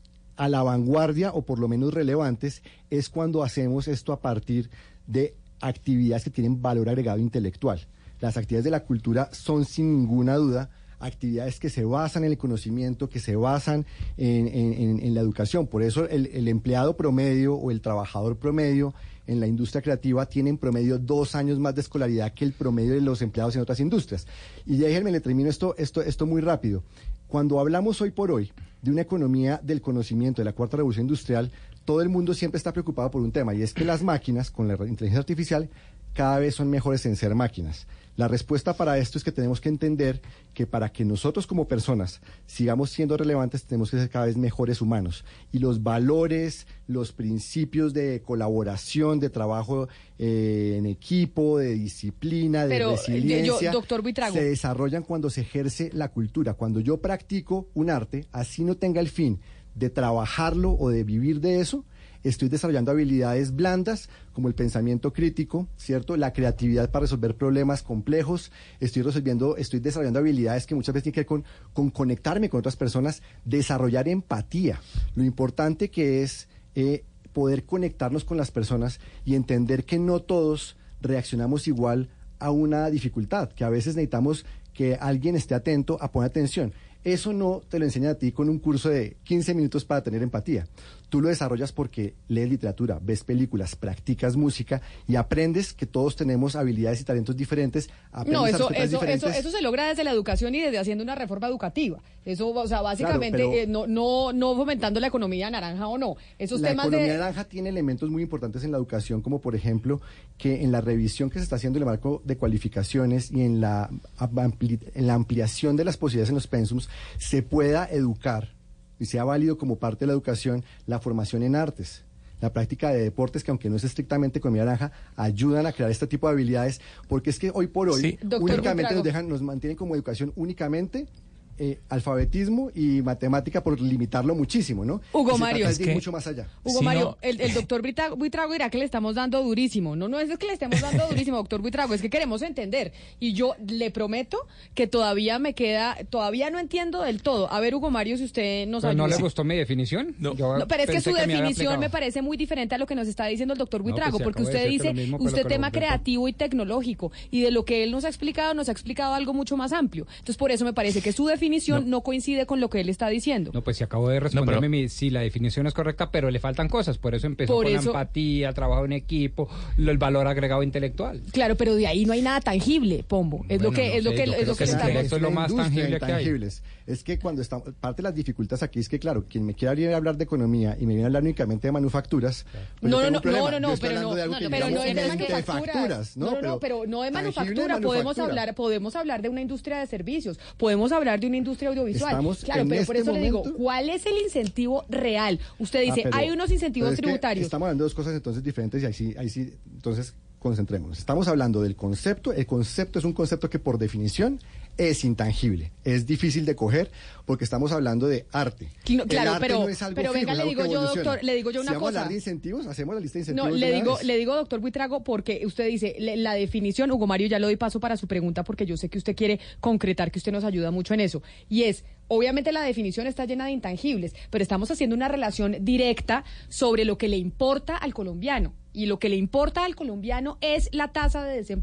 a la vanguardia, o por lo menos relevantes, es cuando hacemos esto a partir de actividades que tienen valor agregado intelectual. Las actividades de la cultura son, sin ninguna duda, actividades que se basan en el conocimiento, que se basan en, en, en la educación. Por eso el, el empleado promedio o el trabajador promedio en la industria creativa tiene en promedio dos años más de escolaridad que el promedio de los empleados en otras industrias. Y déjenme, le termino esto, esto, esto muy rápido. Cuando hablamos hoy por hoy de una economía del conocimiento, de la cuarta revolución industrial, todo el mundo siempre está preocupado por un tema, y es que las máquinas, con la inteligencia artificial, cada vez son mejores en ser máquinas. La respuesta para esto es que tenemos que entender que para que nosotros como personas sigamos siendo relevantes, tenemos que ser cada vez mejores humanos. Y los valores, los principios de colaboración, de trabajo eh, en equipo, de disciplina, de Pero, resiliencia, yo, doctor Buitrago, se desarrollan cuando se ejerce la cultura. Cuando yo practico un arte, así no tenga el fin de trabajarlo o de vivir de eso, estoy desarrollando habilidades blandas como el pensamiento crítico, ¿cierto? La creatividad para resolver problemas complejos. Estoy resolviendo, estoy desarrollando habilidades que muchas veces tienen que ver con, con conectarme con otras personas, desarrollar empatía. Lo importante que es eh, poder conectarnos con las personas y entender que no todos reaccionamos igual a una dificultad, que a veces necesitamos que alguien esté atento a poner atención. Eso no te lo enseñan a ti con un curso de quince minutos para tener empatía. Tú lo desarrollas porque lees literatura, ves películas, practicas música y aprendes que todos tenemos habilidades y talentos diferentes. No, eso, eso, diferentes. eso, eso se logra desde la educación y desde haciendo una reforma educativa. Eso, o sea, básicamente, claro, pero, eh, no, no, no fomentando la economía naranja o no. Esos la temas economía de... naranja tiene elementos muy importantes en la educación, como por ejemplo que en la revisión que se está haciendo en el marco de cualificaciones y en la, ampli, en la ampliación de las posibilidades en los pensums, se pueda educar y sea válido como parte de la educación la formación en artes, la práctica de deportes, que aunque no es estrictamente economía naranja, ayudan a crear este tipo de habilidades, porque es que hoy por hoy sí. únicamente nos dejan, nos mantienen como educación únicamente Eh, alfabetismo y matemática, por limitarlo muchísimo, ¿no? Hugo Mario, es que, mucho más allá. Hugo Sí, Mario, no. el, el doctor Buitrago dirá que le estamos dando durísimo. No, no es que le estemos dando durísimo, doctor Buitrago, es que queremos entender. Y yo le prometo que todavía me queda, todavía no entiendo del todo. A ver, Hugo Mario, si usted nos ¿Pero ayuda. ¿No le gustó mi definición? No, no pero es que su que definición me, me parece muy diferente a lo que nos está diciendo el doctor Buitrago, no, pues porque usted dice, mismo, usted tema creativo y tecnológico, y de lo que él nos ha explicado, nos ha explicado algo mucho más amplio. Entonces, por eso me parece que su definición no, no coincide con lo que él está diciendo. No, pues si acabo de responderme, No, pero... mi, sí, la definición es correcta, pero le faltan cosas. Por eso empezó por con eso... la empatía, trabajo en equipo, lo, el valor agregado intelectual. Claro, pero de ahí no hay nada tangible, Pombo. Es Bueno, lo que, no es lo sé, que, yo es creo lo que, que estamos... eso es lo más tangible que hay. Es que cuando estamos, parte de las dificultades aquí es que, claro, quien me quiera venir a hablar de economía y me viene a hablar únicamente de manufacturas, pues no, no, no, no, no, no, pero no, de no, que pero no es de manufacturas, facturas, no, no, no, pero no de manufactura, podemos hablar, podemos hablar de una industria de servicios, podemos hablar de una industria audiovisual, Estamos claro, pero este por eso momento... le digo, ¿cuál es el incentivo real? Usted dice, ah, pero, hay unos incentivos es tributarios. Estamos hablando de dos cosas entonces diferentes y ahí sí, ahí sí, entonces concentrémonos. Estamos hablando del concepto. El concepto es un concepto que por definición es intangible, es difícil de coger porque estamos hablando de arte. Claro, el arte pero, no es algo pero fijo, venga, es le algo digo que yo, evoluciona. doctor, le digo yo una si vamos cosa. a hablar de incentivos, hacemos la lista de incentivos. No, de le una digo, vez. le digo, doctor Buitrago, porque usted dice le, la definición, Hugo Mario, ya le doy paso para su pregunta porque yo sé que usted quiere concretar, que usted nos ayuda mucho en eso, y es, obviamente la definición está llena de intangibles, pero estamos haciendo una relación directa sobre lo que le importa al colombiano. Y lo que le importa al colombiano es la tasa de desempleo.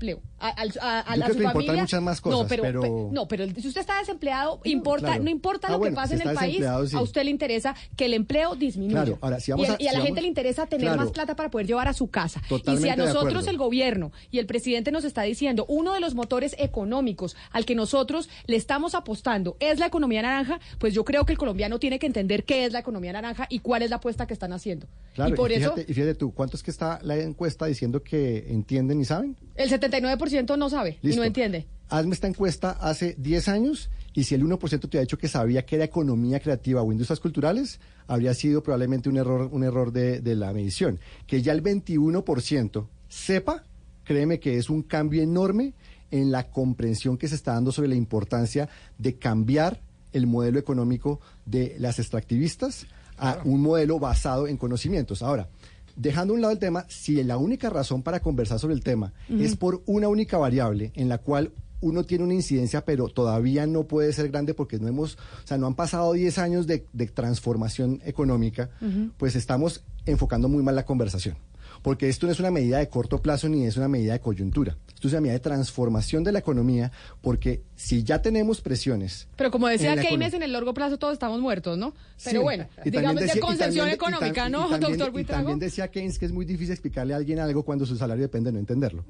a, a, a, Yo a creo su que le familia. importan muchas más cosas, no, pero, pero... pe- no, pero si usted está desempleado, importa, claro. no importa Ah, lo bueno, que pase si en el está país, desempleado, sí. a usted le interesa que el empleo disminuya. Claro, ahora, si vamos y, el- a- y a si la vamos- gente le interesa tener claro. más plata para poder llevar a su casa. Totalmente y si a de nosotros acuerdo. el gobierno y el presidente nos está diciendo uno de los motores económicos al que nosotros le estamos apostando es la economía naranja, pues yo creo que el colombiano tiene que entender qué es la economía naranja y cuál es la apuesta que están haciendo. Claro, y por y eso fíjate, y fíjate tú, ¿cuánto es que está la encuesta diciendo que entienden y saben? el setenta y nueve por ciento no sabe y Listo. no entiende. Hazme esta encuesta hace diez años y si el uno por ciento te ha dicho que sabía que era economía creativa o industrias culturales, habría sido probablemente un error, un error de, de la medición. Que ya el veintiuno por ciento sepa, créeme que es un cambio enorme en la comprensión que se está dando sobre la importancia de cambiar el modelo económico de las extractivistas a un modelo basado en conocimientos. Ahora, dejando a un lado el tema, si la única razón para conversar sobre el tema Ujú. es por una única variable en la cual uno tiene una incidencia, pero todavía no puede ser grande porque no hemos, o sea, no han pasado diez años de, de transformación económica, Ujú. pues estamos enfocando muy mal la conversación. Porque esto no es una medida de corto plazo ni es una medida de coyuntura. Esto es una medida de transformación de la economía, porque si ya tenemos presiones... Pero como decía en la Keynes, econo- en el largo plazo todos estamos muertos, ¿no? Pero Sí. bueno, Y también digamos decía- que y concepción también- y tam- económica, y ¿no, también- doctor Y Buitrago? también decía Keynes que es muy difícil explicarle a alguien algo cuando su salario depende de no entenderlo.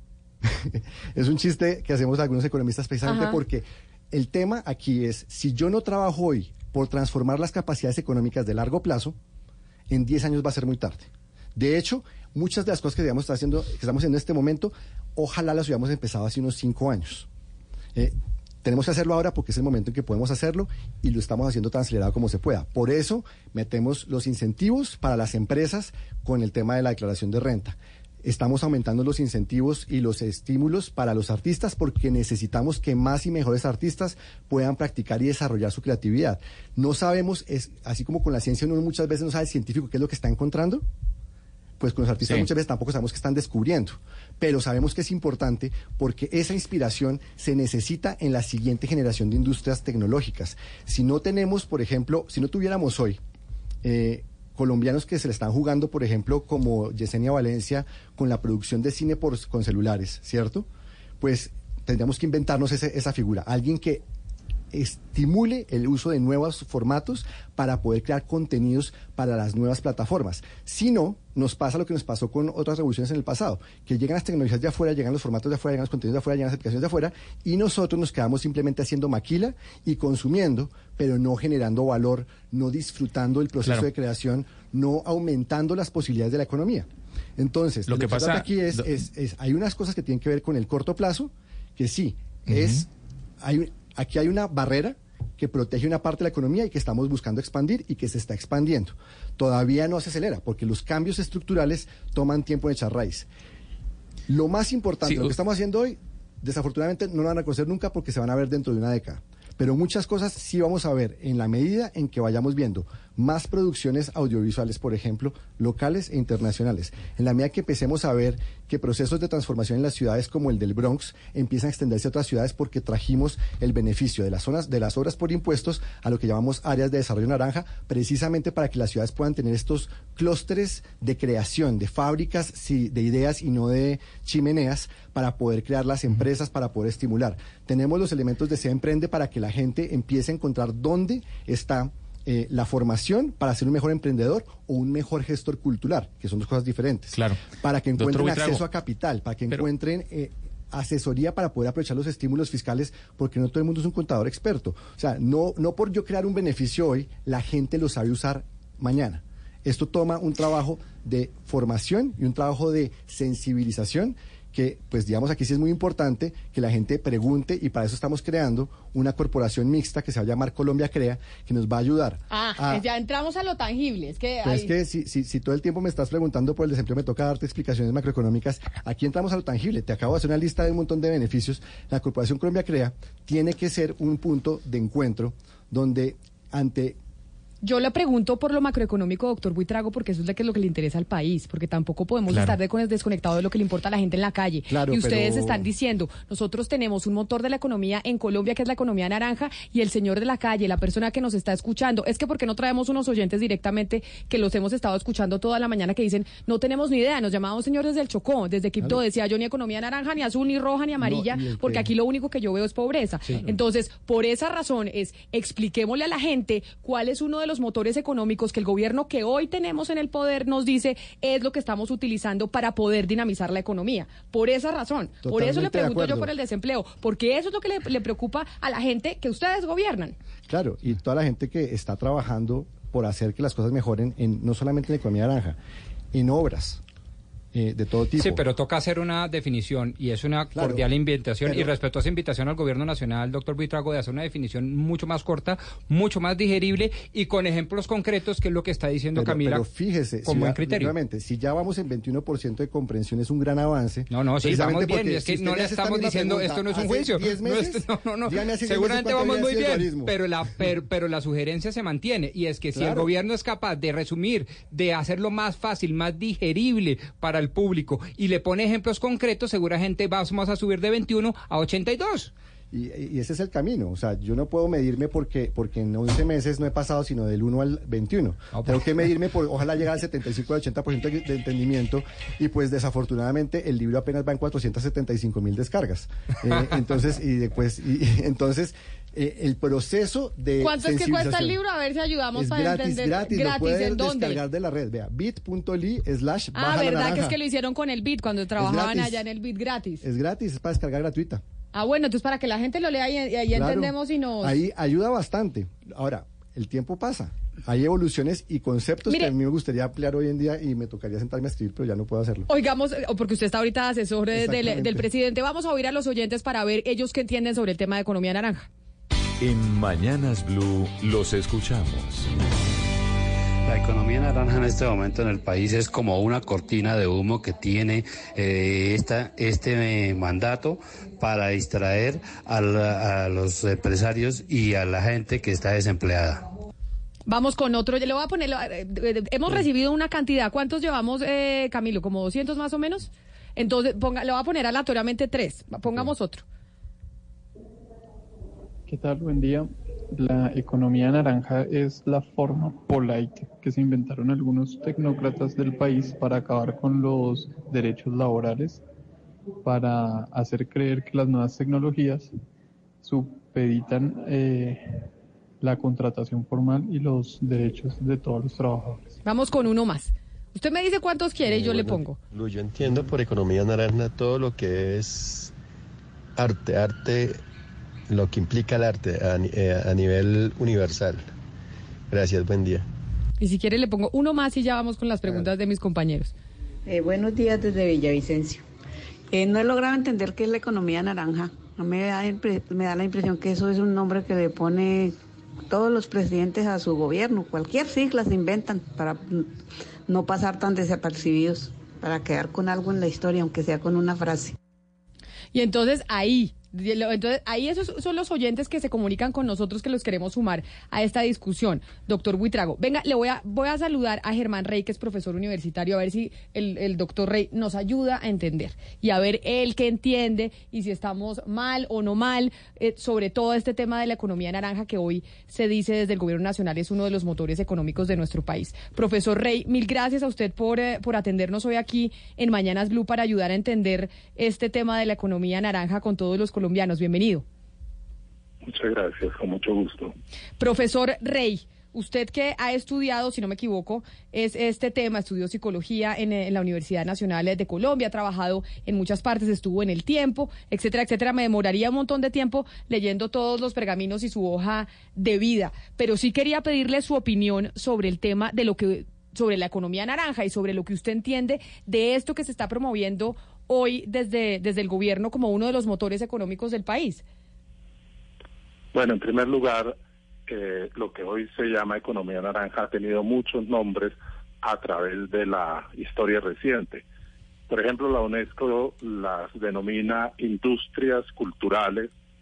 Es un chiste que hacemos algunos economistas precisamente Ajá. porque el tema aquí es, si yo no trabajo hoy por transformar las capacidades económicas de largo plazo, en diez años va a ser muy tarde. De hecho, muchas de las cosas que, digamos, está haciendo, que estamos haciendo en este momento, ojalá las hubiéramos empezado hace unos cinco años. Eh, tenemos que hacerlo ahora porque es el momento en que podemos hacerlo y lo estamos haciendo tan acelerado como se pueda. Por eso metemos los incentivos para las empresas con el tema de la declaración de renta. Estamos aumentando los incentivos y los estímulos para los artistas porque necesitamos que más y mejores artistas puedan practicar y desarrollar su creatividad. No sabemos, es, así como con la ciencia uno muchas veces no sabe el científico qué es lo que está encontrando, pues con los artistas Sí. muchas veces tampoco sabemos qué están descubriendo, pero sabemos que es importante porque esa inspiración se necesita en la siguiente generación de industrias tecnológicas. Si no tenemos, por ejemplo, si no tuviéramos hoy eh, colombianos que se le están jugando, por ejemplo, como Yesenia Valencia, con la producción de cine por, con celulares, ¿cierto? Pues tendríamos que inventarnos ese- esa figura, alguien que estimule el uso de nuevos formatos para poder crear contenidos para las nuevas plataformas. Si no, nos pasa lo que nos pasó con otras revoluciones en el pasado, que llegan las tecnologías de afuera, llegan los formatos de afuera, llegan los contenidos de afuera, llegan las aplicaciones de afuera, y nosotros nos quedamos simplemente haciendo maquila y consumiendo, pero no generando valor, no disfrutando el proceso Claro. de creación, no aumentando las posibilidades de la economía. Entonces, Lo de que se pasa- trata aquí es, lo- es, es- hay unas cosas que tienen que ver con el corto plazo, que sí, es, hay, un- aquí hay una barrera que protege una parte de la economía y que estamos buscando expandir y que se está expandiendo. Todavía no se acelera porque los cambios estructurales toman tiempo en echar raíz. Lo más importante, Sí, lo u- que estamos haciendo hoy, desafortunadamente no lo van a conocer nunca porque se van a ver dentro de una década. Pero muchas cosas sí vamos a ver en la medida en que vayamos viendo más producciones audiovisuales, por ejemplo, locales e internacionales. En la medida que empecemos a ver que procesos de transformación en las ciudades como el del Bronx empiezan a extenderse a otras ciudades porque trajimos el beneficio de las zonas, de las obras por impuestos a lo que llamamos áreas de desarrollo naranja, precisamente para que las ciudades puedan tener estos clústeres de creación, de fábricas sí, de ideas y no de chimeneas, para poder crear las empresas, para poder estimular. Tenemos los elementos de Se Emprende para que la gente empiece a encontrar dónde está eh, la formación para ser un mejor emprendedor o un mejor gestor cultural, que son dos cosas diferentes. Claro. Para que Doctor encuentren Buitrago. acceso a capital, para que encuentren eh, asesoría para poder aprovechar los estímulos fiscales, porque no todo el mundo es un contador experto. O sea, no, no por yo crear un beneficio hoy, la gente lo sabe usar mañana. Esto toma un trabajo de formación y un trabajo de sensibilización que, pues digamos, aquí sí es muy importante que la gente pregunte, y para eso estamos creando una corporación mixta que se va a llamar Colombia Crea, que nos va a ayudar. Ah, a- ya entramos a lo tangible. Es que, Pero hay- es que si, si, si todo el tiempo me estás preguntando por el desempleo, me toca darte explicaciones macroeconómicas. Aquí entramos a lo tangible. Te acabo de hacer una lista de un montón de beneficios. La Corporación Colombia Crea tiene que ser un punto de encuentro donde ante Yo le pregunto por lo macroeconómico, doctor Buitrago, porque eso es lo que, lo que le interesa al país, porque tampoco podemos Claro. estar de- desconectados de lo que le importa a la gente en la calle. Claro, y ustedes pero- están diciendo, nosotros tenemos un motor de la economía en Colombia, que es la economía naranja, y el señor de la calle, la persona que nos está escuchando, es que ¿por qué no traemos unos oyentes directamente que los hemos estado escuchando toda la mañana que dicen, no tenemos ni idea, nos llamaba un señor desde el Chocó, desde Quibdó, Claro. decía yo ni economía naranja, ni azul, ni roja, ni amarilla, y el porque que- aquí lo único que yo veo es pobreza. Sí. Entonces, por esa razón es, expliquémosle a la gente cuál es uno de los motores económicos que el gobierno que hoy tenemos en el poder nos dice es lo que estamos utilizando para poder dinamizar la economía. Por esa razón. Por eso le Totalmente de pregunto yo acuerdo. por el desempleo, porque eso es lo que le, le preocupa a la gente que ustedes gobiernan. Claro, y toda la gente que está trabajando por hacer que las cosas mejoren, en, no solamente en la economía naranja, en obras eh, de todo tipo. Sí, pero toca hacer una definición y es una Claro, cordial invitación. pero- Y respecto a esa invitación al gobierno nacional, doctor Buitrago, de hacer una definición mucho más corta, mucho más digerible y con ejemplos concretos, que es lo que está diciendo Pero, Camila. pero fíjese, con si buen ya- criterio. nuevamente, si ya vamos en veintiuno por ciento de comprensión es un gran avance. No, no, sí, precisamente vamos bien. porque Es que si no usted le me hace esta estamos misma diciendo, pregunta esto no es un hace juicio. diez No, meses, es- no, no, no. dígame hace diez Seguramente meses cuánto vamos muy había sido el bien, dualismo. pero la, pero, pero la sugerencia se mantiene. Y es que si el Claro. gobierno es capaz de resumir, de hacerlo más fácil, más digerible para el público y le pone ejemplos concretos, seguramente vamos a subir de veintiuno a ochenta y dos. Y, y ese es el camino. O sea, yo no puedo medirme porque porque en once meses no he pasado sino del uno al veintiuno. Ah, Tengo pues. que medirme por, ojalá llegar al setenta y cinco al ochenta por ciento de, de entendimiento. Y pues desafortunadamente el libro apenas va en cuatrocientas setenta y cinco mil descargas. Eh, entonces, y después, y, y entonces, eh, el proceso de ¿Cuánto es que cuesta el sensibilización libro? A ver si ayudamos es para gratis, entender. gratis, lo puede ¿en dónde? descargar de la red. Vea, bit.ly slash Ah, baja la ¿verdad que naranja. es que lo hicieron con el Bit cuando trabajaban gratis. allá en el Bit gratis? Es gratis, es para descargar gratuita. Ah, bueno, entonces para que la gente lo lea y, y ahí Claro. entendemos y nos... Ahí ayuda bastante. Ahora, el tiempo pasa. Hay evoluciones y conceptos Mire. que a mí me gustaría ampliar hoy en día y me tocaría sentarme a escribir, pero ya no puedo hacerlo. Oigamos, eh, porque usted está ahorita asesor eh, del, Exactamente. del presidente. Vamos a oír a los oyentes para ver ellos qué entienden sobre el tema de economía naranja. En Mañanas Blue los escuchamos. La economía naranja en este momento en el país es como una cortina de humo que tiene eh, esta, este eh, mandato para distraer a, la- a los empresarios y a la gente que está desempleada. Vamos con otro. Le voy a poner. eh, eh, hemos recibido una cantidad. ¿Cuántos llevamos, eh, Camilo? ¿Como doscientos más o menos? Entonces, ponga, le voy a poner aleatoriamente tres. Pongamos otro. ¿Qué tal? Buen día. La economía naranja es la forma polite que se inventaron algunos tecnócratas del país para acabar con los derechos laborales, para hacer creer que las nuevas tecnologías supeditan eh, la contratación formal y los derechos de todos los trabajadores. Vamos con uno más. Usted me dice cuántos quiere y yo le Bueno, pongo. Lu, yo entiendo por economía naranja todo lo que es arte, arte, lo que implica el arte a, ni- eh, a nivel universal. Gracias, buen día. Y si quiere le pongo uno más y ya vamos con las preguntas de mis compañeros. Eh, buenos días desde Villavicencio. Eh, no he logrado entender qué es la economía naranja. A mí me da, impre- me da la impresión que eso es un nombre que le pone todos los presidentes a su gobierno. Cualquier sigla se inventan para mm, no pasar tan desapercibidos, para quedar con algo en la historia, aunque sea con una frase. Y entonces ahí, entonces ahí esos son los oyentes que se comunican con nosotros que los queremos sumar a esta discusión. Doctor Buitrago, venga, le voy a, voy a saludar a Germán Rey, que es profesor universitario, a ver si el, el doctor Rey nos ayuda a entender y a ver él qué entiende y si estamos mal o no mal eh, sobre todo este tema de la economía naranja que hoy se dice desde el gobierno nacional es uno de los motores económicos de nuestro país. Profesor Rey, mil gracias a usted por, eh, por atendernos hoy aquí en Mañanas Blue para ayudar a entender este tema de la economía naranja con todos los colombianos. Bienvenido. Muchas gracias, con mucho gusto. Profesor Rey, usted que ha estudiado, si no me equivoco, es este tema, estudió psicología en, en la Universidad Nacional de Colombia, ha trabajado en muchas partes, estuvo en El Tiempo, etcétera, etcétera. Me demoraría un montón de tiempo leyendo todos los pergaminos y su hoja de vida, pero sí quería pedirle su opinión sobre el tema de lo que, sobre la economía naranja y sobre lo que usted entiende de esto que se está promoviendo hoy desde, desde el gobierno como uno de los motores económicos del país. Bueno, en primer lugar, eh, lo que hoy se llama economía naranja ha tenido muchos nombres a través de la historia reciente. Por ejemplo, la UNESCO las denomina industrias culturales,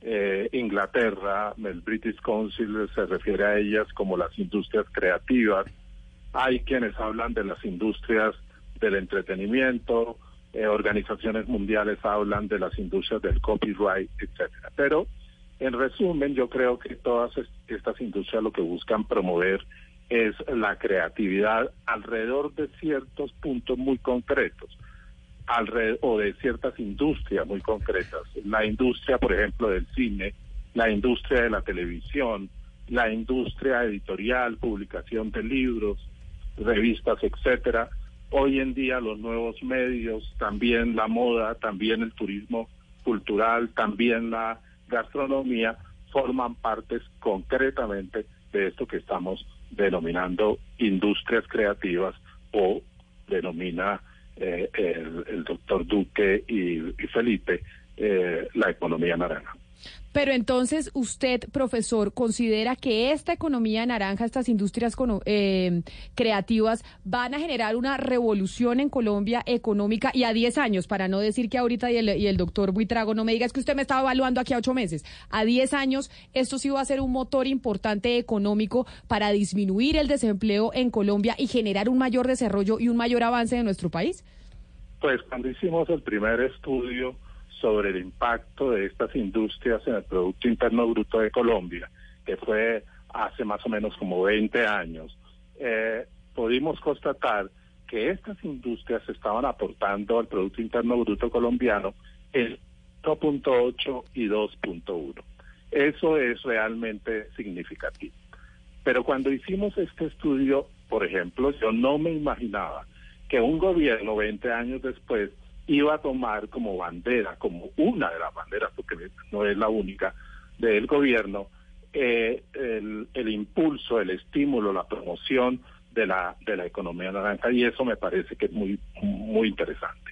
eh, Inglaterra, el British Council se refiere a ellas como las industrias creativas. Hay quienes hablan de las industrias del entretenimiento, eh, organizaciones mundiales hablan de las industrias del copyright, etcétera. Pero, en resumen, yo creo que todas estas industrias lo que buscan promover es la creatividad alrededor de ciertos puntos muy concretos, alrededor, o de ciertas industrias muy concretas. La industria, por ejemplo, del cine, la industria de la televisión, la industria editorial, publicación de libros, revistas, etcétera. Hoy en día los nuevos medios, también la moda, también el turismo cultural, también la gastronomía, forman partes concretamente de esto que estamos denominando industrias creativas, o denomina eh, el, el doctor Duque y, y Felipe eh, la economía naranja. Pero entonces usted, profesor, considera que esta economía naranja, estas industrias eh, creativas, van a generar una revolución en Colombia económica, y a diez años, para no decir que ahorita y el, y el doctor Buitrago no me diga es que usted me estaba evaluando aquí a ocho meses, a diez años esto sí va a ser un motor importante económico para disminuir el desempleo en Colombia y generar un mayor desarrollo y un mayor avance de nuestro país? Pues cuando hicimos el primer estudio sobre el impacto de estas industrias en el Producto Interno Bruto de Colombia, que fue hace más o menos como veinte años, eh, pudimos constatar que estas industrias estaban aportando al Producto Interno Bruto colombiano el uno punto ocho y dos punto uno. Eso es realmente significativo. Pero cuando hicimos este estudio, por ejemplo, yo no me imaginaba que un gobierno veinte años después iba a tomar como bandera, como una de las banderas, porque no es la única, del gobierno, eh, el, el impulso, el estímulo, la promoción de la de la economía naranja, y eso me parece que es muy, muy interesante.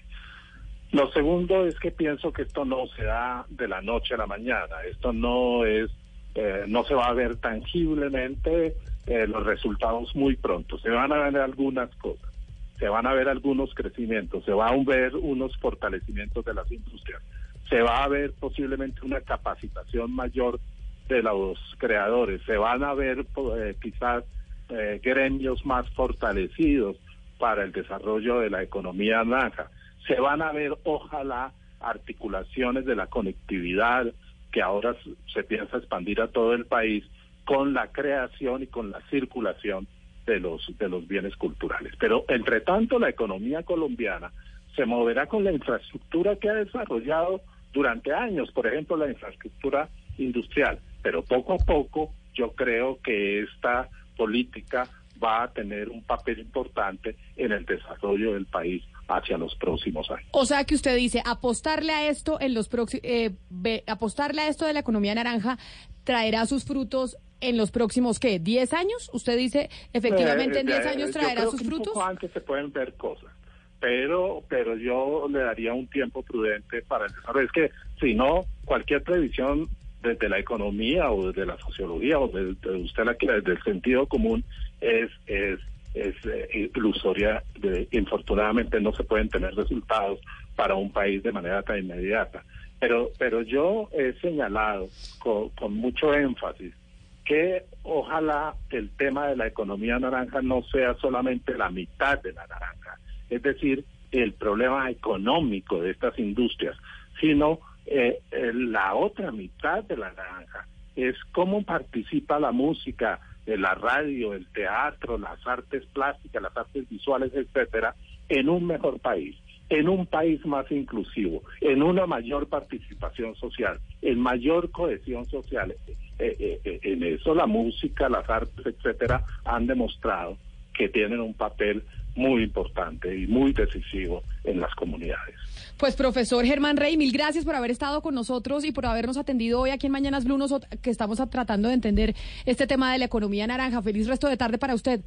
Lo segundo es que pienso que esto no se da de la noche a la mañana, esto no es, eh, no se va a ver tangiblemente eh, los resultados muy pronto, se van a ver algunas cosas. Se van a ver algunos crecimientos, se van a ver unos fortalecimientos de las industrias, se va a ver posiblemente una capacitación mayor de los creadores, se van a ver eh, quizás eh, gremios más fortalecidos para el desarrollo de la economía naranja, se van a ver, ojalá, articulaciones de la conectividad que ahora se piensa expandir a todo el país con la creación y con la circulación de los de los bienes culturales. Pero entre tanto la economía colombiana se moverá con la infraestructura que ha desarrollado durante años, por ejemplo la infraestructura industrial, pero poco a poco yo creo que esta política va a tener un papel importante en el desarrollo del país hacia los próximos años. O sea que usted dice, apostarle a esto en los próximos, eh, apostarle a esto de la economía naranja traerá sus frutos en los próximos, ¿qué? ¿diez años? ¿Usted dice, efectivamente, eh, en diez eh, años traerá sus que frutos? Un poco antes se pueden ver cosas, pero pero yo le daría un tiempo prudente para el desarrollo. Es que, si no, cualquier previsión desde la economía o desde la sociología o desde usted la quiera, desde el sentido común, es es es eh, ilusoria. De, infortunadamente no se pueden tener resultados para un país de manera tan inmediata. Pero, pero yo he señalado con, con mucho énfasis que ojalá el tema de la economía naranja no sea solamente la mitad de la naranja, es decir, el problema económico de estas industrias, sino eh, eh, la otra mitad de la naranja es cómo participa la música, eh, la radio, el teatro, las artes plásticas, las artes visuales, etcétera, en un mejor país, en un país más inclusivo, en una mayor participación social, en mayor cohesión social. Eh, eh, eh, en eso la música, las artes, etcétera, han demostrado que tienen un papel muy importante y muy decisivo en las comunidades. Pues profesor Germán Rey, mil gracias por haber estado con nosotros y por habernos atendido hoy aquí en Mañanas Blue, nosotros, que estamos tratando de entender este tema de la economía naranja. Feliz resto de tarde para usted.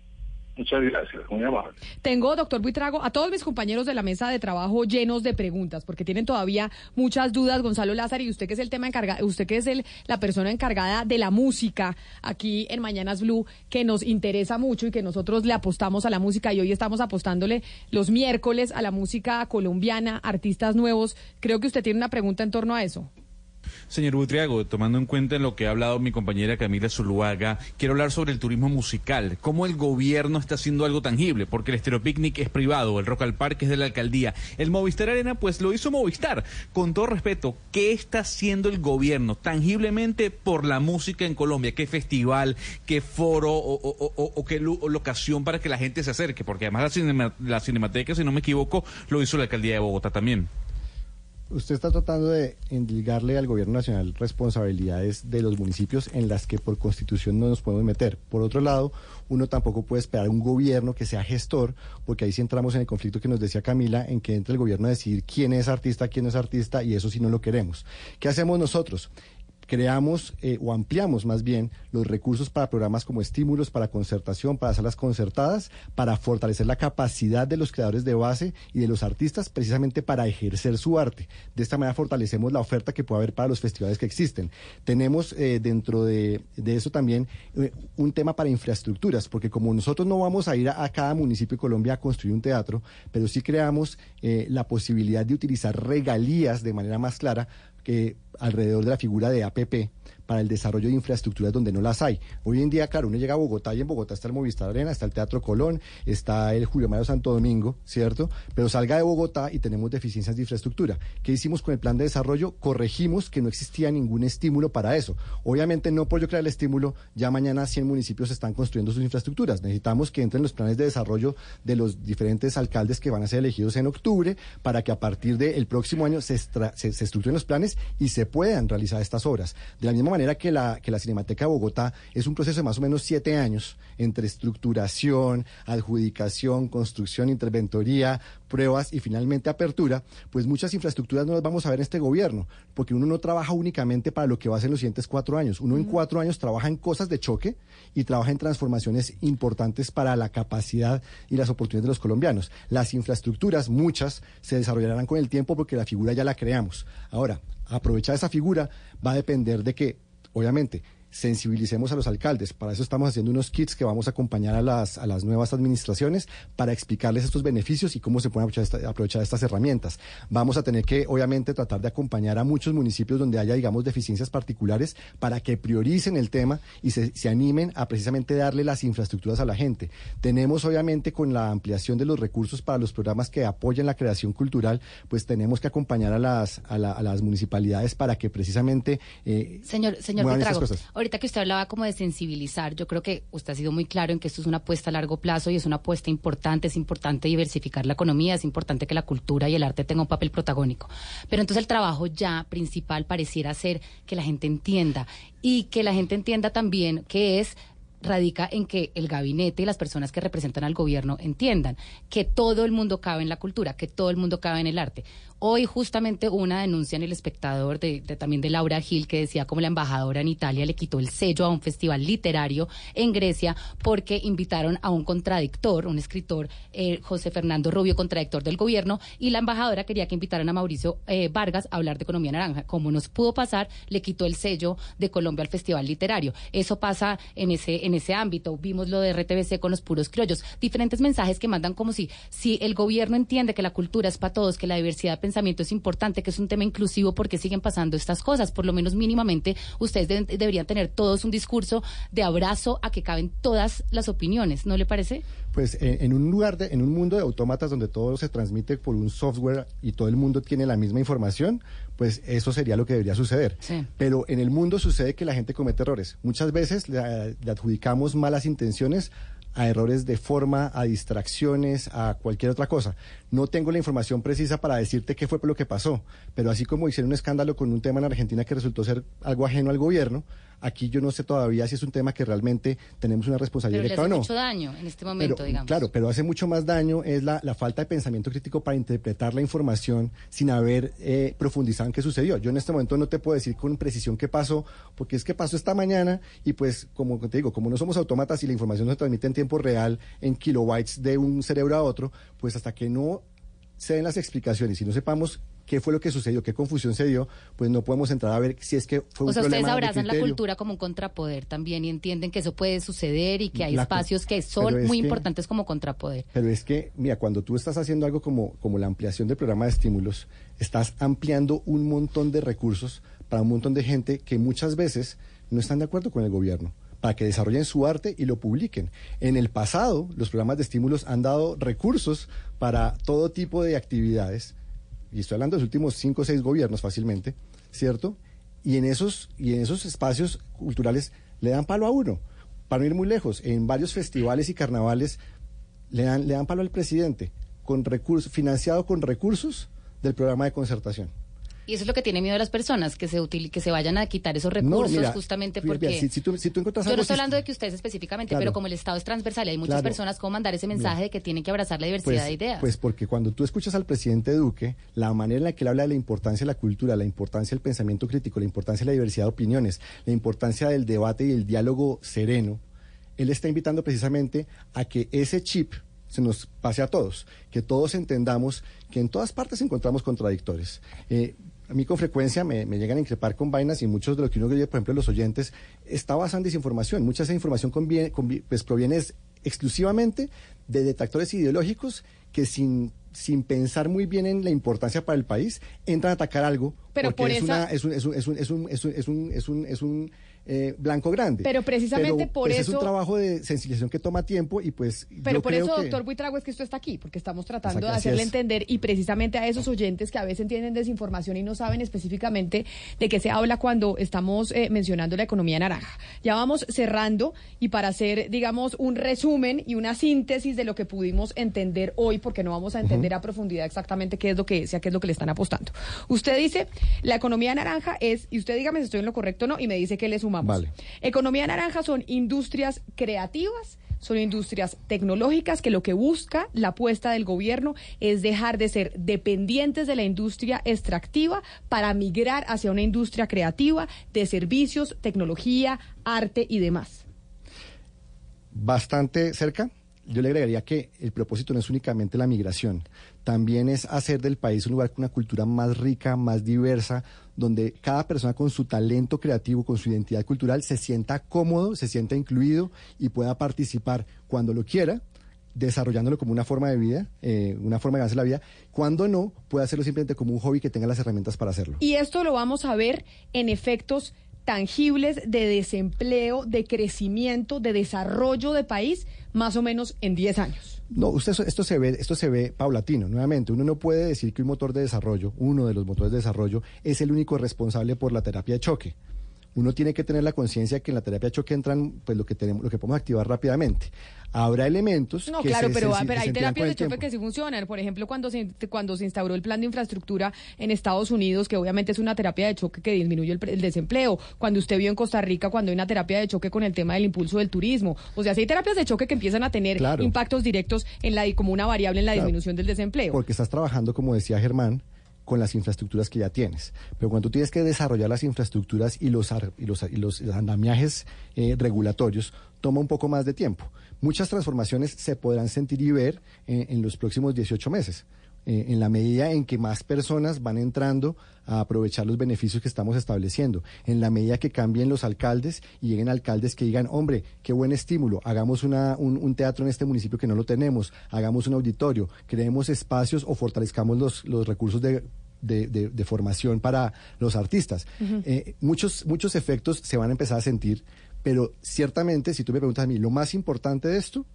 Muchas gracias, muy amable. Tengo, doctor Buitrago, a todos mis compañeros de la mesa de trabajo llenos de preguntas, porque tienen todavía muchas dudas. Gonzalo Lázaro, y usted que es el tema encargado, usted que es el, la persona encargada de la música aquí en Mañanas Blue, que nos interesa mucho y que nosotros le apostamos a la música, y hoy estamos apostándole los miércoles a la música colombiana, artistas nuevos. Creo que usted tiene una pregunta en torno a eso. Señor Buitriago, tomando en cuenta lo que ha hablado mi compañera Camila Zuluaga, quiero hablar sobre el turismo musical. ¿Cómo el gobierno está haciendo algo tangible? Porque el Estéreo Picnic es privado, el Rock al Parque es de la alcaldía, el Movistar Arena pues lo hizo Movistar. Con todo respeto, ¿qué está haciendo el gobierno tangiblemente por la música en Colombia? ¿Qué festival, qué foro o, o, o, o qué lo, locación para que la gente se acerque? Porque además la, cinema, la Cinemateca, si no me equivoco, lo hizo la alcaldía de Bogotá también. Usted está tratando de endilgarle al gobierno nacional responsabilidades de los municipios en las que por constitución no nos podemos meter. Por otro lado, uno tampoco puede esperar un gobierno que sea gestor, porque ahí sí entramos en el conflicto que nos decía Camila, en que entre el gobierno a decidir quién es artista, quién no es artista, y eso sí no lo queremos. ¿Qué hacemos nosotros? Creamos eh, o ampliamos más bien los recursos para programas como estímulos, para concertación, para salas concertadas, para fortalecer la capacidad de los creadores de base y de los artistas precisamente para ejercer su arte. De esta manera fortalecemos la oferta que puede haber para los festivales que existen. Tenemos eh, dentro de, de eso también eh, un tema para infraestructuras, porque como nosotros no vamos a ir a, a cada municipio de Colombia a construir un teatro, pero sí creamos eh, la posibilidad de utilizar regalías de manera más clara que alrededor de la figura de A P P para el desarrollo de infraestructuras donde no las hay. Hoy en día, claro, uno llega a Bogotá y en Bogotá está el Movistar Arena, está el Teatro Colón, está el Julio Mario Santo Domingo, ¿cierto? Pero salga de Bogotá y tenemos deficiencias de infraestructura. ¿Qué hicimos con el plan de desarrollo? Corregimos que no existía ningún estímulo para eso. Obviamente no por yo crear el estímulo, ya mañana cien municipios están construyendo sus infraestructuras. Necesitamos que entren los planes de desarrollo de los diferentes alcaldes que van a ser elegidos en octubre para que a partir del próximo año se, extra, se, se estructuren los planes y se puedan realizar estas obras. De la misma manera que la, que la Cinemateca de Bogotá es un proceso de más o menos siete años entre estructuración, adjudicación, construcción, interventoría, pruebas y finalmente apertura, pues muchas infraestructuras no las vamos a ver en este gobierno, porque uno no trabaja únicamente para lo que va a hacer en los siguientes cuatro años. Uno en cuatro años trabaja en cosas de choque y trabaja en transformaciones importantes para la capacidad y las oportunidades de los colombianos. Las infraestructuras, muchas, se desarrollarán con el tiempo porque la figura ya la creamos. Ahora, aprovechar esa figura va a depender de que, obviamente, sensibilicemos a los alcaldes. Para eso estamos haciendo unos kits que vamos a acompañar a las, a las nuevas administraciones para explicarles estos beneficios y cómo se pueden aprovechar, esta, aprovechar estas herramientas. Vamos a tener que, obviamente, tratar de acompañar a muchos municipios donde haya, digamos, deficiencias particulares para que prioricen el tema y se, se animen a precisamente darle las infraestructuras a la gente. Tenemos, obviamente, con la ampliación de los recursos para los programas que apoyan la creación cultural, pues tenemos que acompañar a las, a la, a las municipalidades para que precisamente eh, señor, señor muevan Buitrago, estas cosas. Ahorita que usted hablaba como de sensibilizar, yo creo que usted ha sido muy claro en que esto es una apuesta a largo plazo y es una apuesta importante, es importante diversificar la economía, es importante que la cultura y el arte tengan un papel protagónico. Pero entonces el trabajo ya principal pareciera ser que la gente entienda y que la gente entienda también que es radica en que el gabinete y las personas que representan al gobierno entiendan que todo el mundo cabe en la cultura, que todo el mundo cabe en el arte. Hoy justamente hubo una denuncia en El Espectador de, de también de Laura Gil que decía como la embajadora en Italia le quitó el sello a un festival literario en Grecia porque invitaron a un contradictor, un escritor, eh, José Fernando Rubio, contradictor del gobierno, y la embajadora quería que invitaran a Mauricio eh, Vargas a hablar de economía naranja. Como nos pudo pasar, le quitó el sello de Colombia al festival literario. Eso pasa en ese en ese ámbito. Vimos lo de R T V C con los puros criollos. Diferentes mensajes que mandan como si, si el gobierno entiende que la cultura es para todos, que la diversidad de pensamiento es importante, que es un tema inclusivo, porque siguen pasando estas cosas. Por lo menos mínimamente ustedes deben, deberían tener todos un discurso de abrazo a que caben todas las opiniones, ¿no le parece? Pues en, en un lugar, de, en un mundo de autómatas donde todo se transmite por un software y todo el mundo tiene la misma información, pues eso sería lo que debería suceder. Sí. Pero en el mundo sucede que la gente comete errores. Muchas veces le, le adjudicamos malas intenciones a errores de forma, a distracciones, a cualquier otra cosa. No tengo la información precisa para decirte qué fue lo que pasó, pero así como hicieron un escándalo con un tema en Argentina que resultó ser algo ajeno al gobierno, aquí yo no sé todavía si es un tema que realmente tenemos una responsabilidad directa o no. Pero le hace mucho daño en este momento, pero, digamos. Claro, pero hace mucho más daño es la, la falta de pensamiento crítico para interpretar la información sin haber eh, profundizado en qué sucedió. Yo en este momento no te puedo decir con precisión qué pasó, porque es que pasó esta mañana y pues, como te digo, como no somos autómatas y la información no se transmite en tiempo real, en kilobytes de un cerebro a otro, pues hasta que no se den las explicaciones y no sepamos qué fue lo que sucedió, qué confusión se dio, pues no podemos entrar a ver si es que fue un o sea, problema ustedes abrazan de la criterio. cultura como un contrapoder también y entienden que eso puede suceder y que hay La- espacios que son pero es muy que- importantes como contrapoder. Pero es que, mira, cuando tú estás haciendo algo como, como la ampliación del programa de estímulos, estás ampliando un montón de recursos para un montón de gente que muchas veces no están de acuerdo con el gobierno, para que desarrollen su arte y lo publiquen. En el pasado, los programas de estímulos han dado recursos para todo tipo de actividades, y estoy hablando de los últimos cinco o seis gobiernos fácilmente, ¿cierto? Y en esos, y en esos espacios culturales le dan palo a uno. Para no ir muy lejos, en varios festivales y carnavales le dan, le dan palo al presidente, con recursos, financiado con recursos del programa de concertación. Y eso es lo que tiene miedo las personas, que se util- que se vayan a quitar esos recursos mira, justamente mira, porque... si, si tú, si tú encuentras Yo algo no estoy sist- hablando de que ustedes específicamente, Claro. pero como el Estado es transversal y hay muchas Claro. personas, ¿cómo mandar ese mensaje Mira. de que tienen que abrazar la diversidad Pues, de ideas? pues porque cuando tú escuchas al presidente Duque, la manera en la que él habla de la importancia de la cultura, la importancia del pensamiento crítico, la importancia de la diversidad de opiniones, la importancia del debate y el diálogo sereno, él está invitando precisamente a que ese chip se nos pase a todos, que todos entendamos que en todas partes encontramos contradictores. Eh, a mí con frecuencia me, me llegan a increpar con vainas y muchos de lo que uno oye, por ejemplo, los oyentes, está basada en desinformación. Mucha de esa información conviene, convi- pues, proviene es- exclusivamente de detractores ideológicos que sin, sin pensar muy bien en la importancia para el país, entran a atacar algo Pero porque por es, esa- una, es un, es un, es un, es un, es un, es un, es un, es un, eh, blanco grande. Pero precisamente Pero, por pues, eso- es un trabajo de sensibilización que toma tiempo y pues Pero yo por creo eso, que- doctor Buitrago, es que esto está aquí, porque estamos tratando Exacto, de así hacerle es. entender y precisamente a esos oyentes que a veces tienen desinformación y no saben específicamente de qué se habla cuando estamos eh, mencionando la economía naranja. Ya vamos cerrando y para hacer, digamos, un resumen y una síntesis de lo que pudimos entender hoy, porque no vamos a entender a profundidad exactamente qué es lo que es y a qué es lo que le están apostando. Usted dice, la economía naranja es, y usted dígame si estoy en lo correcto o no, y me dice que le sumamos. Vale. Economía naranja son industrias creativas, son industrias tecnológicas que lo que busca la apuesta del gobierno es dejar de ser dependientes de la industria extractiva para migrar hacia una industria creativa de servicios, tecnología, arte y demás. Bastante cerca. Yo le agregaría que el propósito no es únicamente la migración, también es hacer del país un lugar con una cultura más rica, más diversa, donde cada persona con su talento creativo, con su identidad cultural, se sienta cómodo, se sienta incluido y pueda participar cuando lo quiera, desarrollándolo como una forma de vida, eh, una forma de ganarse la vida, cuando no, puede hacerlo simplemente como un hobby que tenga las herramientas para hacerlo. Y esto lo vamos a ver en efectos tangibles de desempleo, de crecimiento, de desarrollo de país, más o menos en diez años. No, usted esto se ve, esto se ve paulatino. Nuevamente, uno no puede decir que un motor de desarrollo, uno de los motores de desarrollo, es el único responsable por la terapia de choque. Uno tiene que tener la conciencia que en la terapia de choque entran, pues lo que tenemos, lo que podemos activar rápidamente. Habrá elementos No, que claro, se, pero, se- pero se hay sentirán terapias con de el choque tiempo. que sí funcionan. Por ejemplo, cuando se, cuando se instauró el plan de infraestructura en Estados Unidos, que obviamente es una terapia de choque que disminuye el, pre- el desempleo. Cuando usted vio en Costa Rica, cuando hay una terapia de choque con el tema del impulso del turismo. O sea, sí hay terapias de choque que empiezan a tener Claro. impactos directos en la como una variable en la Claro. disminución del desempleo. Porque estás trabajando, como decía Germán, con las infraestructuras que ya tienes. Pero cuando tú tienes que desarrollar las infraestructuras y los, ar- y los, y los andamiajes eh, regulatorios, toma un poco más de tiempo. Muchas transformaciones se podrán sentir y ver en, en los próximos dieciocho meses. Eh, en la medida en que más personas van entrando a aprovechar los beneficios que estamos estableciendo, en la medida que cambien los alcaldes y lleguen alcaldes que digan, hombre, qué buen estímulo, hagamos una, un, un teatro en este municipio que no lo tenemos, hagamos un auditorio, creemos espacios o fortalezcamos los, los recursos de, de, de- de formación para los artistas. Ujú. Eh, muchos, muchos efectos se van a empezar a sentir, pero ciertamente, si tú me preguntas a mí, lo más importante de esto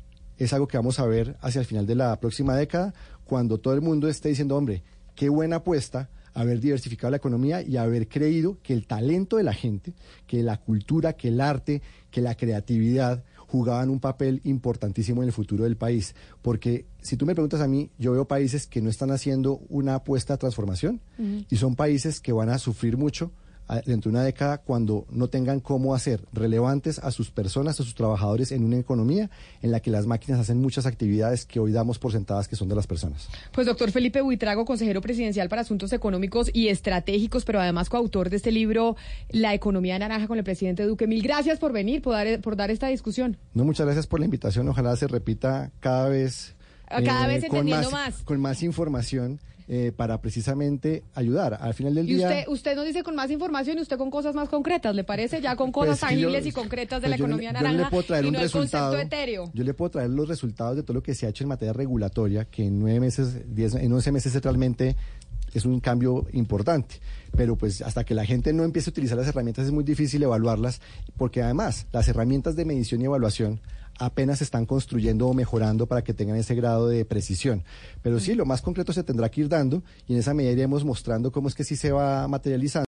es algo que vamos a ver hacia el final de la próxima década, cuando todo el mundo esté diciendo, hombre, qué buena apuesta haber diversificado la economía y haber creído que el talento de la gente, que la cultura, que el arte, que la creatividad jugaban un papel importantísimo en el futuro del país. Porque si tú me preguntas a mí, yo veo países que no están haciendo una apuesta a transformación Ujú. y son países que van a sufrir mucho a- dentro de una década cuando no tengan cómo hacer relevantes a sus personas, a sus trabajadores en una economía en la que las máquinas hacen muchas actividades que hoy damos por sentadas que son de las personas. Pues doctor Felipe Buitrago, consejero presidencial para asuntos económicos y estratégicos, pero además coautor de este libro, La economía naranja con el presidente Duque. Mil gracias por venir, por dar, por dar esta discusión. No, muchas gracias por la invitación. Ojalá se repita cada vez Cada eh, vez entendiendo con más, más. Con más información eh, para precisamente ayudar. Al final del Y día... usted, usted nos dice con más información y usted con cosas más concretas, ¿le parece? Ya con cosas Pues que yo- tangibles y concretas de pues la yo no- economía yo no le naranja puedo traer y un no el resultado. concepto etéreo. Yo le puedo traer los resultados de todo lo que se ha hecho en materia regulatoria, que en nueve meses, diez, en once meses realmente es un cambio importante. Pero pues hasta que la gente no empiece a utilizar las herramientas es muy difícil evaluarlas, porque además las herramientas de medición y evaluación apenas se están construyendo o mejorando para que tengan ese grado de precisión. Pero sí, lo más concreto se tendrá que ir dando y en esa medida iremos mostrando cómo es que sí se va materializando.